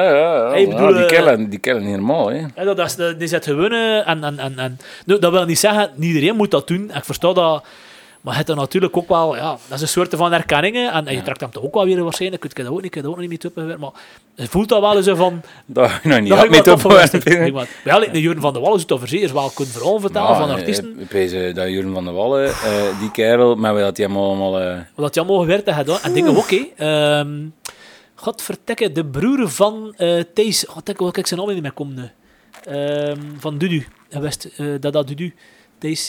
Speaker 1: Ja, die kellen helemaal, hè?
Speaker 2: Ja, die zit gewonnen en dat wil niet zeggen, niet iedereen moet dat doen. Ik versta dat. Maar het is natuurlijk ook wel, dat is een soort van erkenningen. En je trekt hem toch ook wel weer waarschijnlijk. Ik kan dat ook niet mee tuppen. Maar je voelt dat wel eens van...
Speaker 1: Dat je nog niet mee tuppen.
Speaker 2: Ja, Jurgen van der Wallen zou toch zeer wel kunnen verhaal vertellen van artiesten.
Speaker 1: Ik weet dat Jurgen van der Wallen, die kerel, maar dat hij allemaal...
Speaker 2: Dat hij allemaal gewerkt heeft gedaan. En dingen ook, hè. Godvertekke, de broer van Thijs... Kijk, zijn naam niet meer komen. Van Dudu. Dat Dudu. Thijs...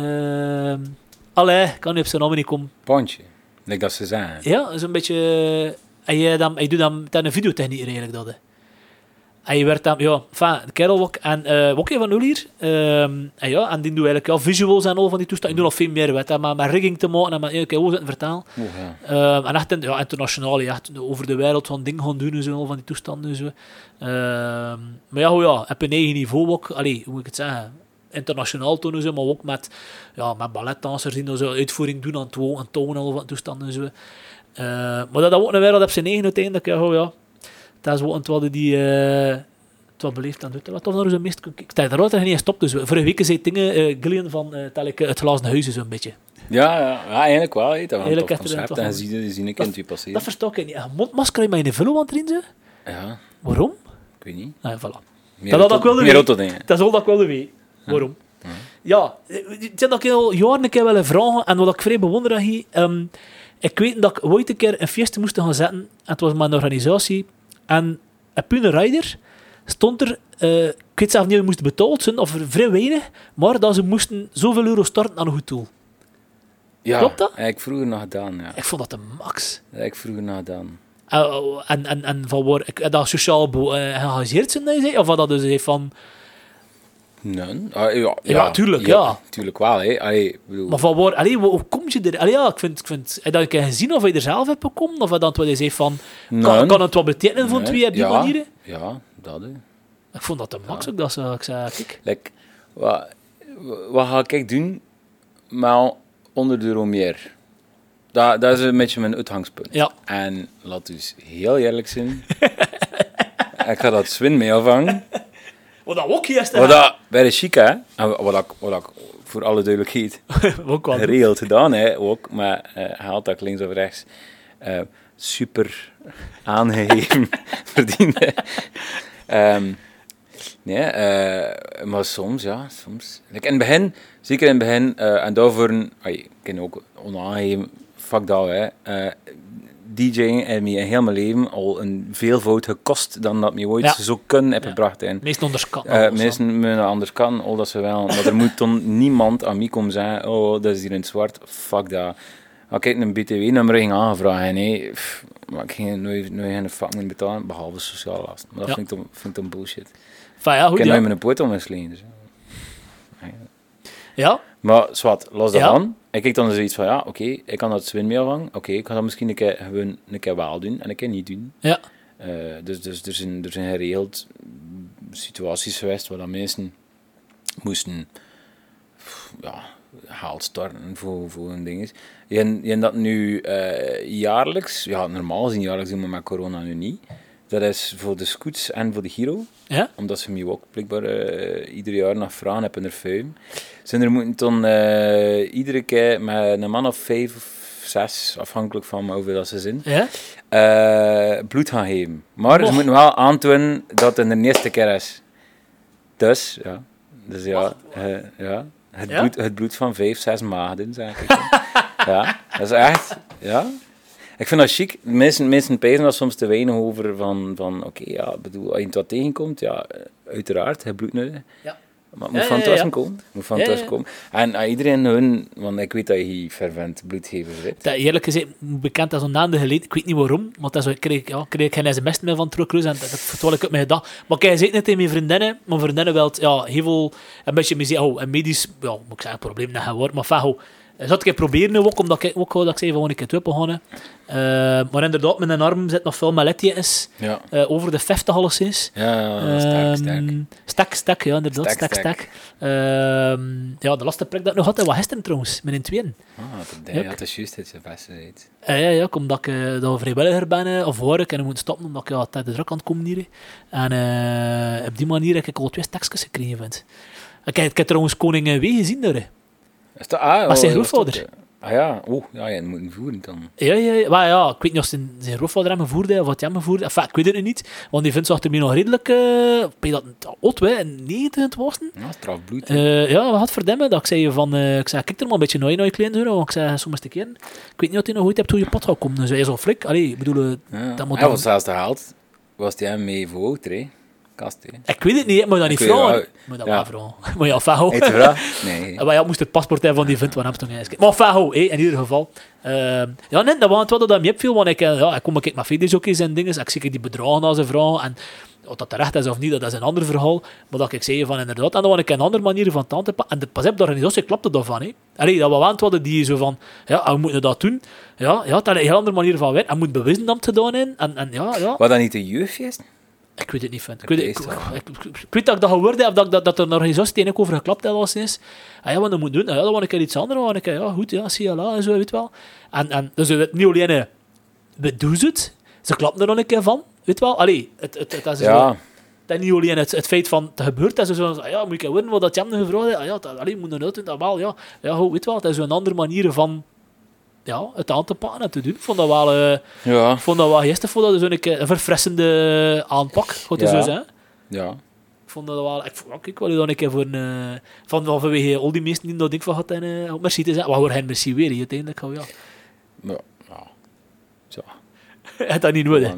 Speaker 2: Allee, kan nu op zijn naam niet komen.
Speaker 1: Pontje, like dat ze zijn.
Speaker 2: Ja, dat is een beetje... Hij doet dan met een videotechniek eigenlijk dat. En je werd dan... Ja, de kerel ook. En Wokkie van Ulier. En die doet eigenlijk visuals en al van die toestanden. Ik doe nog veel meer, weet je. Maar rigging te maken en met een vertalen. En echt internationaal, echt over de wereld van dingen gaan doen en zo, van die toestanden. Zo. Maar op een eigen niveau ook. Allee, hoe moet ik het zeggen? Internationaal toen, maar ook met balletdansers die zo uitvoering doen aan tonen of aan toestanden. Zo. Maar dat ook een wereld op zijn eigen uiteindelijk. Dat is ook wat die wat beleefd aan doet. Wat of nou zo mist. Ik sta er altijd niet stopt. Dus vorige week zei dingen Gillian van het glazen huis zo'n beetje.
Speaker 1: Ja, eigenlijk wel. Dat was een tof concept en je ziet een kind passeren.
Speaker 2: Dat versta ik niet. Mondmasker met een vullo aan het erin zo?
Speaker 1: Ja.
Speaker 2: Waarom?
Speaker 1: Ik weet niet.
Speaker 2: Voilà.
Speaker 1: Dat
Speaker 2: is al dat ik wilde weten. Waarom? Ja, het zijn dat ik al jaren een keer willen vragen en wat ik vrij bewonder hier. Ik weet dat ik ooit een keer een feestje moest gaan zetten en het was mijn organisatie en op een rider stond er, ik weet zelf niet of moesten betaald zijn of vrij weinig, maar dat ze moesten zoveel euro starten aan een goed doel.
Speaker 1: Ja,
Speaker 2: klopt dat?
Speaker 1: Ik vroeger nog gedaan, ja.
Speaker 2: Ik vond dat de max.
Speaker 1: Ik vroeger nog gedaan.
Speaker 2: En van waar dat sociaal geëngageerd zijn, of wat dat dus heeft van...
Speaker 1: Nee.
Speaker 2: Ja, tuurlijk, ja.
Speaker 1: Tuurlijk wel, hè. Bedoel...
Speaker 2: Maar van waar... hoe kom je er... ik vind... Heb je dat gezien of je er zelf hebt gekomen? Of dat wat je zegt van... Kan het wat betekenen van twee op die manieren?
Speaker 1: Ja, dat, hè.
Speaker 2: Ik vond dat de max ook, dat ik zei... Kijk.
Speaker 1: wat ga ik doen? Maar €100 meer. Dat is een beetje mijn uitgangspunt.
Speaker 2: Ja.
Speaker 1: En laat dus heel eerlijk zijn. Ik ga dat Swin mee afhangen.
Speaker 2: Wat dat ook is.
Speaker 1: Wat dat bij de chic, hè. En wat ik voor alle duidelijkheid geregeld gedaan, hè, ook. Maar haalt dat links of rechts. Super aangegeven verdiende. Maar soms. Like in het begin, zeker in het begin, en daarvoor, ik ken ook onaangegeven, fuck dat, hè. DJing heeft me in heel mijn leven al een veelvoud gekost dan dat me ooit zo kunnen heb gebracht.
Speaker 2: Meestal anders kan.
Speaker 1: Meestal anders kan, al dat ze wel. Maar er moet dan niemand aan mij komen zeggen, oh, dat is hier in het zwart, fuck dat. Als ik een BTW-nummer ging aangevragen, nee, maar ik ging nooit geen fucking betalen, behalve sociale lasten. Maar dat vind ik dan bullshit.
Speaker 2: Ja, goed,
Speaker 1: ik heb nooit mijn poot omgeslegen. Dus.
Speaker 2: Ja.
Speaker 1: Maar zwart, los daarvan. Ik kijk dan zoiets van, oké, ik kan dat Swin mee afhangen. Oké, ik ga dat misschien een keer wel doen en een keer niet doen.
Speaker 2: Ja.
Speaker 1: Dus er zijn geregeld situaties geweest waar dat mensen moesten haalt starten voor een ding is. Je hebt dat nu jaarlijks, normaal gezien jaarlijks doen we met corona nu niet. Dat is voor de scouts en voor de Giro.
Speaker 2: Ja?
Speaker 1: Omdat ze me ook blijkbaar ieder jaar nog vragen hebben er 5. Zijn er moeten dan iedere keer met een man of 5 of 6, afhankelijk van hoeveel dat ze zijn, bloed gaan geven. Maar ze moeten wel aantonen dat het de eerste keer is. Dus het bloed van 5, 6 maagden, zeg ik. Ja, dat is echt, Ik vind dat chic. Mensen pijzen dat soms te weinig over van oké, bedoel, als je wat tegenkomt, uiteraard, het bloed nodig. Ja. Maar het moet van tussen komen. Komen. En iedereen hun, want ik weet dat je fervent bloedgever bent.
Speaker 2: Dat eerlijk gezegd, bekend als een maanden geleden, ik weet niet waarom, maar dat kreeg ik geen sms meer van Truckrus en dat vertel ik op mijn gedacht. Maar ik zei net tegen mijn vriendinnen wel heel veel, een beetje een medisch, moet ik zeggen, probleem naar geworden, maar van, dat ik proberen ook, omdat ik ook dat ik zei van ik het begonnen. Maar inderdaad, mijn arm zit nog veel met letjes. Ja. Over de 50 alleszins.
Speaker 1: Ja,
Speaker 2: stek, ja, inderdaad. Stek. De laatste prik dat ik nog had, was gisteren trouwens, met een tweeën.
Speaker 1: Dat is juist dat je beste weet.
Speaker 2: Ja, omdat ik dat vrijwilliger ben, of hoor ik, en ik moet stoppen, omdat ik tijd de druk aan het komen hier. En op die manier heb ik al 2 stekjes gekregen. Ik heb trouwens Koning W gezien daar. Was zijn grootvader?
Speaker 1: Je moet hem voeren dan.
Speaker 2: Ja, ik weet niet of zijn grootvader hem voerde of wat hij hem voerde. Enfin, ik weet het niet, want die vindt achter mij nog redelijk... ben je dat oud, hè? 90 het was?
Speaker 1: Ja, strafbloed.
Speaker 2: Wat had verdemmen? Dat ik zei van... ik zei, kijk er maar een beetje naar je klein doen, want ik zei, soms te keren. Ik weet niet of hij nog ooit hebt hoe je pot gaat komen. Dus hij is al flik. Allee, ik bedoel...
Speaker 1: dat moet hij was zelfs gehaald. Was hij hem mee verhoogd, hè? Kast, hè?
Speaker 2: Ik weet het niet, maar dat niet vragen. Maar dat wel vragen. Maar ja, Fago.
Speaker 1: Nee.
Speaker 2: Maar ja, moest het paspoort hebben van die vent van Amsterdam. Maar Fago, in ieder geval. Dat was het dat me opviel, want ik kom met video's en dingen. Ik zie die bedragen als een vrouw. En of dat terecht is of niet, dat is een ander verhaal. Maar dat ik zei van inderdaad, en dan had ik een andere manier van tand te pakken. En pas op, de organisatie klapte daarvan. Allee, dat we aan het hadden die zo van, we moeten dat doen. Dat is een heel andere manier van werken. En moet bewijzen dat het gedaan is.
Speaker 1: Wat dan niet de jeugdfeest?
Speaker 2: Ik weet het niet, vent. Ik weet dat ik dat gehoord heb, of dat er een organisatie ook over geklapt heeft al sinds. Wat dan moet doen? Dan word ik er iets anders. CLA en zo, weet wel. En dus het niet alleen, we doen het. Ze klappen er nog een keer van, weet wel. Allee, dat is zo... Dat is niet alleen het feit van het gebeurt, dat is zo moet ik horen wat je hem gevraagd heeft. Moet er doen, dat wel, weet wel. Dat is een andere manier van... het aan te pakken en te doen. Ik vond dat wel gisteren vond dat een verfrissende aanpak, goed zo zijn. Ja. Ik vond dat wel... Ik wil je dan een keer voor een... vanwege al die mensen die dat ding van had en op merci te zeggen. Wat hoor hij merci weer, uiteindelijk.
Speaker 1: Zo.
Speaker 2: Het dat niet nodig.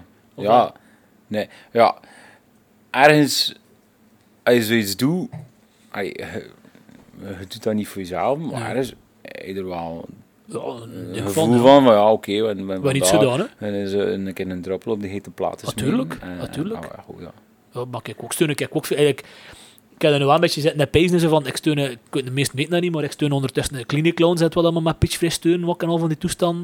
Speaker 1: Ergens, als je zoiets doet, je doet dat niet voor jezelf, maar ergens, er wel... een gevoel van
Speaker 2: wat niet gedaan, hè?
Speaker 1: En is een keer een druppel op de hete plaat.
Speaker 2: Natuurlijk. Maar kijk, ook steun. Ik heb er nu wel een beetje zitten pijzen van, ik steun, de meesten weten dat niet, maar ik steun ondertussen de Clinic Clowns, wat allemaal met pitchfresh steunen, wat en al van die toestanden.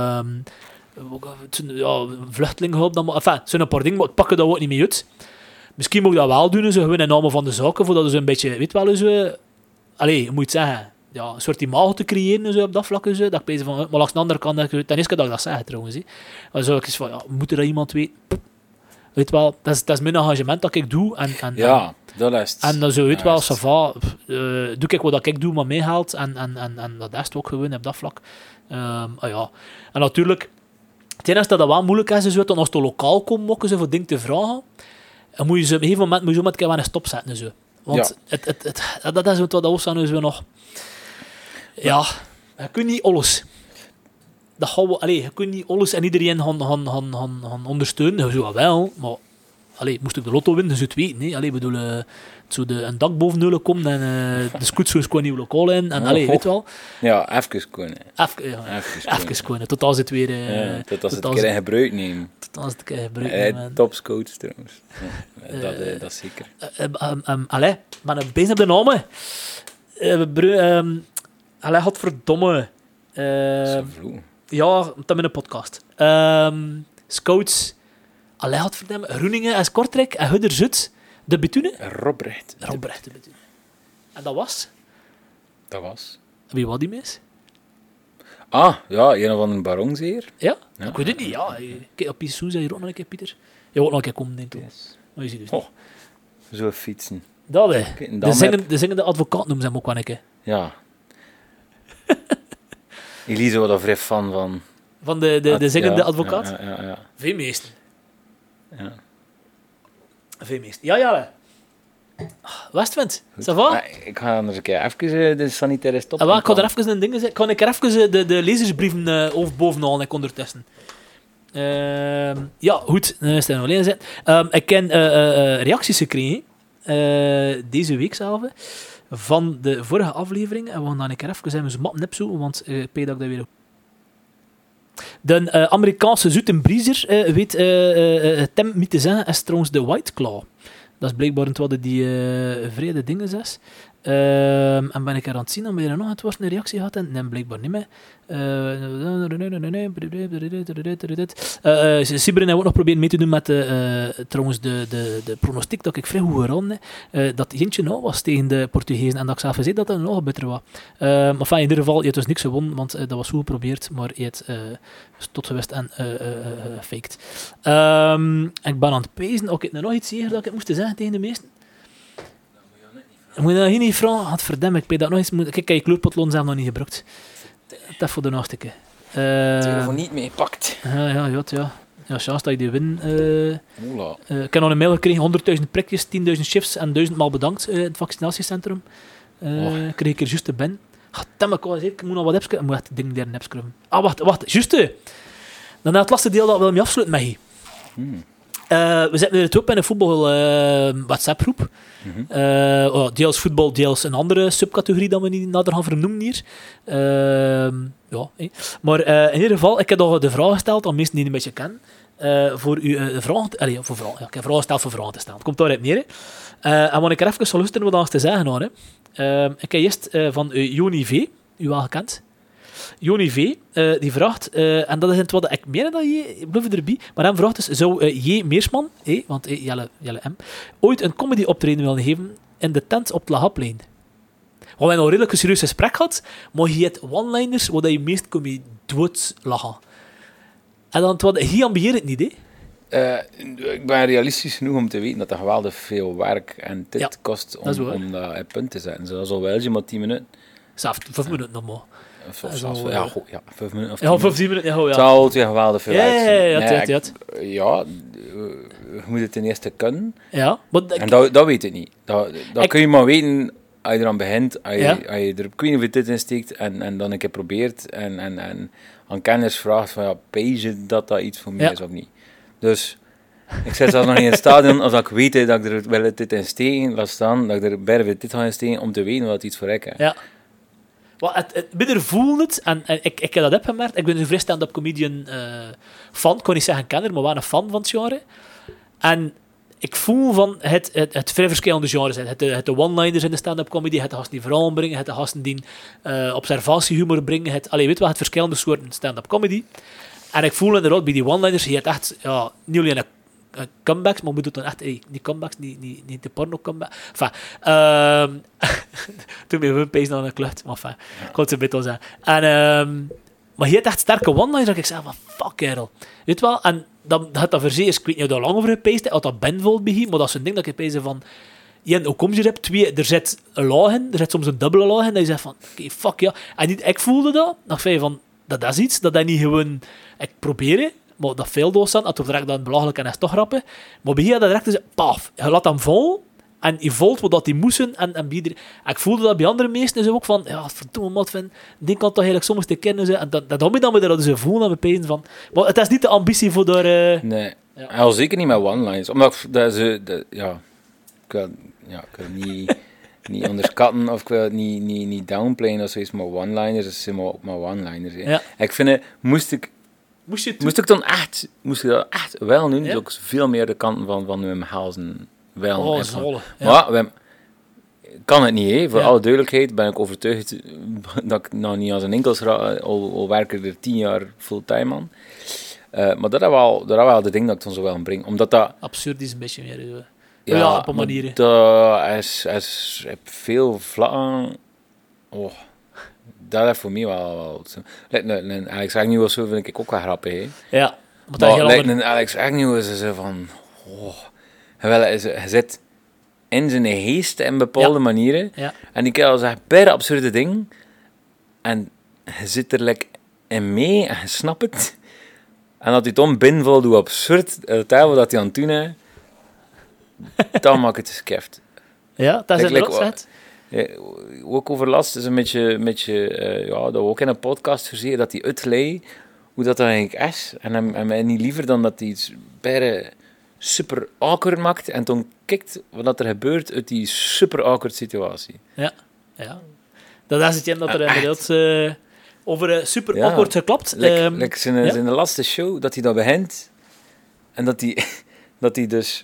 Speaker 2: Vluchtelingehulp, enfin, het zijn een paar dingen, maar het pakken dat ook niet mee uit. Misschien moet je dat wel doen, zo gewoon in naam van de zaken, voordat ze een beetje, weet wel, zo... Allee, je moet zeggen, ja, een soort imago te creëren zo, op dat vlak. Zo, dat ik bezig van, maar langs de andere kant, ten eerste dat ik dat zeg trouwens. Hè. Dan zou ik eens van, ja, moet er dat iemand weten? Weet wel, dat is mijn engagement dat ik doe.
Speaker 1: Ja, dat is het.
Speaker 2: En dan zo, weet wel, ça va, doe ik wat ik doe, maar meehaalt. En dat is het ook gewoon op dat vlak. Ja. En natuurlijk, het enige dat wel moeilijk is, is dat als het lokaal komt, mokken ze voor dingen te vragen. Dan moet je ze op een gegeven moment een keer een stop zetten. Zo. Want dat is wat we nu zo nog... Ja, je kunt niet alles. Dat gaan we, je kunt niet alles en iedereen gaan ondersteunen. Zo wel, maar moest ik de lotto winnen, dus het weten. Nee. Bedoel, een dak boven nullen komt en de scooters gewoon nieuw lokaal in. En weet wel.
Speaker 1: Ja, even kunnen.
Speaker 2: Even kunnen, tot als het weer...
Speaker 1: tot als het een keer in gebruik neemt.
Speaker 2: Tot als het een keer in gebruik neemt.
Speaker 1: Topscoach trouwens. Dat is zeker.
Speaker 2: Maar een bezig op de namen. Godverdomme. Ja, dat met een podcast. Scouts. Godverdomme. Groeningen en Kortrijk en Hudderzut. De Bethune?
Speaker 1: Robrecht
Speaker 2: de Bethune. En dat was?
Speaker 1: Dat was.
Speaker 2: Wie was die mis?
Speaker 1: Ja, een van een baron zeer.
Speaker 2: Ja? Ik weet het niet, ja. Kijk, op Pissou zei je ook nog een keer, Pieter. Je wordt nog een keer komen, denk ik.
Speaker 1: Yes.
Speaker 2: Maar je ziet dus niet.
Speaker 1: Zo fietsen.
Speaker 2: Dat, hè. De zingende advocaat noemen ze hem ook wel een keer.
Speaker 1: Ja. Elise was daar vrij fan van.
Speaker 2: Van de zingende advocaat?
Speaker 1: Ja.
Speaker 2: Veel meesten.
Speaker 1: Ja.
Speaker 2: Veel meesten. Ja. Westwind, ça va?
Speaker 1: Ik ga anders een keer even de sanitaire stop.
Speaker 2: Ik ga er even een ding zeggen. Kan ik er even de lezersbrieven bovenaan en ondertussen. Ja, goed. Dan is het alleen gezet. Ik heb reacties gekregen. Deze week zelf. Van de vorige aflevering. En we gaan dan een keer even zijn met mappen opzoeken, want ik weet dat ik dat weer... De Amerikaanse zoetenbriezer weet Tim niet te zeggen, is trouwens de White Claw. Dat is blijkbaar wat die vrede dingen is. En ben ik er aan het zien, dan ben je er nog een reactie gehad en nee, blijkbaar niet meer. Sibren heeft ook nog proberen mee te doen met trouwens de pronostiek dat ik vrij goed gedaan heb. Dat eentje nou was tegen de Portugezen en dat ik zelf zei dat het nog beter was. Maar in ieder geval, je hebt dus niks gewonnen, want dat was goed geprobeerd, maar je hebt tot geweest en faked. Ik ben aan het pezen, ik heb nog iets zeggen dat ik moest zeggen tegen de meesten. Ik moet dat hier niet vragen. Godverdamme, ik weet dat nog eens. Kijk, je kleurpotloon zelf nog niet gebruikt. Dat voor de nachtje.
Speaker 1: Telefoon niet meegepakt.
Speaker 2: Ja. Ja, chance dat je die win. Ik heb nog een mail gekregen, 100.000 prikjes, 10.000 shifts en 1000 maal bedankt in het vaccinatiecentrum. Kreeg ik er juist bij. Ik moet nog wat appjes. Ik moet echt dingen daar appjes. Wacht, juist. Dan het laatste deel dat we mee afsluiten met je. We zitten nu op in een voetbal WhatsApp-groep. Deels voetbal, deels een andere subcategorie dat we niet nader gaan vernoemen hier. Maar in ieder geval, ik heb nog de vraag gesteld aan mensen die een beetje kennen. Voor u vragen... ik heb vragen gesteld voor vragen te stellen. Het komt daaruit neer. En wat ik er even zal luisteren wat te zeggen had. Ik heb eerst van Joni V, u wel gekend. Joni V, die vraagt, en dat is het wat ik meer dan je, blijf erbij, maar hij vraagt dus, zou J. Meersman, want Jelle M, ooit een comedy optreden willen geven in de tent op het Lagaplein? We hebben al redelijk een serieus gesprek gehad, maar je hebt one-liners waar je meest kom je dood lachen. En dan, hier ambieer het niet,
Speaker 1: ik ben realistisch genoeg om te weten dat dat geweldig veel werk en tijd kost om dat in punt te zetten. Dat is al wel maar 10 minuten.
Speaker 2: Zelfs 5 minuten nog maar.
Speaker 1: 5 minuten of 10
Speaker 2: minuten. 10 minuten, ja.
Speaker 1: Het is altijd geweldig veel
Speaker 2: werk.
Speaker 1: Ja, je moet het ten eerste kunnen.
Speaker 2: Ja.
Speaker 1: En dat weet ik niet. Dat kun je maar weten als je eraan begint, als je er ik weet niet of je dit insteekt en dan een keer probeert en aan kennis vraagt van page dat iets voor mij is of niet. Dus ik zit zelfs nog niet in het stadion als ik weet dat ik er wel dit in steken, laat staan, dat ik er bijna dit ga in steken om te weten wat iets voor ik is.
Speaker 2: Ja. Binnen voelde het, en ik heb dat opgemerkt, ik ben een vrij stand-up comedian fan, ik kon niet zeggen kenner, maar wel een fan van het genre. En ik voel van het vrij verschillende genres. Het de one-liners in de stand-up comedy, het de gasten die verhalen brengen, het de gasten die observatiehumor brengen, het verschillende soorten stand-up comedy. En ik voel inderdaad bij die one-liners, je hebt echt niet alleen comebacks, maar we doen dan echt niet comebacks, niet de porno comeback. Enfin, toen ben we pees naar een klucht, maar enfin, ik kon het een beetje zeggen. En, maar je hebt echt sterke one-liners dat ik zeg van, fuck kerel. Weet je wel? En dan had dat verzeer, ik weet niet of dat lang over gepeest, had dat benvol begin, maar dat is een ding dat ik pees van, hoe kom je erop? 2, er zit een laag in, er zit soms een dubbele laag in, dat je zegt van, oké, fuck ja. En ik voelde dat, dan vind je van, dat is iets, dat niet gewoon, ik probeer het, maar dat veel doos aan, dat het direct dan belachelijk en is toch grappig. Maar bij je dat direct is, paf, je laat hem vol, en je voelt wat die moesten, en ik voelde dat bij andere meesten is ook van, ja, verdomme mat vind, die kan toch eigenlijk soms te kennen zijn, en dat dan moet dat ze voelen aan mijn pijn van. Maar het is niet de ambitie voor daar...
Speaker 1: Nee, ja. Al zeker niet met one-liners, omdat dat ze, ik wil het niet onderschatten of ik wil het niet downplayen of zoiets, maar one-liners is maar one-liners.
Speaker 2: Ja.
Speaker 1: Ik vind het, moest ik dat echt wel doen, dus ook veel meer de kanten van Wim Helsen wel.
Speaker 2: Oh, zolle.
Speaker 1: Ja. Maar kan het niet, hè. Voor alle duidelijkheid ben ik overtuigd dat ik nog niet als een enkelsraad, al werken er 10 jaar fulltime aan. Maar dat is wel de ding dat ik dan zo wel breng, omdat dat...
Speaker 2: Absurd is een beetje meer, zo.
Speaker 1: Ja,
Speaker 2: op een manier.
Speaker 1: Dat is op veel vlakken... Oh, dat is voor mij wel... Een Alex Agnew zo vind ik ook wel grappig, hè.
Speaker 2: Ja.
Speaker 1: Maar een Alex Agnew is zo van... Oh, je zit in zijn geest in bepaalde manieren.
Speaker 2: Ja.
Speaker 1: En die kan al zeggen, per absurde ding. En je zit er lekker in mee en je snapt het. En dat hij dan binnenvalt hoe absurd het dat hij aan het doen is, dan maakt het skeft.
Speaker 2: Ja, dat is inderdaad zet.
Speaker 1: Ook overlast is een beetje dat we ook in een podcast gezien dat hij uitlegt hoe dat eigenlijk is. En niet liever dan dat hij iets bijna super awkward maakt en dan kijkt wat er gebeurt uit die super awkward situatie.
Speaker 2: Ja. Dat is het dat er inderdaad over super awkward geklapt.
Speaker 1: Zijn de laatste show dat hij dat begint en dat hij dus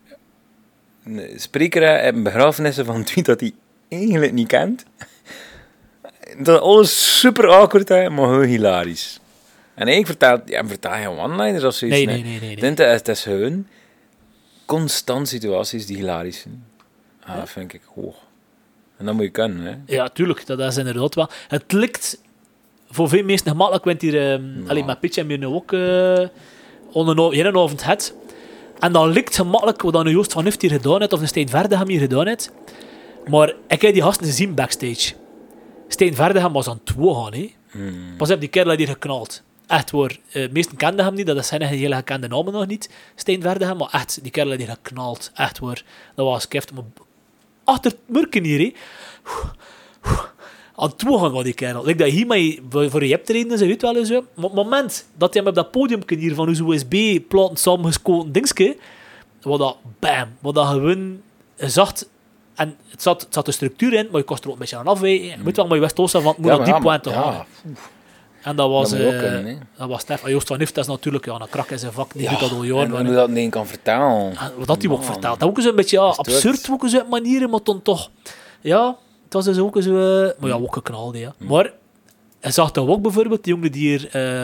Speaker 1: spreker en begrafenissen van tweet dat hij eigenlijk niet kent. Dat alles super awkward is, maar heel hilarisch. En ik vertaal je one-liners of zoiets.
Speaker 2: Nee.
Speaker 1: Het is gewoon constant situaties die hilarisch zijn. Dat vind ik hoog. En dat moet je kunnen, hè.
Speaker 2: Ja, tuurlijk. Dat is inderdaad wel. Het lukt voor veel mensen gemakkelijk, want hier met Pitch en je nu ook een avond het. En dan lukt gemakkelijk wat dan Joost van Huft hier gedaan heeft, of een Steen Verdegem hier gedaan heeft. Maar ik heb die gasten gezien backstage. Steen Verdegem was aan het gaan, hè. Pas op, die kerel had hier geknald. Echt hoor. Meesten kenden hem niet, dat zijn hele gekende namen nog niet. Steen Verdegem, maar echt, die kerel had hier geknald. Echt hoor. Dat was keft. Maar achter het murken hier, hè. Aan het gaan was die kerel. Like dat hier maar voor je hebt treden, ze weet wel eens zo. Maar op het moment dat hij hem op dat podium hier van zijn USB-platen samengeschoten dingetje, wat dat bam, wat dat gewoon zacht. En het zat de structuur in, maar je kost er ook een beetje aan afwijken. Je moet wel, maar je wist toch van het moet op die point te gaan. En dat was Stef. Joost van Huft, dat is natuurlijk een krak in zijn vak. Die doet dat al jaren.
Speaker 1: En hoe dat niet kan vertellen.
Speaker 2: Wat hij ook vertelt. Dat ook eens een beetje absurd, ook eens uit manieren, maar dan toch... Ja, het was dus ook eens... maar ja, ook geknald, ja. Maar hij zag dat ook bijvoorbeeld, die jongen die hier...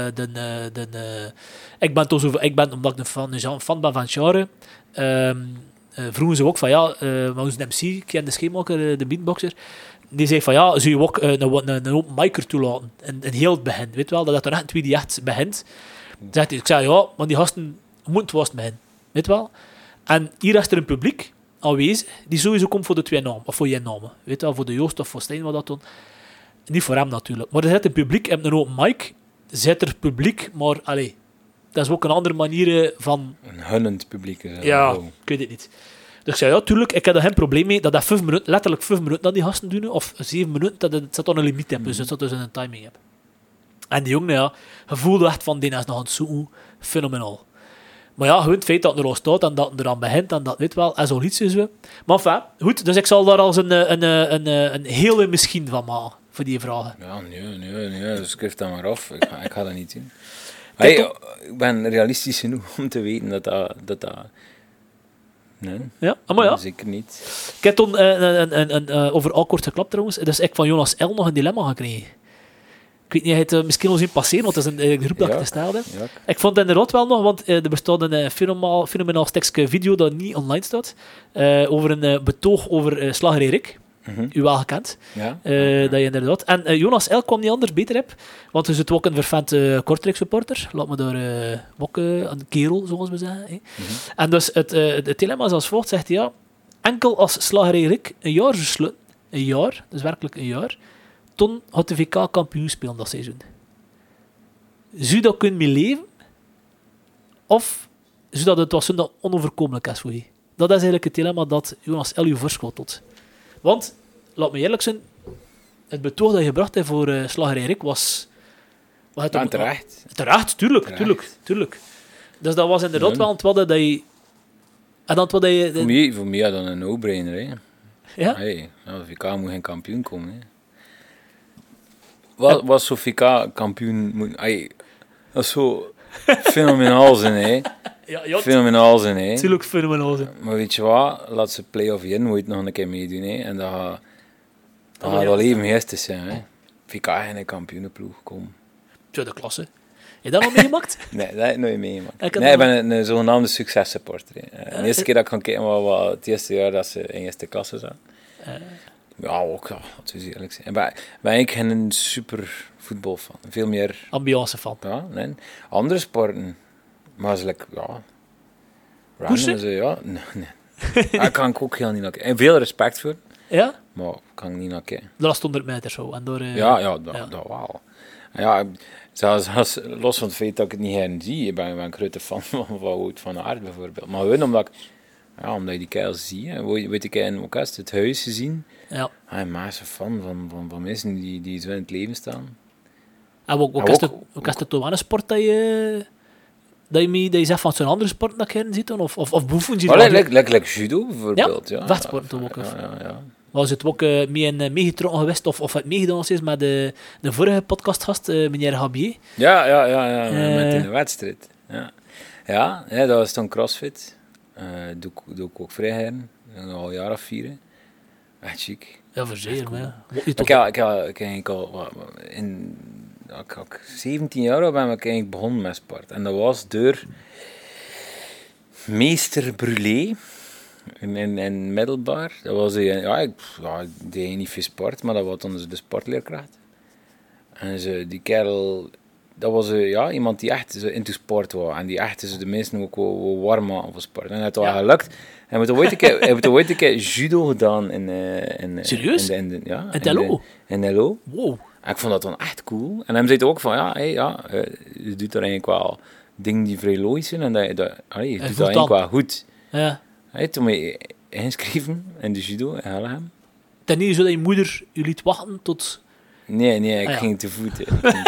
Speaker 2: ik ben, omdat ik een fan ben van Chare... vroegen ze ook van maar onze MC, ken de schemaker, de beatboxer, die zei van zou je ook een open mic ertoe laten, in heel het begin, weet wel, dat er echt een tweede echt begint. Ik zei maar die gasten moeten vast beginnen, weet wel. En hier is er een publiek aanwezig, die sowieso komt voor de twee namen, of voor je namen, weet wel, voor de Joost of voor Stijn, wat dat doen. Niet voor hem natuurlijk, maar er zit een publiek, en een open mic, zit er publiek, maar dat is ook een andere manier van...
Speaker 1: Een hunnend publiek.
Speaker 2: Ja, ik weet het niet. Dus ik zei, tuurlijk, ik heb er geen probleem mee dat dat 5 minuten, letterlijk 5 minuten dat die gasten doen, of 7 minuten, dat het zat dan een limiet hebben, dus het zat dus in een timing hebben. En die jongen, je voelde echt van, die is nog aan het zoeken, fenomenaal. Maar ja, gewoon het feit dat het er al staat, en dat het eraan begint, en dat weet wel, is al iets zo. Maar enfin, goed, dus ik zal daar als een hele misschien van maken, voor die vragen.
Speaker 1: Ja, nee, dus schrijf dat maar af, ik ga dat niet doen. Ik ben realistisch genoeg om te weten dat nee,
Speaker 2: ja, maar ja.
Speaker 1: Zeker niet.
Speaker 2: Ik heb toen over awkward geklapt trouwens. Dus ik van Jonas L. nog een dilemma gekregen. Ik weet niet, hij het misschien al zien passeren, want dat is een groep dat ik gesteld heb.
Speaker 1: Ja.
Speaker 2: Ik vond het inderdaad wel nog, want er bestaat een fenomenaal stukje video dat niet online staat, over een betoog over Slager Erik. U wel gekend.
Speaker 1: Ja.
Speaker 2: Dat je inderdaad. En Jonas L. kwam niet anders beter op, want hij zit ook een vervent Kortrijk supporter. Laat me daar ook een kerel, zoals we zeggen. En dus het dilemma is als volgt, zegt hij, ja, enkel als Slager Erik een jaar versluiten, een jaar, dus werkelijk een jaar, toen had de VK kampioen spelen dat seizoen. Zou dat kunnen mee leven? Of zou dat het was dat onoverkomelijk is voor je? Dat is eigenlijk het dilemma dat Jonas L. u voorschotelt. Want, laat me eerlijk zijn, het betoog dat je gebracht hebt voor Slager Erik was...
Speaker 1: Terecht.
Speaker 2: Terecht, tuurlijk. Dus dat was inderdaad wel het dat je... En dan wat je...
Speaker 1: Voor mij dan een no-brainer, hè.
Speaker 2: Ja?
Speaker 1: Hey, de VK moet geen kampioen komen, hè. Wat zo'n VK kampioen moet... Hey, dat is zo fenomenaal zijn, hè.
Speaker 2: Ja,
Speaker 1: fenomenaal zijn, hè.
Speaker 2: Tuurlijk fenomenaal zijn.
Speaker 1: Maar weet je wat? Laat ze play-off in, moet je nog een keer meedoen, hè. En dat gaat wel even geestig zijn, hè. VK en een kampioenenploeg komen.
Speaker 2: Tweede klasse. Heb je dat nog meegemaakt?
Speaker 1: Nee, dat heb ik nooit meegemaakt. Ik ben een zogenaamde successupporter. De eerste keer dat ik kan kijken was het eerste jaar dat ze in eerste klasse zaten. Ja, ook, laten we eerlijk zijn. Ik ben eigenlijk geen super voetbalfan. Veel meer...
Speaker 2: Ambiance fan.
Speaker 1: Ja, nee. Andere sporten. Maar ze lekker, ja...
Speaker 2: Koersen?
Speaker 1: Ja, nee. Daar kan ik ook heel niet naar kijken. En veel respect voor.
Speaker 2: Ja?
Speaker 1: Maar kan ik niet naar kijken.
Speaker 2: De laatste 100 meter zo. En door,
Speaker 1: dat wel. Ja, zelfs los van het feit dat ik het niet her zie, ik ben een grote fan van Wout van Aert bijvoorbeeld. Maar gewoon omdat je die keil ziet, weet ik in het huis gezien.
Speaker 2: Ja.
Speaker 1: Ik ben een fan van mensen die zo in het leven staan.
Speaker 2: En ook is het toch wel een sport dat je zegt van zo'n andere sport dat je in ziet, of beoefen je
Speaker 1: dat? Lekker judo bijvoorbeeld. Ja,
Speaker 2: vechtsport toch ook.
Speaker 1: Ja.
Speaker 2: Was het ook meegetrokken geweest, of het meegedaan is met de vorige podcastgast, meneer Habier?
Speaker 1: Ja, met in de wedstrijd. Ja, dat was dan CrossFit. Doe ik ook vrijheden, al een jaar of 4. Echt chic.
Speaker 2: Ja, verzeker, maar
Speaker 1: ja. Ik had 17 jaar ben ik eigenlijk begonnen met sport. En dat was door meester Brulé in middelbaar. Dat was ik deed niet veel sport, maar dat was dan de sportleerkracht. En die kerel, dat was iemand die echt zo into sport was. En die echt de mensen ook wel warm aan voor sport. En het was gelukt. Hij heeft ooit een keer judo gedaan in
Speaker 2: serieus?
Speaker 1: In
Speaker 2: LO?
Speaker 1: In LO.
Speaker 2: Wow.
Speaker 1: En ik vond dat dan echt cool. En hij zei ook van, je doet er eigenlijk wel dingen die vrij logisch zijn. En je doet dat eigenlijk wel goed.
Speaker 2: Ja.
Speaker 1: Toen me ingeschreven in de judo in Hellegem.
Speaker 2: Ten eerste dat je moeder je liet wachten tot...
Speaker 1: Nee, ik ging te voet.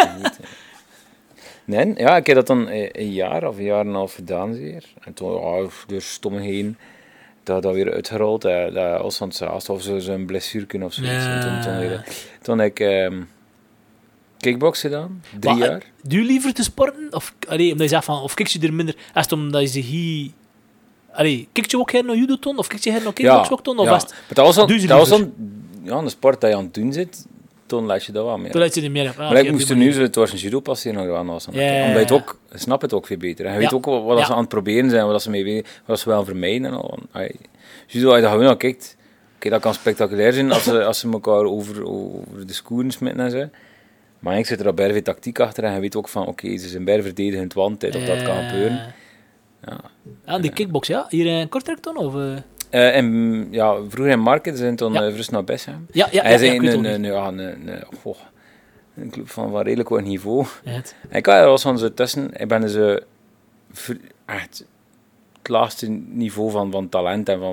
Speaker 1: Nee, ik heb dat dan een jaar of een jaar en een half gedaan zeer. En toen, door stommigheden, dat weer uitgerold. Dat was van het of zo'n blessure of zoiets.
Speaker 2: Ja.
Speaker 1: En toen heb ik kickboksen gedaan, 3 jaar.
Speaker 2: Doe je liever te sporten? Of omdat je zegt van, of kijk je er minder... Is het omdat je ze hier... Kijk je ook her naar judo ton? Of kijk je her naar kickboksen ook ton? Of
Speaker 1: maar dat was dan een sport dat je aan het doen zit. Toen laat je dat wel meer.
Speaker 2: Toen laat je niet meer.
Speaker 1: Maar ik moest er nu het was een judo passeren. Omdat je het ook, snap het ook veel beter. En je weet ook wat ze aan het proberen zijn, wat ze mee weten, wat ze wel vermijden. En al. Judo, als je daar gewoon naar kijkt, dat kan spectaculair zijn als ze elkaar over de scoren smitten en zo. Maar ik zit er al bij veel tactiek achter en je weet ook van, ze zijn bij verdedigend wandtijd of dat kan gebeuren.
Speaker 2: En die kickbox, hier in Kortrijk dan? Of...
Speaker 1: vroeger in Market zijn toen Vrust naar Bessem.
Speaker 2: Hij
Speaker 1: zei een club van redelijk hoog niveau. Ik had er wel van zo tussen. Ik ben dus echt het laagste niveau van talent en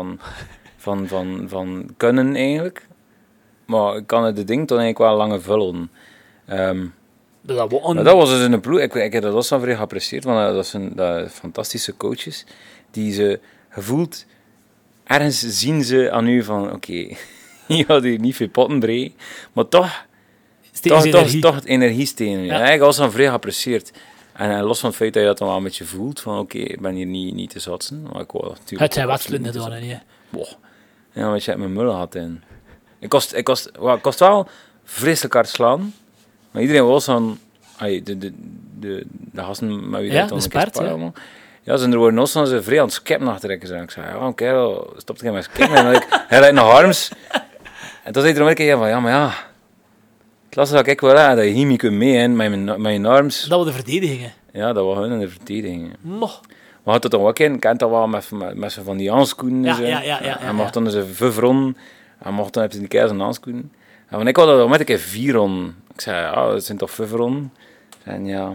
Speaker 1: van kunnen eigenlijk. Maar ik kan het ding toen eigenlijk wel langer vullen. Dat was dus een ploeg. Ik heb dat ook zo vrij geapprecieerd, want dat zijn fantastische coaches die ze gevoeld ergens zien ze aan u van je had hier niet veel potten breken, maar toch het energiestenen. Ja. Ik was dan vrij geapprecieerd. En los van het feit dat je dat dan wel een beetje voelt, van ik ben hier niet te zatsen. Maar ik wou natuurlijk...
Speaker 2: Het zijn wedstrijden gedaan, hè?
Speaker 1: Ja, want je hebt mijn mullen gehad in. Ik kost wel vreselijk hard slaan. Maar iedereen was van... De gasten met wie
Speaker 2: Ja,
Speaker 1: dat dan
Speaker 2: de
Speaker 1: een keer
Speaker 2: sport,
Speaker 1: sparen, ja, ze worden ook zo vrij aan het skippen achtrekken. Ik zei, ja, kerel, stop toch met skippen. En hij rijdt naar Harms. En toen zei hij er een keer van, ja, maar ja... Het lastige dat ik wel hè, dat je hier niet kunt mee hè, met je arms.
Speaker 2: Dat waren de verdedigingen.
Speaker 1: Ja, dat was hun in de verdediging.
Speaker 2: Moch.
Speaker 1: Maar had het dan ook in, kent dat wel met zo van die handschoenen.
Speaker 2: Ja.
Speaker 1: En mocht dan eens 5 ronden. En mocht dan heb je die keer zijn handschoenen. En van ik had dat met een keer 4 ronden. Ik zei, ja, dat zijn toch 5 ronden? En ja...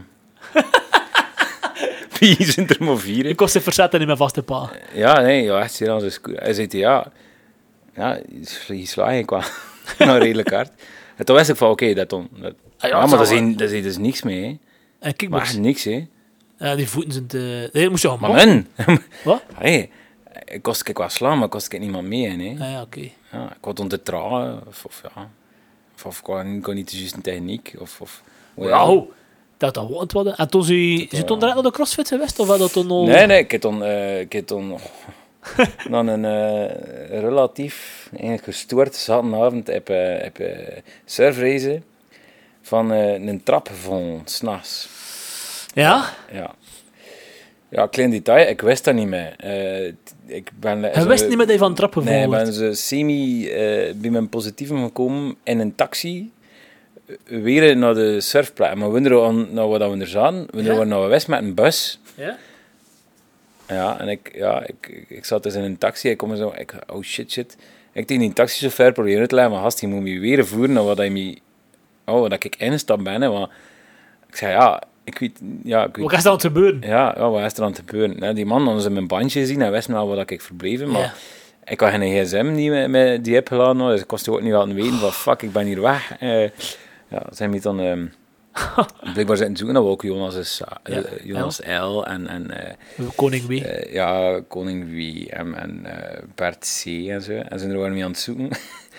Speaker 1: 4 zijn er maar 4.
Speaker 2: Ik kon ze verzetten in mijn vaste paal.
Speaker 1: Ja, nee, ja, echt zeer aan zijn scoot. Hij zei, ja, je slaat je qua nou redelijk hard. En toen wist ik van, oké, dat ja, maar daar is dus niks mee, hè.
Speaker 2: En kickbox.
Speaker 1: Maar echt niks, hè.
Speaker 2: Ja, die voeten zijn te... Nee, moest je gewoon
Speaker 1: Maar men...
Speaker 2: Wat?
Speaker 1: Hey, ik kost ik wel slaan, maar kost ik niemand mee, hè.
Speaker 2: Ja, oké.
Speaker 1: Ja, ik had om te tragen, of ik kon niet de juiste techniek, of
Speaker 2: Wauw. Dat wat worden. En toen zit toen direct naar de CrossFit geweest, of had dat toen al...
Speaker 1: Nee, ik heb toen dan een relatief gestoord zaterdagavond op surfreizen van een trap gevonden, 's nachts.
Speaker 2: Ja?
Speaker 1: Ja, klein detail, ik wist dat niet meer. Ik ben...
Speaker 2: Hij wist niet meer dat je van trappen
Speaker 1: Nee, ik
Speaker 2: volgt.
Speaker 1: ben zo semi bij mijn positieven gekomen in een taxi. Weer naar de surfplaats. Maar we weten naar wat we er zaten. We waren naar West met een bus.
Speaker 2: Ja?
Speaker 1: Ja, en ik zat dus in een taxi. Ik kom zo, oh shit. Ik tegen die taxichauffeur proberen te leggen, maar gast, je moet me weer voeren naar wat ik instap ben. Hè, want ik zei, ja, ik weet...
Speaker 2: Wat is er aan het gebeuren?
Speaker 1: Ja, wat is er aan het gebeuren? Nou, die man had ze mijn bandje gezien en wist nou wat ik verbleven, maar...
Speaker 2: Ja.
Speaker 1: Ik had geen gsm die heb geladen, dus ik kon het ook niet laten weten van, fuck, ik ben hier weg. Ja, zijn we dan... blijkbaar zitten zoeken dat we ook Jonas L. en
Speaker 2: Koning W.
Speaker 1: Koning W. en Bert C. en zo. En zijn er waren mee aan het zoeken.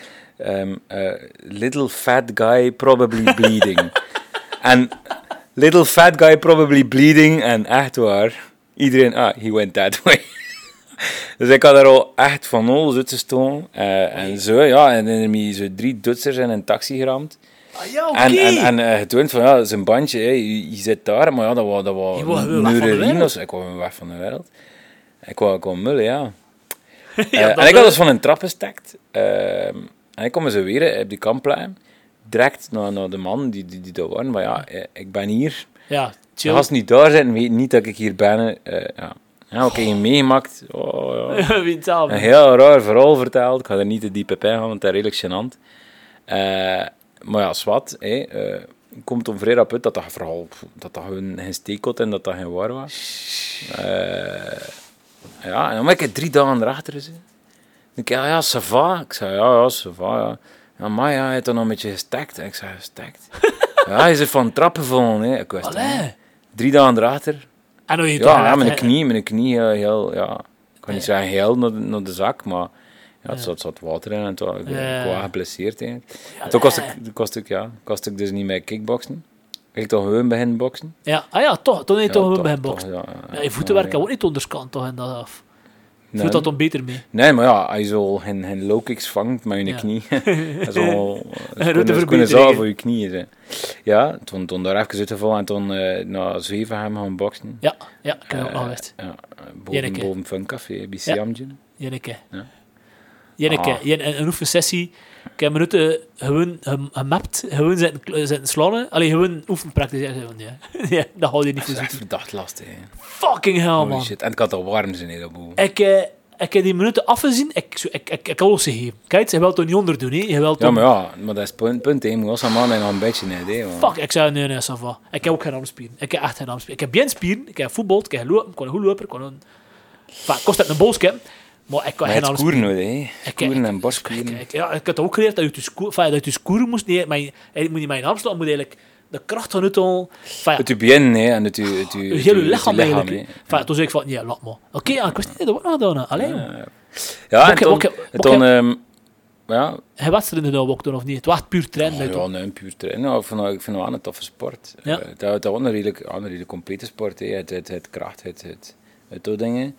Speaker 1: Little fat guy probably bleeding. En little fat guy probably bleeding. En echt waar, iedereen, he went that way. Dus ik had er al echt van alles uit gestaan. En zo, ja, en dan heb je zo 3 Duitsers in een taxi geramd.
Speaker 2: Ah, ja, oké.
Speaker 1: En getoond van, ja, zijn bandje, hè, je zit daar, maar ja, dat was neurerien. Ik kwam weg van de wereld. Ik kwam mullen, ja. En ik had dus van een trap gestekt. En ik kom zo weer op die kampplein. Direct naar de man die daar waren. Maar ja, ik ben hier.
Speaker 2: Ja, chill.
Speaker 1: Als niet daar zit, weet niet dat ik hier ben. Ja, oké, je meegemaakt. Oh, ja.
Speaker 2: Wie het zelf.
Speaker 1: Een heel raar verhaal verteld. Ik ga er niet te diep op ingaan, want dat is redelijk gênant. Maar ja, zwart. Komt om vrij rap uit dat verhaal dat gewoon geen steek had en dat geen waar was. Ja, en dan ben ik 3 dagen erachter gezien. Ik zei, ja, ça va. Ik zei, ja, ça va, ja. Ja, maar ja, hij heeft dan nog een beetje gestekt. Ik zei, gestekt? Ja, hij is er van trappen gevallen, hè. Ik wist het niet. 3 dagen erachter.
Speaker 2: En hoe je
Speaker 1: Ja, met een knie heel, ja. Ik kan niet zeggen heel naar de zak, maar ja, het zat water in en toen ik was geblesseerd. En toen kost ik dus niet meer kickboksen. Ik toch gewoon beginnen boksen.
Speaker 2: Ja, toch. Toen heb je toch gewoon beginnen boksen.
Speaker 1: Ja,
Speaker 2: je voetenwerk kan ook niet onderskant, toch, en dat af.
Speaker 1: Nee.
Speaker 2: Voelt dat dan beter mee?
Speaker 1: Nee, maar ja, hij zo geen low kicks vangt met je knie. Dat is kunnen zelf voor je knieën zijn. Ja, toen daar even uitgevallen en toen naar Zweven gaan boksen.
Speaker 2: Ja, ik heb ook nog geweest.
Speaker 1: Ja, boven Funcafé, bij Siamje.
Speaker 2: Jenneke.
Speaker 1: Ja.
Speaker 2: Een oefensessie. Ik heb minuten gewoon gemapt, gewoon zitten slaan. Alleen gewoon oefenpractice. Ja, dat hou je niet voor
Speaker 1: Dat is
Speaker 2: zitten.
Speaker 1: echt verdacht lastig. Hè.
Speaker 2: Fucking hell,
Speaker 1: Holy
Speaker 2: man.
Speaker 1: shit. En ik had al warm zijn in dat boel.
Speaker 2: Ik heb die minuten afgezien. Ik kan alles geven. Kijk, je wilt het niet onderdoen. Hè.
Speaker 1: Ja, maar dat is het punt. Je moet als een man en een beetje net.
Speaker 2: Fuck, ik zei nee, ça va. Ik heb ook geen armspieren. Ik heb echt geen armspieren. Ik heb bien spieren. Ik heb voetbal. Ik heb lopen. Ik kan een goed lopen. Het kost het een bolsje. Maar ik kan geen armspieren.
Speaker 1: Skoeren, hè. Skoeren en borstspieren.
Speaker 2: Ik had ook geleerd dat je skoeren moest. Nee, eigenlijk moet je mijn arm slaan. Moet eigenlijk de kracht van het al...
Speaker 1: Het je bien, hè. En het je
Speaker 2: heel je lichaam eigenlijk. Toen zei ik van, ja, laat maar. Oké, ik wist niet dat we nog gedaan. Alleen.
Speaker 1: Ja, en toen... Ja.
Speaker 2: Hij wedstrijden nou ook doen of niet? Het was puur trainen.
Speaker 1: Ja, nee, puur trainen. Ik vind het wel een toffe sport.
Speaker 2: Ja.
Speaker 1: Dat was een redelijk complete sport. Hè. Het kracht, het dingen.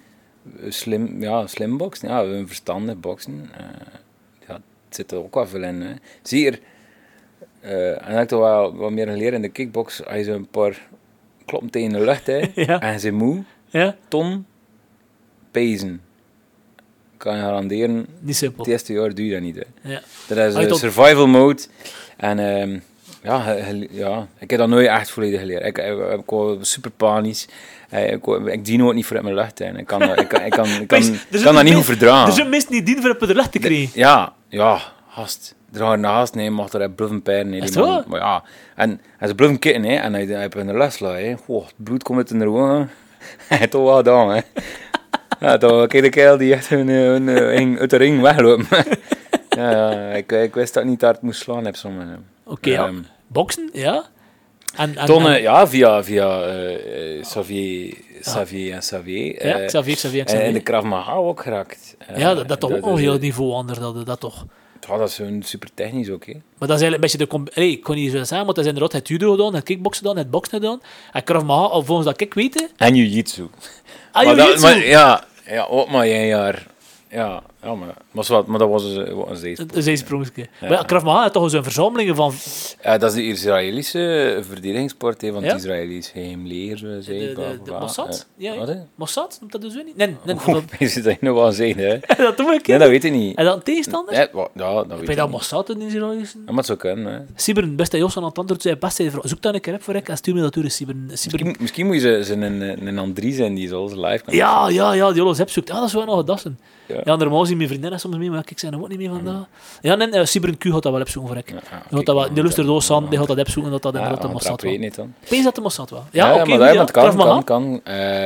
Speaker 1: Slim boksen. Ja, we hebben verstandig boksen. Ja, het zit er ook wel veel in. Hè. Zeker, en dat heb ik toch wel wat meer geleerd in de kickbox. Als je zo'n paar kloppen tegen de lucht hebt, en je bent moe, ton, pezen. Kan je garanderen,
Speaker 2: niet simpel.
Speaker 1: het eerste jaar doe je dat niet. Hè.
Speaker 2: Ja.
Speaker 1: Dat is een survival mode. En ik heb dat nooit echt volledig geleerd. Ik was super panisch. Ik dien ook niet voor uit mijn lucht. Ik kan dat niet goed verdragen.
Speaker 2: Er zijn mensen die dienen voor uit de lucht te krijgen.
Speaker 1: Ja, gast. Er gaan naast, nee, mag er bluffen pijnen.
Speaker 2: Is dat waar?
Speaker 1: Maar ja, en ze bluffen kitten, hè, en hij heeft in de lucht slaan. Het bloed komt uit de ogen. Hij heeft toch wel gedaan, hè. Ja, toch, kijk de kerel die echt uit de ring weglopen. Ik wist dat ik niet hard moest slaan.
Speaker 2: Oké, boksen, ja.
Speaker 1: Tonnen, via Xavier en Xavier.
Speaker 2: Ja, Xavier.
Speaker 1: En de Krav Maga ook geraakt.
Speaker 2: Dat toch ook nog heel niveau anders, dat toch.
Speaker 1: Ja, dat is zo'n super technisch ook, hè.
Speaker 2: Maar dat is eigenlijk een beetje ik kon niet zo zeggen, maar dat is inderdaad het judo gedaan, het kickboksen gedaan, het boksen gedaan. En Krav Maga, of volgens dat ik weet...
Speaker 1: En jiu-jitsu.
Speaker 2: Jiu-jitsu?
Speaker 1: Ook maar 1 jaar. Ja, maar dat was een zeesprong.
Speaker 2: Een zeesprongetje. Ja. Maar Krav Maga is toch zo'n verzamelingen van...
Speaker 1: Ja, dat is de Israëlische verdedigingssport van het Israëlisch geheim leger.
Speaker 2: De Mossad?
Speaker 1: Wat?
Speaker 2: Mossad? Noemt dat dus weer niet? Nee.
Speaker 1: Je zit dat nog wel zeggen, hè?
Speaker 2: Dat doe ik.
Speaker 1: Nee, dat weet ik niet.
Speaker 2: En dan tegenstanders?
Speaker 1: Ja, dat weet ik
Speaker 2: niet. Dat Mossad in Israëlische?
Speaker 1: Ja, maar het zou kunnen, hè.
Speaker 2: Sibren, beste Jos aan het antwoord zei, best zoek dan een keer op voor ik en stuur me dat door, Sibren.
Speaker 1: Misschien moet je ze een Andries zijn die zo live kan.
Speaker 2: Ja, die Jolos opzoekt. Ja, dat is wel nog gedassen. Ja, normaal zien mijn vriendinnen soms mee, maar ik zei ook niet meer vandaag. Ja, nee, Sibren Q had dat wel opzoeken voor ik. Die luistert door San, die had dat opzoeken dat inderdaad de Mossad was. Wees dat de Mossad wel. Ja, oké,
Speaker 1: maar dat kan.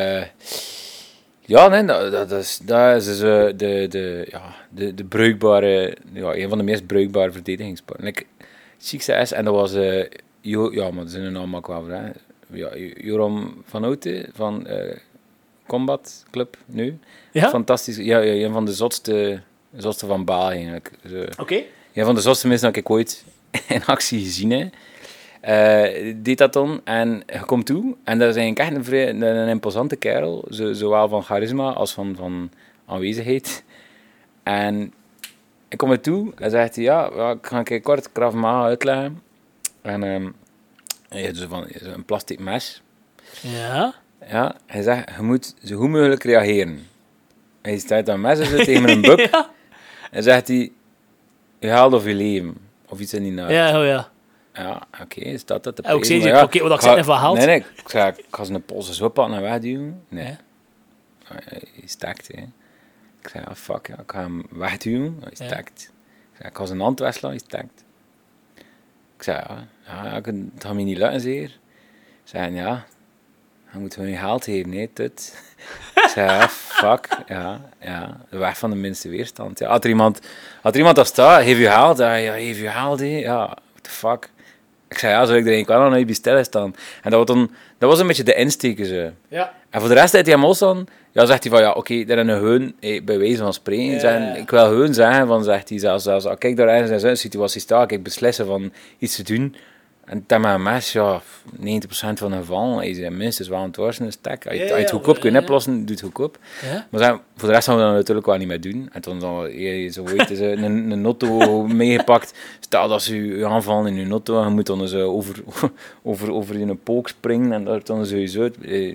Speaker 1: Ja, nee, dat is de bruikbare, een van de meest bruikbare verdedigingssporten. Het ziekste is, en dat was, maar dat zijn een naam ook wel voor, hè. Joram van Houten van Combat Club nu.
Speaker 2: Ja?
Speaker 1: Fantastisch, een van de zotste van Baal eigenlijk.
Speaker 2: Oké.
Speaker 1: Een van de zotste mensen dat ik ooit in actie gezien heb. Deed dat dan en je komt toe en dat is eigenlijk echt een imposante kerel, zowel van charisma als van aanwezigheid. En ik kom er toe en zegt hij, ik ga een keer kort Krav Maga uitleggen. En je hebt een plastic mes.
Speaker 2: Ja.
Speaker 1: Ja, hij zegt, je moet zo goed mogelijk reageren. Hij staat aan mes zit tegen een buk. Ja. En zegt hij, je haalt of je leven. Of iets in die naart.
Speaker 2: Ja.
Speaker 1: Ja, oké, staat dat te
Speaker 2: pezen. Ik zei, oké, wat ik zeg even haalt.
Speaker 1: Nee, ik ga zijn polsen zo pakken en wegduwen. Nee. Ja. Hij stakt, hè. Ik zei, fuck, ik ga hem wegduwen. Hij stakt. Ik ga zijn hand wegslaan, hij stakt. Ik zei, het gaat me niet lukken, zeer. Ik zei, je moet gewoon je geld geven, nee, tut. Ik zei, fuck, de weg van de minste weerstand. Ja, had er iemand dat staat, geef je geld, geef je geld, what the fuck. Ik zei, zou ik er eigenlijk wel aan je bestellen staan. En dat was een beetje de insteek, zo. Ja. En voor de rest uit die mos dan, zegt hij van, oké, daar is een heun, bij wijze van spreken, ja. Ik wil heun zeggen, van, zegt hij zelfs, als ik daar ergens in zo'n situatie sta, ik beslissen van iets te doen, en dan met een mes, 90% van de gevallen is het minstens wel een worsten, een stek. Als je het goedkoop kunt oplossen, doe het goedkoop. Ja. Maar voor de rest gaan we dat natuurlijk wel niet meer doen. En toen dan een notto meegepakt. Stel dat ze je aanvallen in je notto, en je moet dan zo over je pook springen, en daar dan sowieso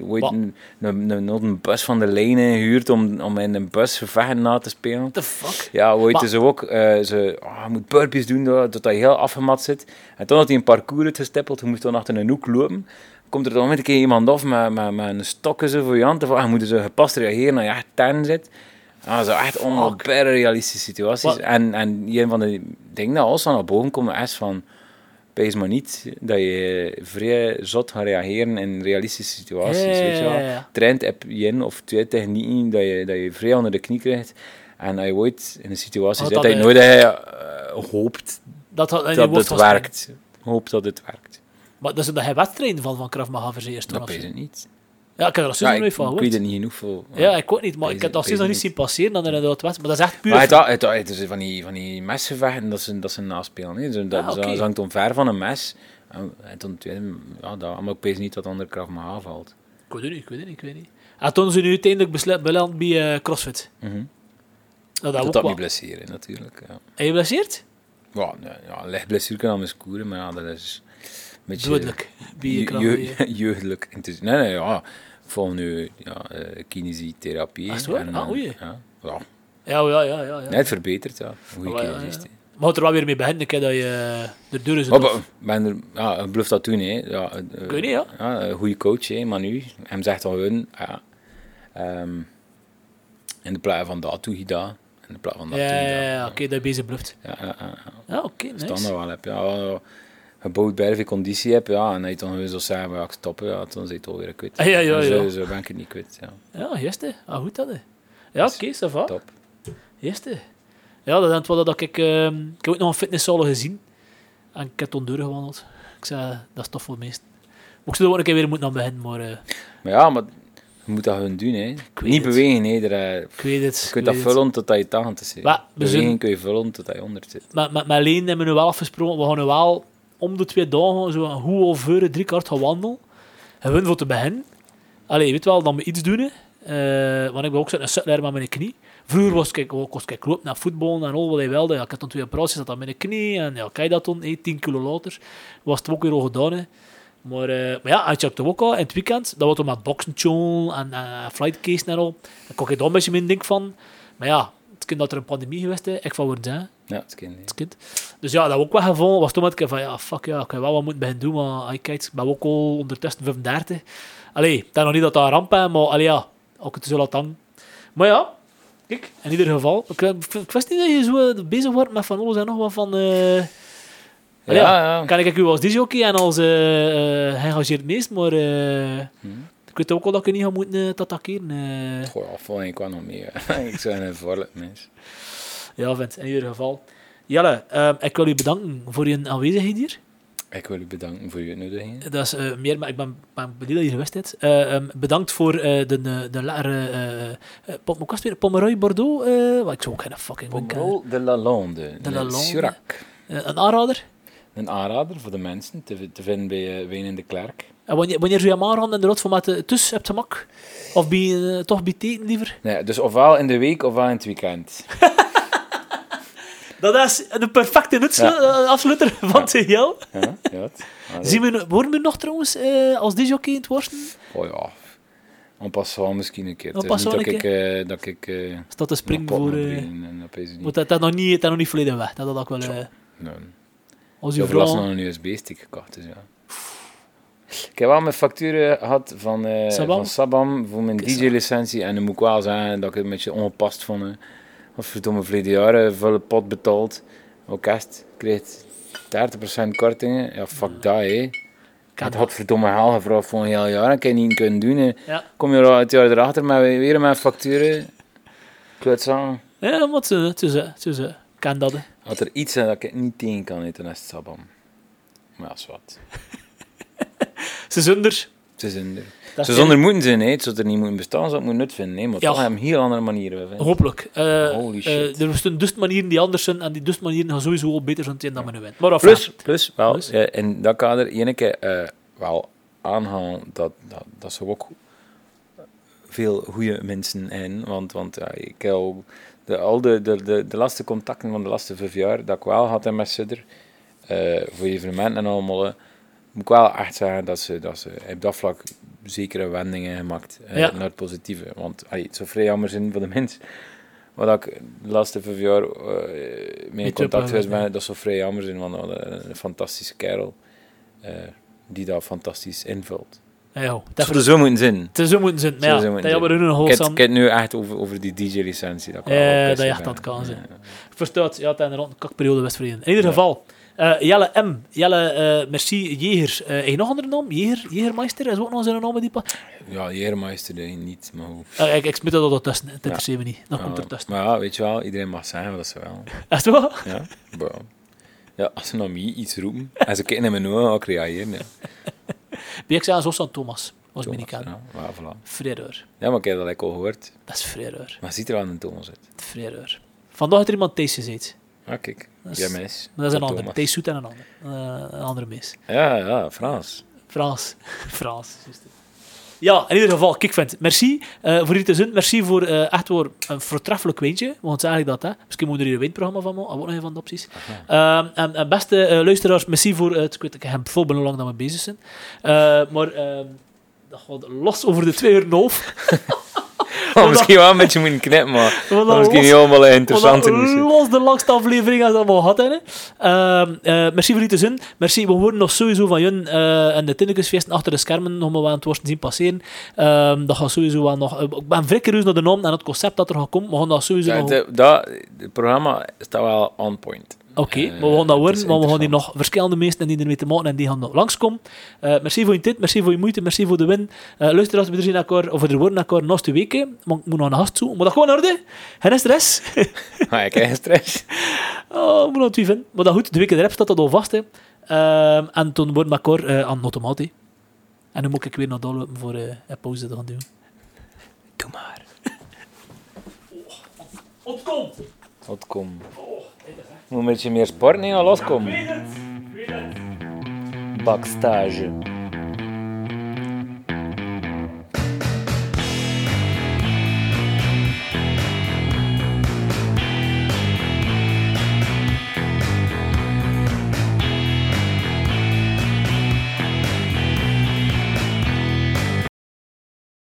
Speaker 1: een bus van de lijnen gehuurd om in een bus gevechten na te spelen.
Speaker 2: What the fuck?
Speaker 1: Ja, ze ook, je moet burpees doen dat je heel afgemat zit. En toen had hij een parcours uitgestippeld, je moest dan achter een hoek lopen. Komt er dan met een keer iemand af met een stok voor je hand. En moet je gepast reageren als je echt tuin zit. Dat is echt ongeveer realistische situaties. En een van de dingen dat alles naar boven komt is van, wees maar niet dat je vrij zot gaat reageren in realistische situaties. Weet je wel? Traint heb je 1 of 2 technieken dat je vrij onder de knie krijgt. En als je ooit in een situatie zit, dat je nooit hoopt dat het werkt. Hoopt dat het werkt.
Speaker 2: Maar dus dat hij wedstrijden van Krav Maga verzeerd?
Speaker 1: Dat weet ik niet.
Speaker 2: Ja, ik heb er al sinds nog niet van gehoord.
Speaker 1: Ik weet het niet genoeg voor.
Speaker 2: Ja, ik ook niet, maar ik heb dat sinds nog niet zien passeren dan inderdaad wedstrijd. Maar dat is echt puur...
Speaker 1: Maar het is van die mesgevechten dat ze naspelen. Dat hangt omver van een mes. En toen dat allemaal opeens niet dat onder Krav Maga valt.
Speaker 2: Ik weet niet. En toen ze nu uiteindelijk beland bij CrossFit.
Speaker 1: Dat niet blesseren, natuurlijk. Ja.
Speaker 2: En je blesseert?
Speaker 1: Ja, een licht blessure kan aan scoren, maar ja, dat is een beetje...
Speaker 2: Dodelijk.
Speaker 1: Jeugdelijk. Nee, ja. Ik volg nu kinesietherapie.
Speaker 2: Is het waar? Oei. Ja.
Speaker 1: Nee, het verbetert, ja. Goeie kinesist.
Speaker 2: Maar moet er wel weer mee beginnen, dat je de deur is
Speaker 1: Ik beloof dat doen, hè. Ja,
Speaker 2: kun je niet, ja?
Speaker 1: Ja, een goede coach, hè, Manu. Hem zegt al gewoon, in de plaats van dat doe je dat. In de plaats van dat doe je dat.
Speaker 2: Oké, dat je bezig bluft. Ja, oké, nice.
Speaker 1: Dat wel heb, ja. Gebouwd bij veel conditie heb, ja, en hij dan weer zo zeggen, ja, ik stoppen, ja, dan zit het alweer kwijt. Zo ben ik het niet kwijt, ja.
Speaker 2: Ja, juiste. Goed dat, hè. Ja, oké, ça va.
Speaker 1: Top.
Speaker 2: Juiste. Ja, dat is wel dat ik... Ik heb ook nog een fitnesszaal gezien. En ik heb toen doorgewandeld. Ik zei, dat is tof voor de meesten. Maar ik zou er ook een keer weer moeten aan beginnen, maar...
Speaker 1: Maar je moet dat gewoon doen, hè. Niet bewegen, hè.
Speaker 2: Ik weet het.
Speaker 1: Je kunt dat vullen totdat je 80 zit. Bewegen kun je vullen totdat je 100 zit.
Speaker 2: Met Leen hebben we nu wel afgesproken, we gaan nu wel om de 2 dagen zo een goed half uur, 3 kwart gaan wandelen. Gewoon voor te beginnen. Allee, je weet wel, dan moet iets doen, hè. Want ik ben ook zo'n sutler met mijn knie. Vroeger was ik lopen naar voetbal en al wat hij wilde. Ja, ik had dan 2 operaties, zat aan mijn knie. En ja, kijk dat toen, 10 kilo later. Was het ook weer al gedaan, hè. Maar ja, had je ook toch ook al in het weekend. Dat was toen met boksen en flightcase en al. Daar kon ik daar een beetje mijn ding van. Maar ja, het kind dat er een pandemie geweest is, ik van worden zijn.
Speaker 1: Ja, het kind.
Speaker 2: Dus ja, dat was ook wel gevoel. Was toen met ik van, ja, fuck ja, ik heb wel wat moeten beginnen doen. Maar kijk, ik ben ook al ondertussen 35. Allee, het is nog niet dat dat een ramp is, maar allee, ja, ook het zo laat hangen. Maar ja, kijk, in ieder geval. Ik wist niet dat je zo bezig wordt met van alles en nog wat van...
Speaker 1: Ja.
Speaker 2: Kan ik u als disjockey en als geëngageerd meest, maar ik weet ook al dat ik niet ga moeten attackeren.
Speaker 1: Goh, volgens ik wel nog meer. Ik zou een voorlijk mens.
Speaker 2: Ja, vent, in ieder geval. Jelle, ik wil u bedanken voor je aanwezigheid hier.
Speaker 1: Ik wil u bedanken voor je uitnodiging.
Speaker 2: Dat is meer, maar ik ben blij dat je geweest bent. Bedankt voor de lekkere Pomeroy Bordeaux. Ik zou ook geen fucking
Speaker 1: Pomerol de Lalonde. Sirac.
Speaker 2: Een aanrader?
Speaker 1: Een aanrader voor de mensen te vinden bij Wijn in de Klerk.
Speaker 2: En wanneer zou je hem aanraden in de rot van met tussen hebt gemak? Of toch bij eten liever?
Speaker 1: Nee, dus ofwel in de week ofwel in het weekend.
Speaker 2: Dat is de perfecte afsluiter van het geheel. Worden we nog trouwens als disjockey in het worsten?
Speaker 1: Oh ja, en passant misschien een keer.
Speaker 2: Het is niet
Speaker 1: dat ik
Speaker 2: staat te springen voor... Maar dat is nog niet volledig weg. Dat ook wel...
Speaker 1: Nee.
Speaker 2: Als
Speaker 1: je vrouw... nog een USB-stick gekocht, dus ja. Ik heb wel mijn facturen gehad van Sabam voor mijn DJ-licentie. En dan moet ik wel zeggen dat ik het een beetje ongepast vond. Als verdomme verleden jaar volle pot betaald. Orkest kreeg 30% kortingen. Ja, fuck dat, hè. Het had verdomme haal gevraagd voor een heel jaar. En kan je niet kunnen doen. Hè.
Speaker 2: Ja.
Speaker 1: Kom je het jaar erachter met weer mijn facturen. Klutsamen.
Speaker 2: Ja, maar het is kan dat.
Speaker 1: Als er iets is dat ik niet tegen kan eten, dan is het Sabam. Maar ja, is wat.
Speaker 2: Ze zonder.
Speaker 1: Ze zonder moeten zijn, hè. Het zou er niet moeten bestaan, zou het moeten uitvinden. Nee, maar toch hebben we heel andere manieren.
Speaker 2: Hopelijk.
Speaker 1: Holy shit.
Speaker 2: Er zijn dus manieren die anders zijn en die dus manieren gaan sowieso wel beter zijn dan we nu weten. Maar
Speaker 1: plus, in dat kader, ene keer wel aanhalen dat ze ook veel goede mensen zijn. Want ik heb al de laatste contacten van de laatste 5 jaar dat ik wel had met Sudder, voor evenementen en allemaal, moet ik wel echt zeggen dat ze op dat vlak zekere wendingen gemaakt naar het positieve. Want het zou vrij jammer zijn voor de mensen. Wat ik de laatste 5 jaar mee in contact geweest ben, dat zou vrij jammer zijn, want een fantastische kerel die dat fantastisch invult.
Speaker 2: Ja,
Speaker 1: het zou zo moeten zijn.
Speaker 2: Het zou zo moeten zijn, maar ja,
Speaker 1: ik heb nu echt over die DJ-licentie. Dat
Speaker 2: je echt dat kan zijn. Verstaat, ja, het is een kakperiode West-Vreden. In ieder geval... Jelle M. Jelle, merci, Jeger. Heb je nog een andere naam? Jegermeister is ook nog zijn naam die
Speaker 1: ja, Jegermeister niet, maar hoe...
Speaker 2: ik smit dat al tussen, het interesseert me niet. Dat komt er tussen.
Speaker 1: Maar ja, weet je wel, iedereen mag zeggen wat ze wel.
Speaker 2: Is het wel?
Speaker 1: Ja, ja, als ze naar mij iets roepen, en ze kijken naar mijn ogen, ook reageren.
Speaker 2: Bij ik zei zoals aan Thomas, was me niet kennen.
Speaker 1: Ja, voilà.
Speaker 2: Vreereur.
Speaker 1: Ja, maar ik heb dat lekker al gehoord.
Speaker 2: Dat is vreereur.
Speaker 1: Maar ziet er wel een Thomas uit?
Speaker 2: Vreereur. Vandaag heeft er iemand Thees gezeten.
Speaker 1: Ah, kijk. Ja, meis.
Speaker 2: Dat is een ander. Thees zoet en een andere mees.
Speaker 1: Ja, Frans.
Speaker 2: Frans. Ja, in ieder geval, kijk, vent. Merci voor hier te zijn. Merci voor echt voor een voortreffelijk wijntje. Want eigenlijk dat, hè. Misschien moeten we hier een wijnprogramma van maken. Dat wordt nog een van de opties. En beste luisteraars, merci voor... ik heb vol ben hoe lang dat we bezig zijn. Maar dat gaat los over de 2 uur en half.
Speaker 1: Misschien wel een beetje moeten knippen, maar misschien niet allemaal interessant te zijn.
Speaker 2: Los de langste aflevering als dat we gehad hebben. Merci voor je te zijn. Merci, we horen nog sowieso van jullie en de Tinnikusfeesten achter de schermen nog maar wel aan het worsten zien passeren. Dat gaat sowieso wel nog... Ik ben vrij curieus naar de naam en het concept dat er gaat komen. We gaan dat sowieso nog...
Speaker 1: Het programma staat wel on point.
Speaker 2: Oké, maar we gaan dat worden, maar we gaan hier nog verschillende mensen die ermee te maken en die gaan nog langskomen. Merci voor je tijd, merci voor je moeite, merci voor de win. Luisteraars, we zien elkaar, of we worden elkaar naast de weken. Maar ik moet nog een gast toe. Maar dat gewoon in orde. Geen stress.
Speaker 1: Maar ik heb stress.
Speaker 2: Oh, ik moet nog 2 vinden. Maar dat goed, de week erop staat dat al vast. Hè. En toen worden we elkaar aan automaat. En dan moet ik weer naar doorlopen voor een pauze te gaan doen.
Speaker 1: Doe maar. Ontkom. Moet een beetje meer sport niet al loskomen. Bakstage.